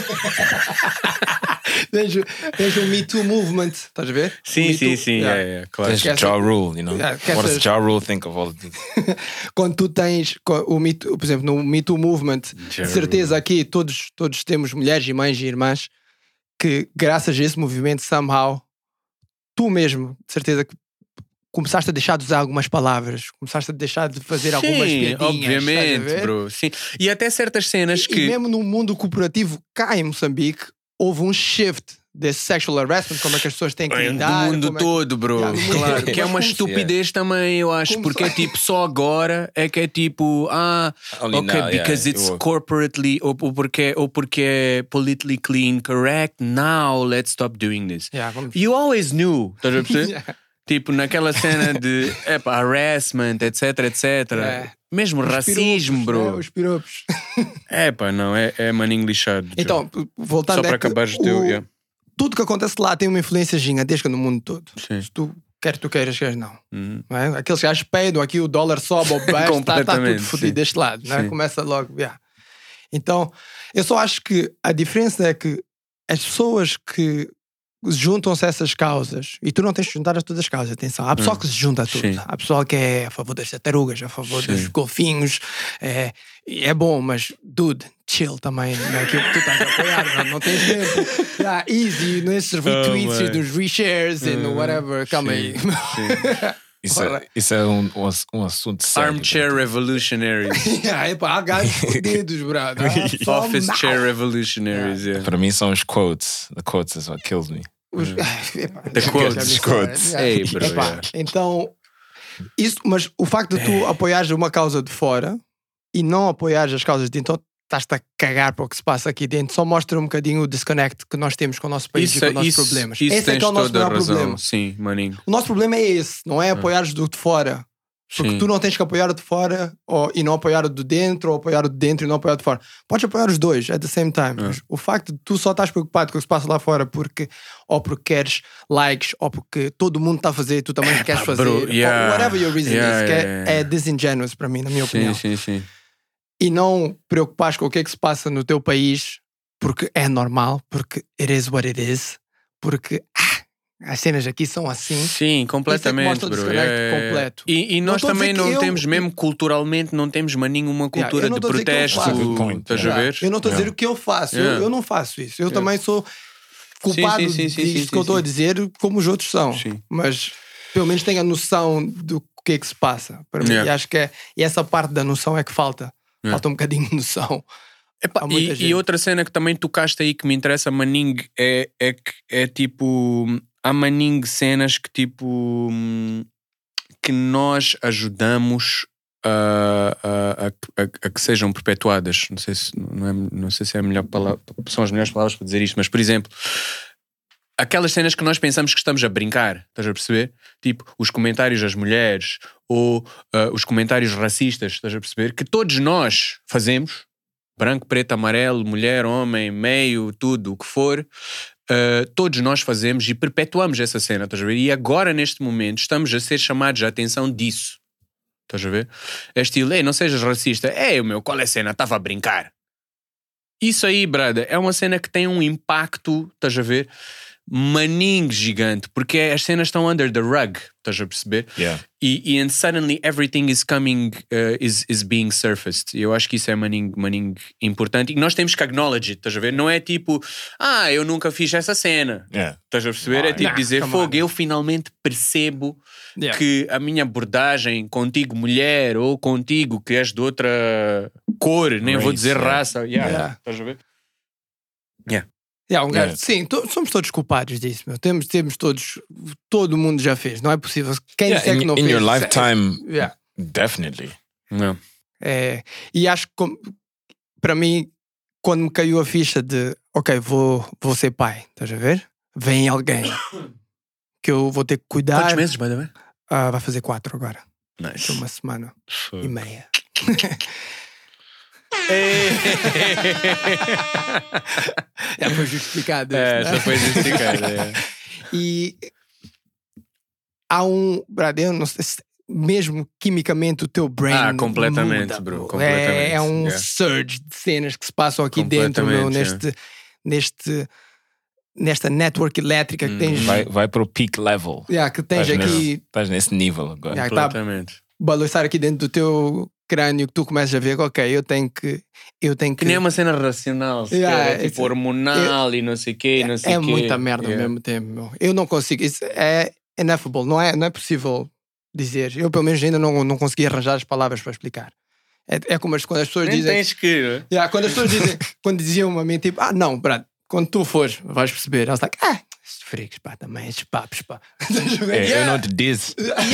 [SPEAKER 7] tens o Me Too movement, estás a ver?
[SPEAKER 8] Sim, claro.
[SPEAKER 9] There's Ja Rule, you know. What does Ja Rule think of all of this?
[SPEAKER 7] Quando tu tens o Me Too, por exemplo, no Me Too movement, de certeza aqui todos temos mulheres e mães e irmãs que, graças a esse movimento, somehow, tu mesmo, de certeza que começaste a deixar de usar algumas palavras, começaste a deixar de fazer algumas piadinhas.
[SPEAKER 8] Obviamente, bro. Sim. E até certas cenas que...
[SPEAKER 7] E mesmo no mundo corporativo cá em Moçambique, houve um shift desse sexual harassment, como é que as pessoas têm que lidar.
[SPEAKER 8] Do mundo todo, bro. Claro. Que é uma estupidez também, eu acho. Porque é tipo, só agora é que é tipo, because it's corporately, ou porque é politically incorrect, now let's stop doing this. You always knew, estás a perceber? Tipo, naquela cena de harassment, etc. Mesmo os racismo,
[SPEAKER 7] piropos, bro. Os piropos.
[SPEAKER 8] Não, é maninho lixado.
[SPEAKER 7] Então, voltando
[SPEAKER 8] só para acabar o teu...
[SPEAKER 7] Tudo que acontece lá tem uma influência gigantesca no mundo todo. Sim. Se tu queiras, não. Não é? Aqueles gajos peidam aqui, o dólar sobe ou baixa, está tudo fodido deste lado. Não é? Começa logo. Então, eu só acho que a diferença é que as pessoas que juntam-se a essas causas, e tu não tens de juntar a todas as causas, atenção, há pessoal que se junta a tudo. Há pessoal que é a favor das tartarugas, a favor dos golfinhos, é bom, mas dude, chill também naquilo que tu estás a apoiar, não tens tempo. Easy nesses retweets e dos reshares e no whatever, calma aí.
[SPEAKER 9] Isso é um assunto sério.
[SPEAKER 8] Armchair revolutionaries.
[SPEAKER 7] Há gajos fodidos, brother.
[SPEAKER 8] Office chair revolutionaries.
[SPEAKER 9] Para mim são os quotes. The quotes is what kills me.
[SPEAKER 8] The quotes. Hey, bro.
[SPEAKER 7] Então, isso, mas o facto de tu apoiares uma causa de fora e não apoiares as causas de dentro, estás-te a cagar para o que se passa aqui dentro, só mostra um bocadinho o disconnect que nós temos com o nosso país e com os nossos problemas. Esse é que é o nosso maior problema.
[SPEAKER 8] Sim, maninho.
[SPEAKER 7] O nosso problema é esse, não é apoiares do de fora. Porque tu não tens que apoiar o de fora e não apoiar o de dentro, ou apoiar o de dentro e não apoiar o de fora. Podes apoiar os dois at the same time. Mas o facto de tu só estás preocupado com o que se passa lá fora porque queres likes, ou porque todo mundo está a fazer e tu também queres fazer, ou whatever your reason is, é disingenuous para mim, na minha opinião.
[SPEAKER 8] Sim.
[SPEAKER 7] E não preocupares com o que é que se passa no teu país, porque é normal, porque it is what it is, porque as cenas aqui são assim.
[SPEAKER 8] Sim, completamente, bro.
[SPEAKER 7] Completo.
[SPEAKER 8] E nós também não temos, mesmo culturalmente, não temos nenhuma cultura de protesto. Estás a ver?
[SPEAKER 7] Eu não estou a dizer o que eu faço. Eu não faço isso. Eu também sou culpado disso que eu estou a dizer, como os outros são. Mas pelo menos tenho a noção do que é que se passa. Para mim, e acho que essa parte da noção é que falta. Falta um bocadinho de noção.
[SPEAKER 8] E outra cena que também tocaste aí que me interessa, Manning, é tipo... Há Manning cenas que tipo... que nós ajudamos a que sejam perpetuadas. Não sei se é a melhor palavra, são as melhores palavras para dizer isto, mas por exemplo... Aquelas cenas que nós pensamos que estamos a brincar, estás a perceber? Tipo, os comentários das mulheres ou os comentários racistas, estás a perceber? Que todos nós fazemos, branco, preto, amarelo, mulher, homem, meio, tudo, o que for, todos nós fazemos e perpetuamos essa cena, estás a ver? E agora, neste momento, estamos a ser chamados a atenção disso, estás a ver? É estilo, não sejas racista. Qual é a cena? Estava a brincar. Isso aí, brother, é uma cena que tem um impacto, estás a ver? Maninho gigante, porque as cenas estão under the rug, estás a perceber? E and suddenly everything is coming, is being surfaced. Eu acho que isso é maninho importante e nós temos que acknowledge it, estás a ver? Não é tipo, eu nunca fiz essa cena, estás a perceber? É tipo dizer, eu finalmente percebo que a minha abordagem contigo mulher ou contigo que és de outra cor, nem vou dizer raça, estás a ver?
[SPEAKER 7] Sim, somos todos culpados disso, meu. Temos todos, todo mundo já fez, não é possível. Quem disser que não fez?
[SPEAKER 9] In your lifetime, definitely.
[SPEAKER 7] E acho que, para mim, quando me caiu a ficha de vou ser pai, estás a ver? Vem alguém que eu vou ter que cuidar.
[SPEAKER 8] Quantos meses, by the way?
[SPEAKER 7] Vai fazer 4 agora.
[SPEAKER 8] Nice.
[SPEAKER 7] Uma semana e meia. Já foi justificado.
[SPEAKER 8] Já foi justificado.
[SPEAKER 7] E há brother, eu não sei se mesmo quimicamente o teu brain
[SPEAKER 8] completamente,
[SPEAKER 7] muda,
[SPEAKER 8] bro. Completamente.
[SPEAKER 7] É um surge de cenas que se passam aqui dentro, meu, nesta network elétrica que tens.
[SPEAKER 9] Vai para o peak level.
[SPEAKER 7] Que tens aqui.
[SPEAKER 9] Estás nesse nível agora.
[SPEAKER 8] Completamente.
[SPEAKER 7] Tá balançar aqui dentro do teu crânio, que tu começas a ver, ok, eu tenho que.
[SPEAKER 8] Que nem é uma cena racional, é tipo hormonal e não sei o quê.
[SPEAKER 7] É muita merda ao mesmo tempo, meu. Eu não consigo. Isso é ineffable, não é possível dizer. Eu, pelo menos, ainda não consegui arranjar as palavras para explicar. É como quando as pessoas dizem.
[SPEAKER 8] Tens que.
[SPEAKER 7] Quando as pessoas dizem, quando diziam a mim, tipo, não, Brad, quando tu fores, vais perceber. Elas like, estes fricos, pá, também, estes papos, pá.
[SPEAKER 9] Eu não te disse.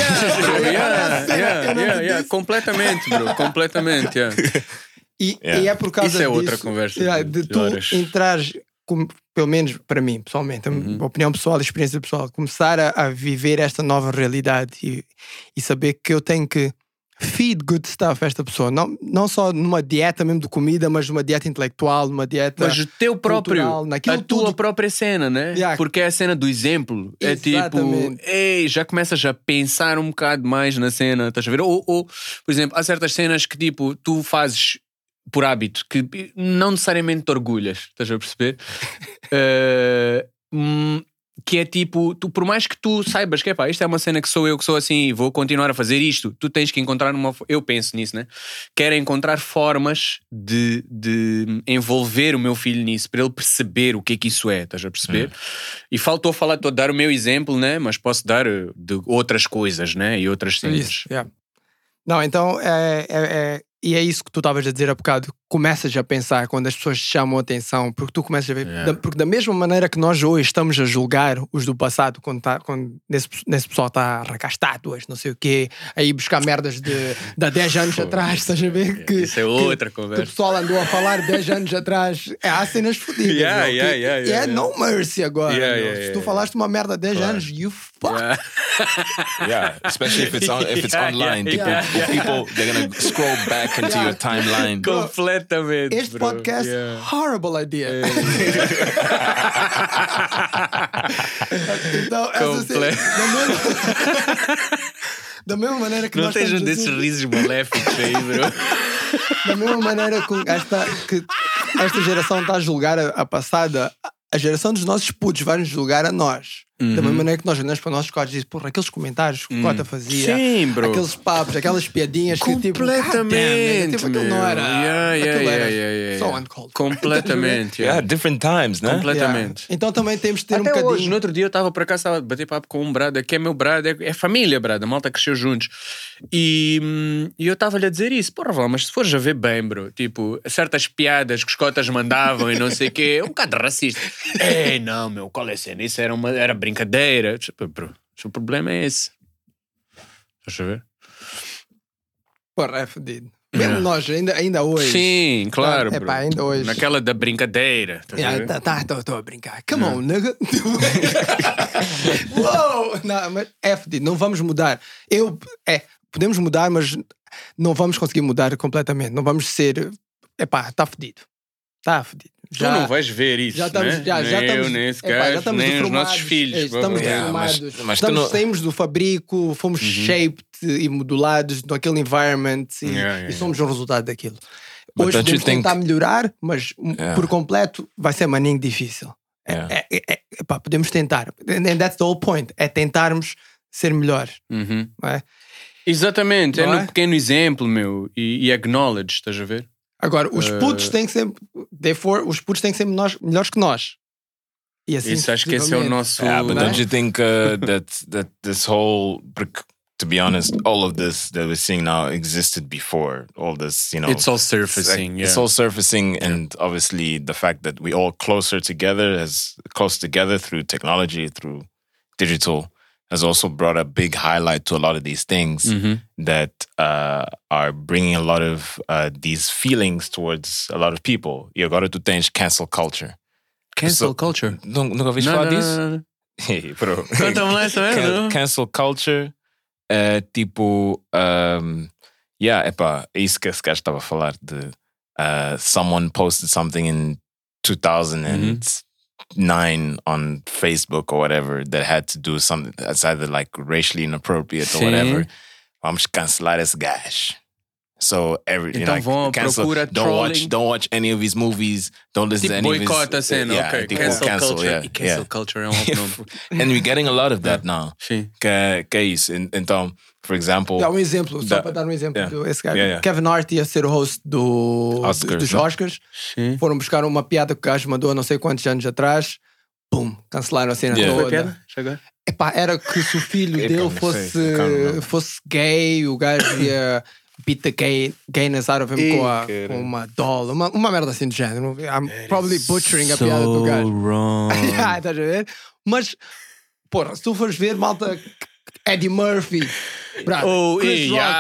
[SPEAKER 8] Completamente, bro, completamente.
[SPEAKER 7] E é por causa disso.
[SPEAKER 8] Isso é outra conversa.
[SPEAKER 7] De tu entrares, pelo menos para mim, pessoalmente, a opinião pessoal, a experiência pessoal, começar a viver esta nova realidade e saber que eu tenho que feed good stuff a esta pessoa, não só numa dieta mesmo de comida, mas numa dieta intelectual, numa dieta.
[SPEAKER 8] Mas o teu próprio, a tua própria cena, né? Porque é a cena do exemplo.
[SPEAKER 7] Exatamente.
[SPEAKER 8] É tipo, já começas a pensar um bocado mais na cena, estás a ver? Ou, por exemplo, há certas cenas que tipo, tu fazes por hábito, que não necessariamente te orgulhas, estás a perceber? Que é tipo, por mais que tu saibas que isto é uma cena que sou eu que sou assim e vou continuar a fazer isto, tu tens que encontrar eu penso nisso, né? Quero encontrar formas de envolver o meu filho nisso, para ele perceber o que é que isso é, estás a perceber? E estou a dar o meu exemplo, né? Mas posso dar de outras coisas, né? E outras cenas.
[SPEAKER 7] Não, então e é isso que tu estavas a dizer há bocado. Começas a pensar quando as pessoas te chamam a atenção, porque tu começas a ver. Porque da mesma maneira que nós hoje estamos a julgar os do passado, quando nesse pessoal está a arrancar estátuas, não sei o quê, aí buscar merdas de há 10 anos atrás, estás a ver?
[SPEAKER 8] Isso é outra conversa.
[SPEAKER 7] Que o pessoal andou a falar 10 anos atrás. Há cenas fodidas. No mercy agora. Se tu falaste uma merda há 10 anos, you fuck.
[SPEAKER 9] Especially if it's online. People, they're gonna scroll back into your timeline.
[SPEAKER 8] Completamente.
[SPEAKER 7] Este podcast, horrible idea. Então, da mesma maneira que
[SPEAKER 8] não
[SPEAKER 7] nós
[SPEAKER 8] tens desses risos maléficos aí, bro.
[SPEAKER 7] Da mesma maneira que esta geração está a julgar a passada, a geração dos nossos putos vai nos julgar a nós. Da mesma maneira que nós olhamos para os nossos códigos e dizemos, porra, aqueles comentários que o Cota fazia, aqueles papos, aquelas piadinhas que tipo,
[SPEAKER 8] completamente,
[SPEAKER 7] aquilo não era, aquilo era so uncalled.
[SPEAKER 8] Completamente.
[SPEAKER 9] Different times, né?
[SPEAKER 8] Completamente.
[SPEAKER 7] Então também temos de ter
[SPEAKER 8] até
[SPEAKER 7] um bocadinho.
[SPEAKER 8] Hoje, no outro dia eu estava por acaso a bater papo com um brother que é meu brother, é família, brother, a malta cresceu juntos. E eu estava-lhe a dizer isso, porra, mas se fores a ver bem, bro, tipo, certas piadas que os cotas mandavam e não sei o quê, é um bocado racista. Não, meu, qual é a cena? Isso era brincadeira. Tipo, bro, o problema é esse. Estás a ver?
[SPEAKER 7] Porra, é fodido. Mesmo nós, ainda hoje.
[SPEAKER 8] Sim, claro, bro.
[SPEAKER 7] Ainda hoje.
[SPEAKER 8] Naquela da brincadeira.
[SPEAKER 7] Estou a brincar. Come on, nigga. Uou! Não, mas é fodido. Não vamos mudar. Podemos mudar, mas não vamos conseguir mudar completamente. Não vamos ser... está fodido. Está fodido.
[SPEAKER 8] Tu não vais ver isso,
[SPEAKER 7] já estamos,
[SPEAKER 8] né?
[SPEAKER 7] já estamos,
[SPEAKER 8] nem esse gajo, nem os nossos filhos.
[SPEAKER 7] Estamos deformados. Saímos do fabrico, fomos shaped e modulados naquele environment e somos o resultado daquilo. Hoje podemos tentar melhorar, mas por completo vai ser maninho difícil. Podemos tentar. And that's the whole point. É tentarmos ser melhores. Não é?
[SPEAKER 8] Exatamente. É no pequeno exemplo, meu. E acknowledge, estás a ver?
[SPEAKER 7] Agora, os putos têm que ser os putos têm que ser melhores que nós. E assim,
[SPEAKER 8] isso acho que esse é o nosso...
[SPEAKER 9] but don't you think that this whole... To be honest, all of this that we're seeing now existed before. All this,
[SPEAKER 8] it's all surfacing.
[SPEAKER 9] It's all surfacing, and obviously the fact that we all closer together through technology, through digital, has also brought a big highlight to a lot of these things that are bringing a lot of these feelings towards a lot of people. E agora tu tens cancel culture.
[SPEAKER 8] Cancel culture?
[SPEAKER 9] Nunca ouviste falar disso? Não.
[SPEAKER 8] Conta-me lá essa merda.
[SPEAKER 9] Cancel culture é tipo... é isso que esse gajo estava a falar de... someone posted something in 2000 and 9 on Facebook or whatever that had to do something that's either like racially inappropriate or whatever. Vamos cancelar esse gajo. So
[SPEAKER 8] então vão procura
[SPEAKER 9] don't watch any of his movies, don't listen to any of his...
[SPEAKER 8] Boycott a cena, okay. Cancel culture. Cancel culture é nome.
[SPEAKER 9] And we're getting a lot of that now.
[SPEAKER 8] Sim.
[SPEAKER 9] Que é isso. Então, for example...
[SPEAKER 7] Dá um exemplo, só para dar um exemplo desse gajo. Kevin Hart ia ser o host dos Oscars.
[SPEAKER 8] Sim.
[SPEAKER 7] Foram buscar uma piada que o gajo mandou há não sei quantos anos atrás. Pum, cancelaram a cena toda.
[SPEAKER 8] Foi piada? Chegou?
[SPEAKER 7] Era que se o filho dele fosse gay, o gajo ia... beat the gayness out of him com uma doll, uma merda assim de género. I'm probably butchering a piada do gajo. Estás a ver? Mas, porra, se tu fores ver, malta, Eddie Murphy, Chris Rock,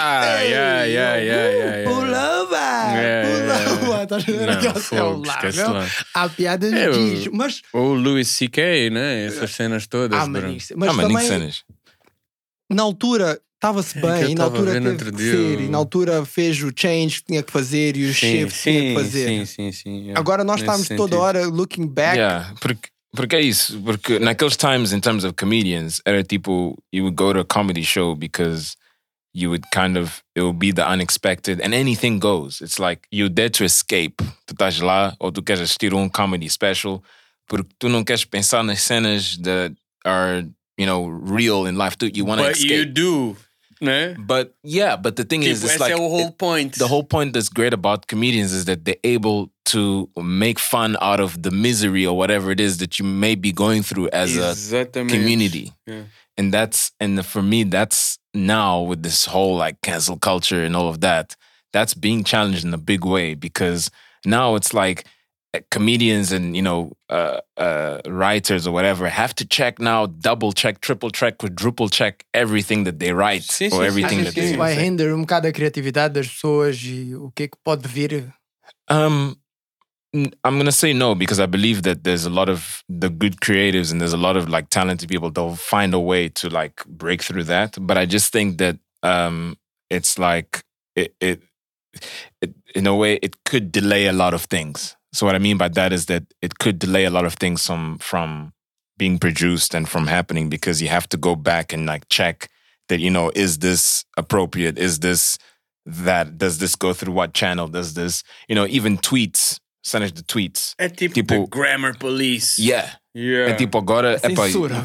[SPEAKER 7] pull over, estás a ver? Há piadas de mas
[SPEAKER 8] o Louis C.K., né? Essas cenas todas.
[SPEAKER 7] Mas também, na altura... Estava-se bem, e na altura teve que ser, e na altura fez o change que tinha que fazer e o shift que tinha que fazer.
[SPEAKER 8] Sim.
[SPEAKER 7] Agora nós estamos toda hora looking back.
[SPEAKER 9] Porque é isso. Porque naqueles times, in terms of comedians, era tipo, you would go to a comedy show because you would it would be the unexpected and anything goes. It's like you're there to escape. Tu estás lá ou tu queres assistir comedy special porque tu não queres pensar nas cenas that are, real in life. You want to escape.
[SPEAKER 8] But you do. Né?
[SPEAKER 9] But the thing is, it's like
[SPEAKER 8] the whole point.
[SPEAKER 9] The whole point that's great about comedians is that they're able to make fun out of the misery or whatever it is that you may be going through as a community.
[SPEAKER 8] Yeah.
[SPEAKER 9] And for me, that's now with this whole like cancel culture and all of that, that's being challenged in a big way because now it's like comedians and writers or whatever have to check now, double check, triple check, quadruple check everything that they write or everything that they
[SPEAKER 7] say. Vai render bocado a criatividade das pessoas e o que pode vir?
[SPEAKER 9] I'm gonna say no because I believe that there's a lot of the good creatives and there's a lot of like talented people that'll find a way to like break through that. But I just think that it's like it in a way it could delay a lot of things. So what I mean by that is that it could delay a lot of things from being produced and from happening because you have to go back and like check that, is this appropriate? Is this that? Does this go through what channel? Does this, even tweets, cenas de tweets.
[SPEAKER 8] É tipo the grammar police.
[SPEAKER 9] Yeah. É tipo agora...
[SPEAKER 7] Censura,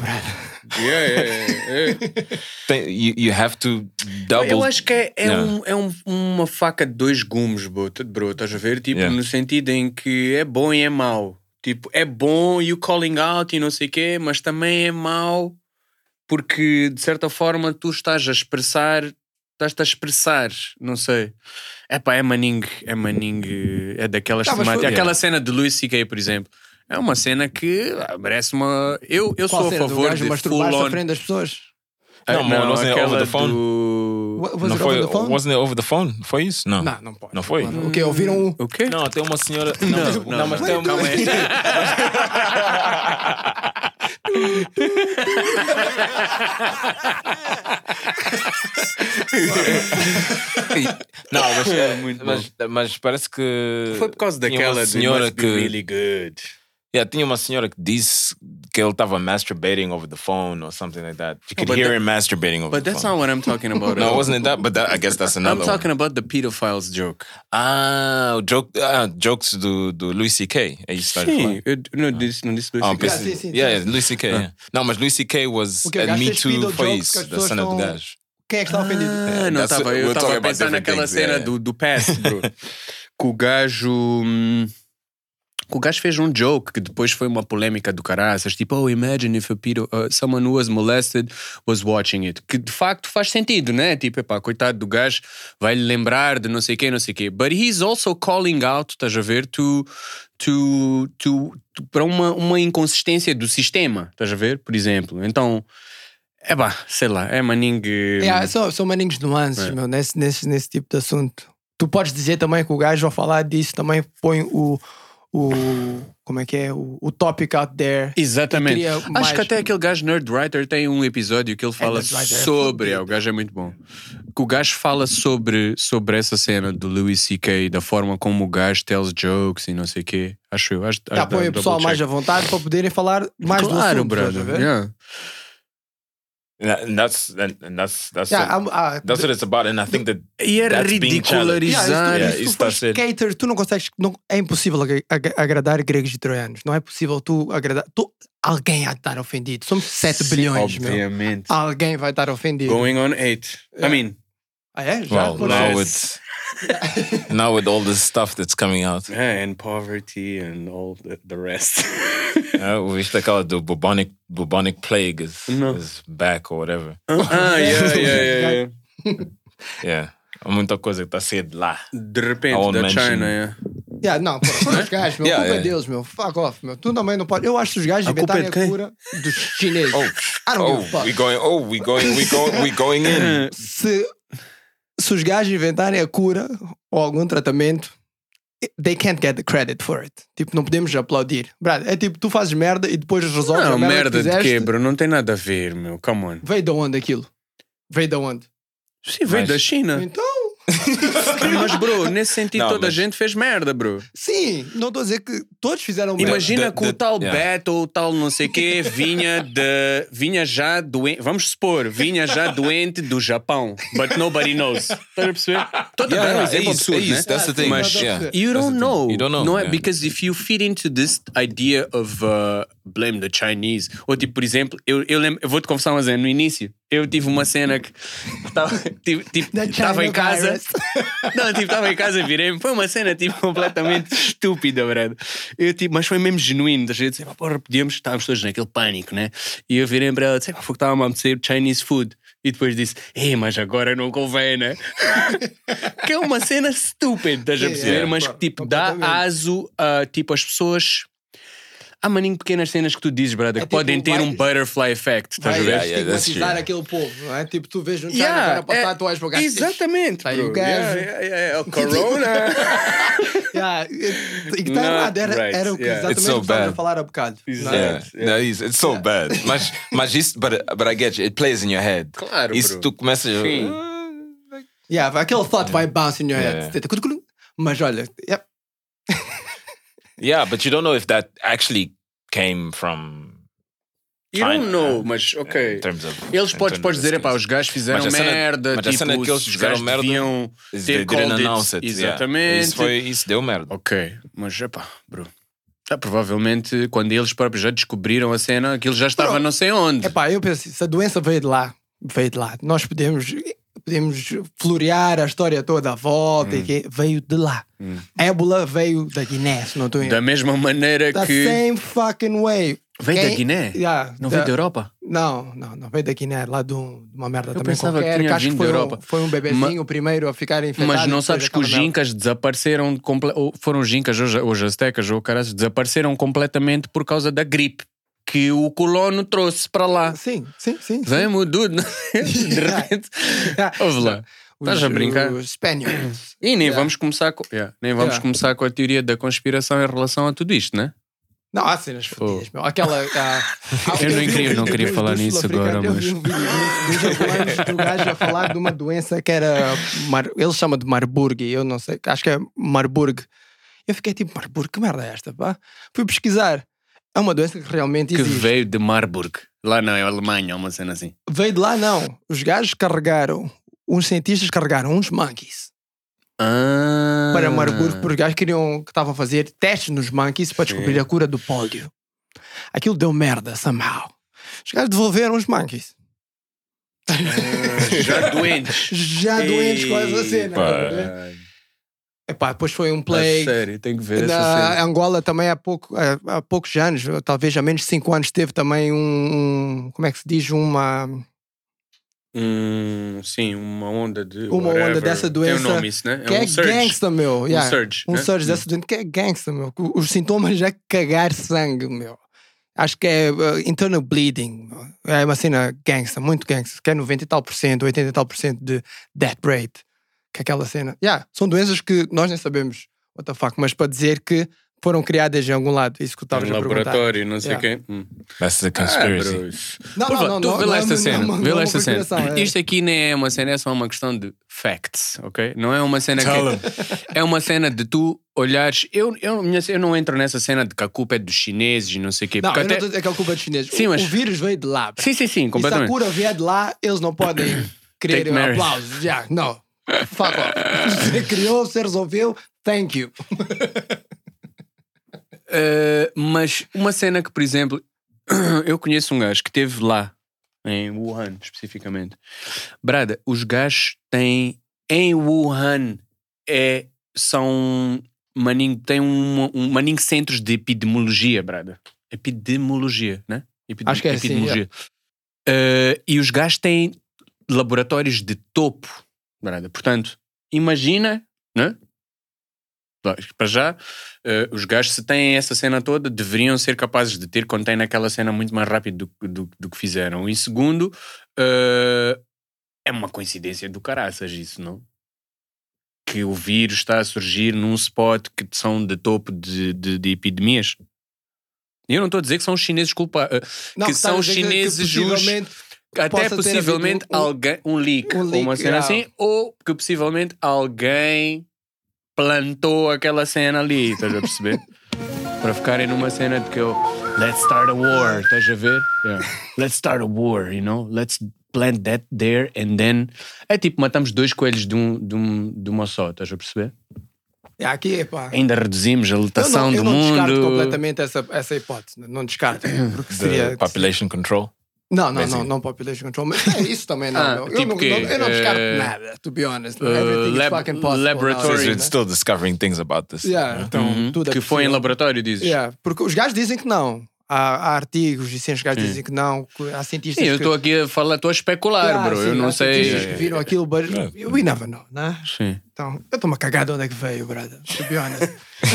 [SPEAKER 9] You have to double...
[SPEAKER 8] Eu acho que é uma faca de dois gumes, bro, estás a ver? Tipo, no sentido em que é bom e é mau. Tipo, é bom you calling out e não sei o quê, mas também é mau porque, de certa forma, tu estás a expressar, não sei. É maningue, é daquelas temáticas. Aquela cena de Louis C.K., por exemplo. É uma cena que merece uma... Eu sou a favor de full on...
[SPEAKER 7] à frente das pessoas?
[SPEAKER 9] Não, wasn't it over the phone?
[SPEAKER 7] Was it over the phone?
[SPEAKER 9] Wasn't it over the phone? Foi isso? Não.
[SPEAKER 7] Não pode.
[SPEAKER 9] Não foi?
[SPEAKER 7] O quê? Ouviram
[SPEAKER 8] o quê?
[SPEAKER 9] Não, tem uma senhora...
[SPEAKER 8] Não, mas tem uma...
[SPEAKER 9] Não, mas parece que...
[SPEAKER 8] Foi por causa daquela
[SPEAKER 9] senhora
[SPEAKER 8] que... really good.
[SPEAKER 9] Tinha uma senhora que disse que ele estava masturbating over the phone or something like that. You could hear him masturbating over the phone.
[SPEAKER 8] But that's not what I'm talking about.
[SPEAKER 9] No, wasn't it that? But I guess that's another
[SPEAKER 8] I'm talking about the pedophiles joke.
[SPEAKER 9] Jokes do Louis C.K.
[SPEAKER 8] Sim, não disse Louis C.K.
[SPEAKER 7] Sim.
[SPEAKER 9] Louis C.K. Yeah. Não, mas Louis C.K. was Me Too foi isso, da cena do gajo.
[SPEAKER 7] Quem é que está ofendido?
[SPEAKER 8] Não estava. Eu estava a pensar naquela cena do past, bro. Que o gajo fez um joke que depois foi uma polêmica do caraças, tipo, imagine if someone who was molested was watching it, que de facto faz sentido, né? Tipo, coitado do gajo, vai-lhe lembrar de não sei quê. But he's also calling out, estás a ver, para uma inconsistência do sistema, estás a ver, por exemplo. Então, sei lá, é maningue...
[SPEAKER 7] São maningues nuances, meu, nesse tipo de assunto. Tu podes dizer também que o gajo, ao falar disso, também põe o como é que é? O topic out there.
[SPEAKER 8] Exatamente. Acho que até aquele gajo Nerdwriter tem um episódio que ele fala sobre. O gajo é muito bom. Que o gajo fala sobre essa cena do Louis C.K., da forma como o gajo tells jokes e não sei o quê. Acho eu.
[SPEAKER 7] Põe o pessoal mais à vontade para poderem falar mais do assunto. Claro, brother.
[SPEAKER 9] Yeah. And that's what it's about, and I think that that's being challenged.
[SPEAKER 7] Skater, tu não consegues, é impossível agradar gregos e troianos. Não é possível tu agradar. Alguém há de estar ofendido. Somos 7 bilhões,
[SPEAKER 8] obviamente.
[SPEAKER 7] Meu. Alguém vai estar ofendido.
[SPEAKER 8] Going on 8. I mean.
[SPEAKER 7] Já?
[SPEAKER 9] Well, now with all this stuff that's coming out.
[SPEAKER 8] Yeah, and poverty and all the rest.
[SPEAKER 9] Viste aquela do bubonic plague is back or whatever.
[SPEAKER 8] Yeah.
[SPEAKER 9] Yeah. Há muita coisa que está a sair de lá.
[SPEAKER 8] De repente, da China,
[SPEAKER 7] não, foram os gajos, meu. A culpa é deles, meu. Fuck off, meu. Tu também não pode. Eu acho que os gajos inventarem a cura dos chineses.
[SPEAKER 9] We going in.
[SPEAKER 7] Se os gajos inventarem a cura ou algum tratamento, they can't get the credit for it. Tipo, não podemos aplaudir. Brad, é tipo, tu fazes merda e depois resolves a merda que fizeste.
[SPEAKER 8] De quê, bro? Não tem nada a ver, meu. Come on.
[SPEAKER 7] Veio de onde aquilo? Veio de onde?
[SPEAKER 8] Sim, veio da China.
[SPEAKER 7] Então...
[SPEAKER 8] Mas, bro, nesse sentido toda a gente fez merda, bro.
[SPEAKER 7] Sim, não estou a dizer que todos fizeram merda.
[SPEAKER 8] Imagina que o tal Beto ou o tal não sei o quê vinha já doente, vamos supor, vinha já doente do Japão, but nobody knows. Estás a perceber? Estou a dar um exemplo absurdo, né?
[SPEAKER 9] That's the thing.
[SPEAKER 8] Mas you don't know. Não é? Because if you fit into this idea of blame the Chinese, ou tipo, por exemplo, eu lembro, eu vou-te confessar uma cena no início. Eu tive uma cena que estava em casa. Não, estava em casa, virei-me. Foi uma cena completamente estúpida, brother. Mas foi mesmo genuíno. A gente disse, porra, estávamos todos naquele pânico, né? E eu virei para ela, disse, estava a apetecer Chinese food. E depois disse, mas agora não convém, né? Que é uma cena estúpida, estás a perceber? Mas que dá aso a as pessoas. Há maninho pequenas cenas que tu dizes, brother, que podem ter um butterfly effect, estás a ver?
[SPEAKER 7] Estigmatizar aquele povo, não é? Tipo, tu vês um China agora passar, tu vais para o gajo.
[SPEAKER 8] Exatamente,
[SPEAKER 7] bro. O gajo.
[SPEAKER 8] O Corona.
[SPEAKER 7] E que está errado, era o que exatamente estávamos a falar há bocado.
[SPEAKER 9] It's so bad. Mas isso, but I get you, it plays in your head.
[SPEAKER 8] Claro,
[SPEAKER 9] isso tu começas a...
[SPEAKER 7] aquele thought vai bounce in your head. Mas olha...
[SPEAKER 9] Yeah, but you don't know if that actually came from China.
[SPEAKER 8] You don't know, mas ok.
[SPEAKER 9] In terms of,
[SPEAKER 8] eles podes dizer, os gajos fizeram merda,
[SPEAKER 9] mas a cena que eles fizeram merda
[SPEAKER 8] ter
[SPEAKER 9] announced it.
[SPEAKER 8] Exatamente.
[SPEAKER 9] Isso deu merda.
[SPEAKER 8] Ok, mas bro. Provavelmente quando eles próprios já descobriram a cena, aquilo já estava não sei onde.
[SPEAKER 7] Eu penso, se a doença veio de lá. Nós podemos florear a história toda à volta e que veio de lá. Ébola veio da Guiné, se não estou
[SPEAKER 8] da mesma maneira
[SPEAKER 7] the
[SPEAKER 8] que...
[SPEAKER 7] same fucking way.
[SPEAKER 8] Veio da Guiné? Não veio da Europa?
[SPEAKER 7] Não veio da Guiné, lá de uma merda também
[SPEAKER 8] qualquer. Que acho que
[SPEAKER 7] foi
[SPEAKER 8] da Europa.
[SPEAKER 7] Foi um bebezinho o primeiro a ficar infectado.
[SPEAKER 8] Mas não sabes que os Incas desapareceram, ou foram os Incas ou os Aztecas ou caras, desapareceram completamente por causa da gripe que o colono trouxe para lá.
[SPEAKER 7] Sim.
[SPEAKER 8] Vem-me dude. De repente. Ouve lá. Estás a brincar?
[SPEAKER 7] Os Spaniards.
[SPEAKER 8] E nem vamos começar com... Nem vamos começar com a teoria da conspiração em relação a tudo isto, né?
[SPEAKER 7] Não, há cenas fodidas, meu. Aquela...
[SPEAKER 8] eu não queria falar nisso agora, mas...
[SPEAKER 7] Eu vi um vídeo do gajo a falar de uma doença que era... Ele chama de Marburg, eu não sei, acho que é Marburg. Eu fiquei tipo, Marburg, que merda é esta, pá? Fui pesquisar. É uma doença que realmente existe.
[SPEAKER 8] Que veio de Marburg. Lá não, é Alemanha, uma cena assim.
[SPEAKER 7] Veio de lá, não. Os gajos uns cientistas carregaram uns monkeys para Marburg, porque os gajos que estavam a fazer testes nos monkeys para descobrir a cura do pólio. Aquilo deu merda, somehow. Os gajos devolveram os monkeys.
[SPEAKER 8] Já doentes.
[SPEAKER 7] Doentes com essa cena. Depois foi um plague.
[SPEAKER 8] Sério, tenho que ver essa cena.
[SPEAKER 7] Angola também há poucos anos, talvez há menos de 5 anos, teve também como é que se diz?
[SPEAKER 8] Sim, uma onda de...
[SPEAKER 7] Uma onda dessa doença.
[SPEAKER 8] Tem um nome isso, né?
[SPEAKER 7] Que é gangsta, meu.
[SPEAKER 8] Um
[SPEAKER 7] surge dessa doença que é gangsta, meu. Os sintomas é cagar sangue, meu. Acho que é internal bleeding. É uma cena gangsta, muito gangsta. Que é 90 e tal %, 80 e tal % de death rate. Que é aquela cena. São doenças que nós nem sabemos, what the fuck, mas para dizer que foram criadas em algum lado. Isso que tu estavas a perguntar.
[SPEAKER 8] laboratório, não sei o quê.
[SPEAKER 9] That's the conspiracy.
[SPEAKER 8] Tu vê lá esta cena. Vê lá esta cena.
[SPEAKER 7] É.
[SPEAKER 8] Isto aqui nem é uma cena, é só uma questão de facts, ok? Não é uma cena que... É uma cena de tu olhares... Eu não entro nessa cena de que a culpa é dos chineses e não sei o quê.
[SPEAKER 7] Não,
[SPEAKER 8] eu
[SPEAKER 7] não estou a dizer que a culpa é dos chineses.
[SPEAKER 8] Sim, mas...
[SPEAKER 7] O vírus veio de lá.
[SPEAKER 8] Sim, completamente.
[SPEAKER 7] E se a cura vier de lá, eles não podem querer aplausos. Já, não. Fuck off. Você criou, você resolveu, thank you.
[SPEAKER 8] Mas uma cena que, por exemplo, eu conheço um gajo que esteve lá, em Wuhan, especificamente. Brada, os gajos têm... Em Wuhan, são... Tem um maninho centros de epidemiologia, brada. Epidemiologia, né?
[SPEAKER 7] Acho que é
[SPEAKER 8] epidemiologia.
[SPEAKER 7] Assim,
[SPEAKER 8] e os gajos têm laboratórios de topo, brada. Portanto, imagina, né? Para já, os gajos, se têm essa cena toda, deveriam ser capazes de ter quando têm naquela cena muito mais rápido do que fizeram. E segundo, é uma coincidência do caraças isso, não? Que o vírus está a surgir num spot que são de topo de epidemias. E eu não estou a dizer que são os chineses culpados, que são os chineses até possivelmente alguém, um leak ou uma cena assim, ou que possivelmente alguém plantou aquela cena ali, estás a perceber? Para ficarem numa cena de que let's start a war, estás a ver? Yeah. Let's start a war, you know? Let's plant that there and then... É tipo, matamos 2 coelhos de uma só, estás a perceber?
[SPEAKER 7] Aqui, pá.
[SPEAKER 8] Ainda reduzimos a lotação do mundo.
[SPEAKER 7] Eu não descarto completamente essa hipótese. Não descarto. Porque seria...
[SPEAKER 9] Population control?
[SPEAKER 7] Não population control. Mas isso também não. Eu não descarto nada, to be honest. Everything is fucking possible.
[SPEAKER 9] Laboratory. We're still discovering things about this.
[SPEAKER 7] Então, tudo
[SPEAKER 8] que foi em laboratório, dizes?
[SPEAKER 7] Porque os gajos dizem que não. Há artigos e cientistas que dizem que não. Há cientistas
[SPEAKER 8] eu estou aqui a falar, estou a especular, bro. Eu não sei.
[SPEAKER 7] Cientistas que viram aquilo, but we never know, né?
[SPEAKER 8] Sim.
[SPEAKER 7] Então, eu estou-me a cagar de onde é que veio, brother. To be honest.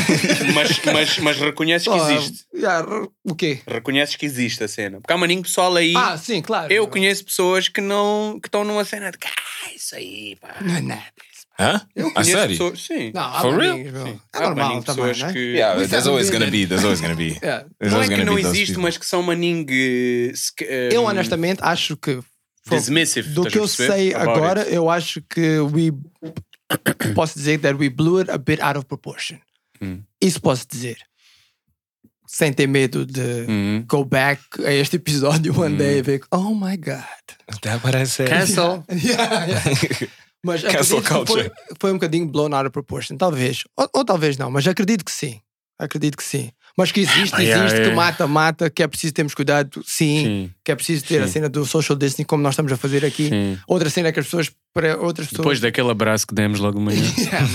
[SPEAKER 8] mas reconheces que existe.
[SPEAKER 7] O quê?
[SPEAKER 8] Reconheces que existe a cena. Porque há maninho pessoal aí.
[SPEAKER 7] Sim, claro.
[SPEAKER 8] Eu conheço pessoas que estão numa cena de isso aí, pá.
[SPEAKER 7] Não é nada.
[SPEAKER 9] Hã?
[SPEAKER 8] A
[SPEAKER 9] sério?
[SPEAKER 8] Pessoas, sim.
[SPEAKER 7] Não,
[SPEAKER 9] For real?
[SPEAKER 7] É normal também, né?
[SPEAKER 9] There's always gonna be.
[SPEAKER 8] Não é que não existe, mas que são maninho...
[SPEAKER 7] Eu honestamente acho que...
[SPEAKER 8] Dismissive.
[SPEAKER 7] Do que eu sei agora, eu acho que posso dizer that we blew it a bit out of proportion. Isso posso dizer. Sem ter medo de go back a este episódio one day e ver, oh my God.
[SPEAKER 9] Is that what I said?
[SPEAKER 8] Cancel.
[SPEAKER 7] Mas
[SPEAKER 9] cancel culture.
[SPEAKER 7] Foi um bocadinho blown out of proportion. Talvez. Ou talvez não, mas acredito que sim. Mas que existe, que mata, que é preciso termos cuidado, sim. Que é preciso ter a cena do social distancing, como nós estamos a fazer aqui. Sim. Outra cena é que as pessoas...
[SPEAKER 8] Depois daquele abraço que demos logo amanhã.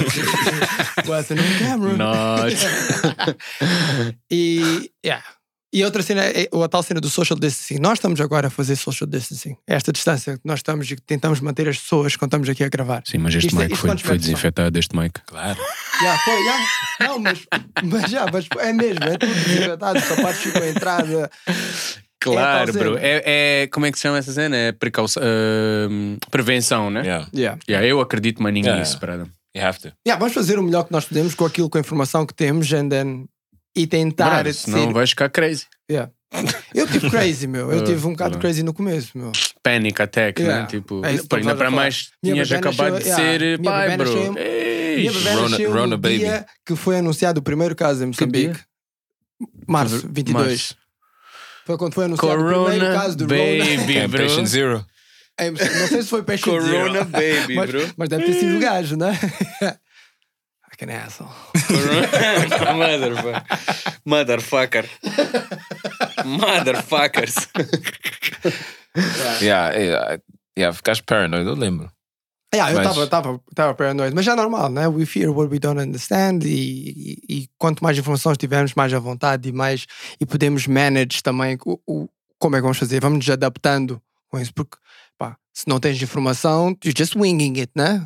[SPEAKER 7] E outra cena é a tal cena do social distancing. Nós estamos agora a fazer social distancing. Esta distância que nós estamos e que tentamos manter as pessoas quando estamos aqui a gravar.
[SPEAKER 8] Sim, mas este mic foi desinfetado, este mic.
[SPEAKER 9] Claro.
[SPEAKER 7] Não, mas é mesmo, é tudo desinfetado, os sapatos ficam a entrada.
[SPEAKER 8] Claro, bro. Como é que se chama essa cena? É prevenção, né? Eu acredito maninho nisso, para
[SPEAKER 9] You have to.
[SPEAKER 7] Vamos fazer o melhor que nós podemos com aquilo, com a informação que temos, e tentar...
[SPEAKER 8] Senão vais ficar crazy.
[SPEAKER 7] Eu tive crazy, meu. Eu tive um bocado crazy no começo, meu.
[SPEAKER 8] Panic attack, né? Tipo, ainda para mais tinhas acabado de ser pai, bro.
[SPEAKER 7] Minha bebê nasceu no dia que foi anunciado o primeiro caso em Moçambique. Março 22. Foi quando foi anunciado o primeiro caso do
[SPEAKER 8] Corona Baby,
[SPEAKER 9] Patient Zero.
[SPEAKER 7] Não sei se foi Patient
[SPEAKER 8] Corona
[SPEAKER 7] Zero.
[SPEAKER 8] Baby, bro.
[SPEAKER 7] Mas deve ter sido o gajo, né? Fucking asshole.
[SPEAKER 8] Motherfuckers.
[SPEAKER 9] Ficaste paranoid, eu lembro.
[SPEAKER 7] Eu estava paranoid, mas já é normal, né? We fear what we don't understand e quanto mais informação tivermos, mais à vontade e podemos manage também como é que vamos fazer. Vamos nos adaptando com isso, porque se não tens informação, you're just winging it, né?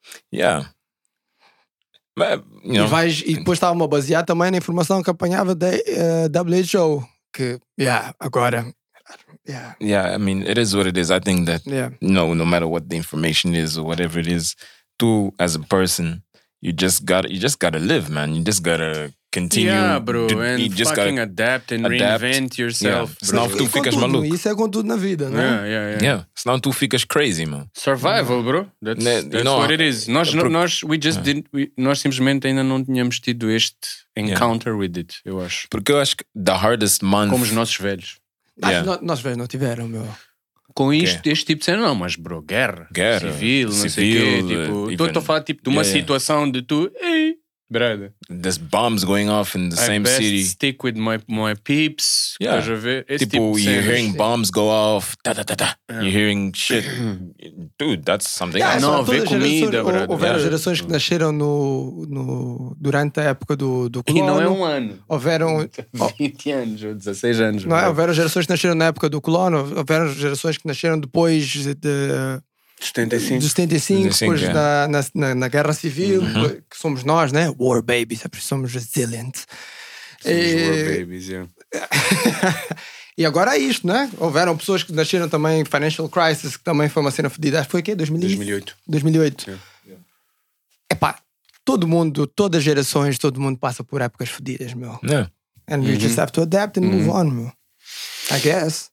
[SPEAKER 7] E depois estava-me a basear também na informação que apanhava da WHO, que, agora...
[SPEAKER 9] I mean, it is what it is. I think that, no matter what the information is or whatever it is, tu, as a person, you just gotta live, man. You just gotta continue.
[SPEAKER 8] Yeah, bro. And
[SPEAKER 9] you just
[SPEAKER 8] fucking
[SPEAKER 9] gotta
[SPEAKER 8] adapt and reinvent yourself.
[SPEAKER 9] Yeah. Senão tu ficas maluco.
[SPEAKER 7] Isso é com tudo na vida, não
[SPEAKER 8] é?
[SPEAKER 9] Yeah. Senão tu ficas crazy, man.
[SPEAKER 8] Survival, bro. That's what it is. Nós simplesmente ainda não tínhamos tido este encounter with it, eu acho.
[SPEAKER 9] Porque eu acho que the hardest month...
[SPEAKER 8] Como os nossos velhos.
[SPEAKER 7] Nossos velhos não tiveram, meu.
[SPEAKER 8] Com este tipo de cena, não, mas bro, guerra civil, não sei o quê. Tipo, estou a falar tipo, de uma situação de tu, hey, brother.
[SPEAKER 9] There's bombs going off in the same city.
[SPEAKER 8] Stick with my peeps.
[SPEAKER 9] Yeah. Tipo, you're hearing bombs go off. You're hearing shit. Dude, that's something else.
[SPEAKER 8] Não, haver comida, brother.
[SPEAKER 7] Houveram gerações que nasceram durante a época do colono.
[SPEAKER 8] E não é um ano.
[SPEAKER 7] Houveram
[SPEAKER 8] 20 anos ou 16 anos.
[SPEAKER 7] Não é? Houveram gerações que nasceram na época do colono. Houveram gerações que nasceram depois de 75, depois na Guerra Civil, que somos nós, né? War babies, somos resilient.
[SPEAKER 8] War babies, yeah.
[SPEAKER 7] E agora é isto, né? Houveram pessoas que nasceram também Financial Crisis, que também foi uma cena fodida. Foi o quê? 2008.
[SPEAKER 8] Yeah.
[SPEAKER 7] Epá, todo mundo, todas as gerações, todo mundo passa por épocas fodidas, meu.
[SPEAKER 9] Yeah.
[SPEAKER 7] And you just have to adapt and move on, meu. I guess.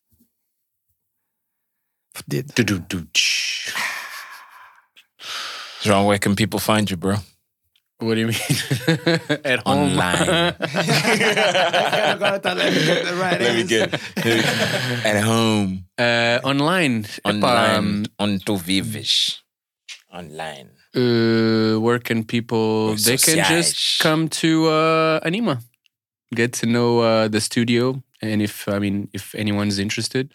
[SPEAKER 7] Fodido.
[SPEAKER 9] João, where can people find you, bro?
[SPEAKER 8] What do you mean? At home?
[SPEAKER 9] Online. Let me get at home.
[SPEAKER 8] Online.
[SPEAKER 9] Onde tu vives. Online.
[SPEAKER 8] Where can people... They can just come to Anima. Get to know the studio. And if anyone's interested.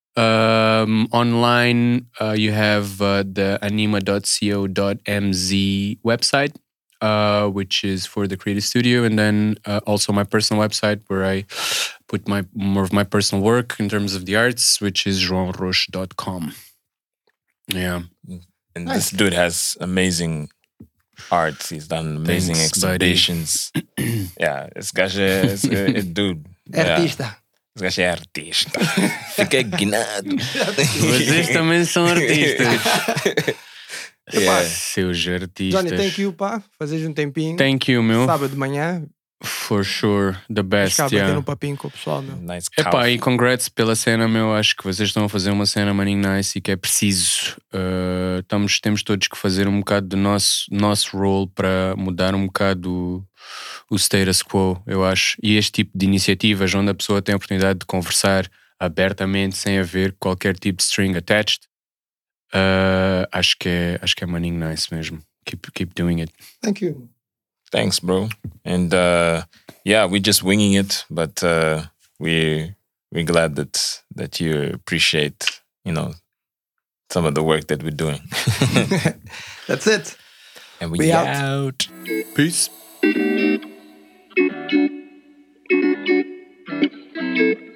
[SPEAKER 8] Online, you have the anima.co.mz website, which is for the creative studio, and then also my personal website where I put more of my personal work in terms of the arts, which is joaoroche.com. Yeah.
[SPEAKER 9] And nice. This dude has amazing arts. He's done amazing exhibitions. Yeah, this guy is a dude.
[SPEAKER 7] Artista.
[SPEAKER 9] Esse gajo é artista. Fiquei guinado.
[SPEAKER 8] Vocês também são artistas. Seus artistas.
[SPEAKER 7] Johnny, thank you, pá. Fazes um tempinho.
[SPEAKER 8] Thank you, meu.
[SPEAKER 7] Sábado de manhã.
[SPEAKER 8] For sure, the best.
[SPEAKER 7] Acaba ter um papinho com o pessoal, meu.
[SPEAKER 9] Nice.
[SPEAKER 8] Epá, e congrats pela cena, meu. Acho que vocês estão a fazer uma cena maninho nice e que é preciso. Temos todos que fazer um bocado do nosso role para mudar um bocado o status quo, eu acho. E este tipo de iniciativas onde a pessoa tem a oportunidade de conversar abertamente, sem haver qualquer tipo de string attached, acho que é maninho nice mesmo. Keep doing it.
[SPEAKER 7] Thank you.
[SPEAKER 9] Thanks, bro. And yeah, we're just winging it, but we're glad that you appreciate, some of the work that we're doing.
[SPEAKER 7] That's it.
[SPEAKER 9] And we out.
[SPEAKER 8] Peace.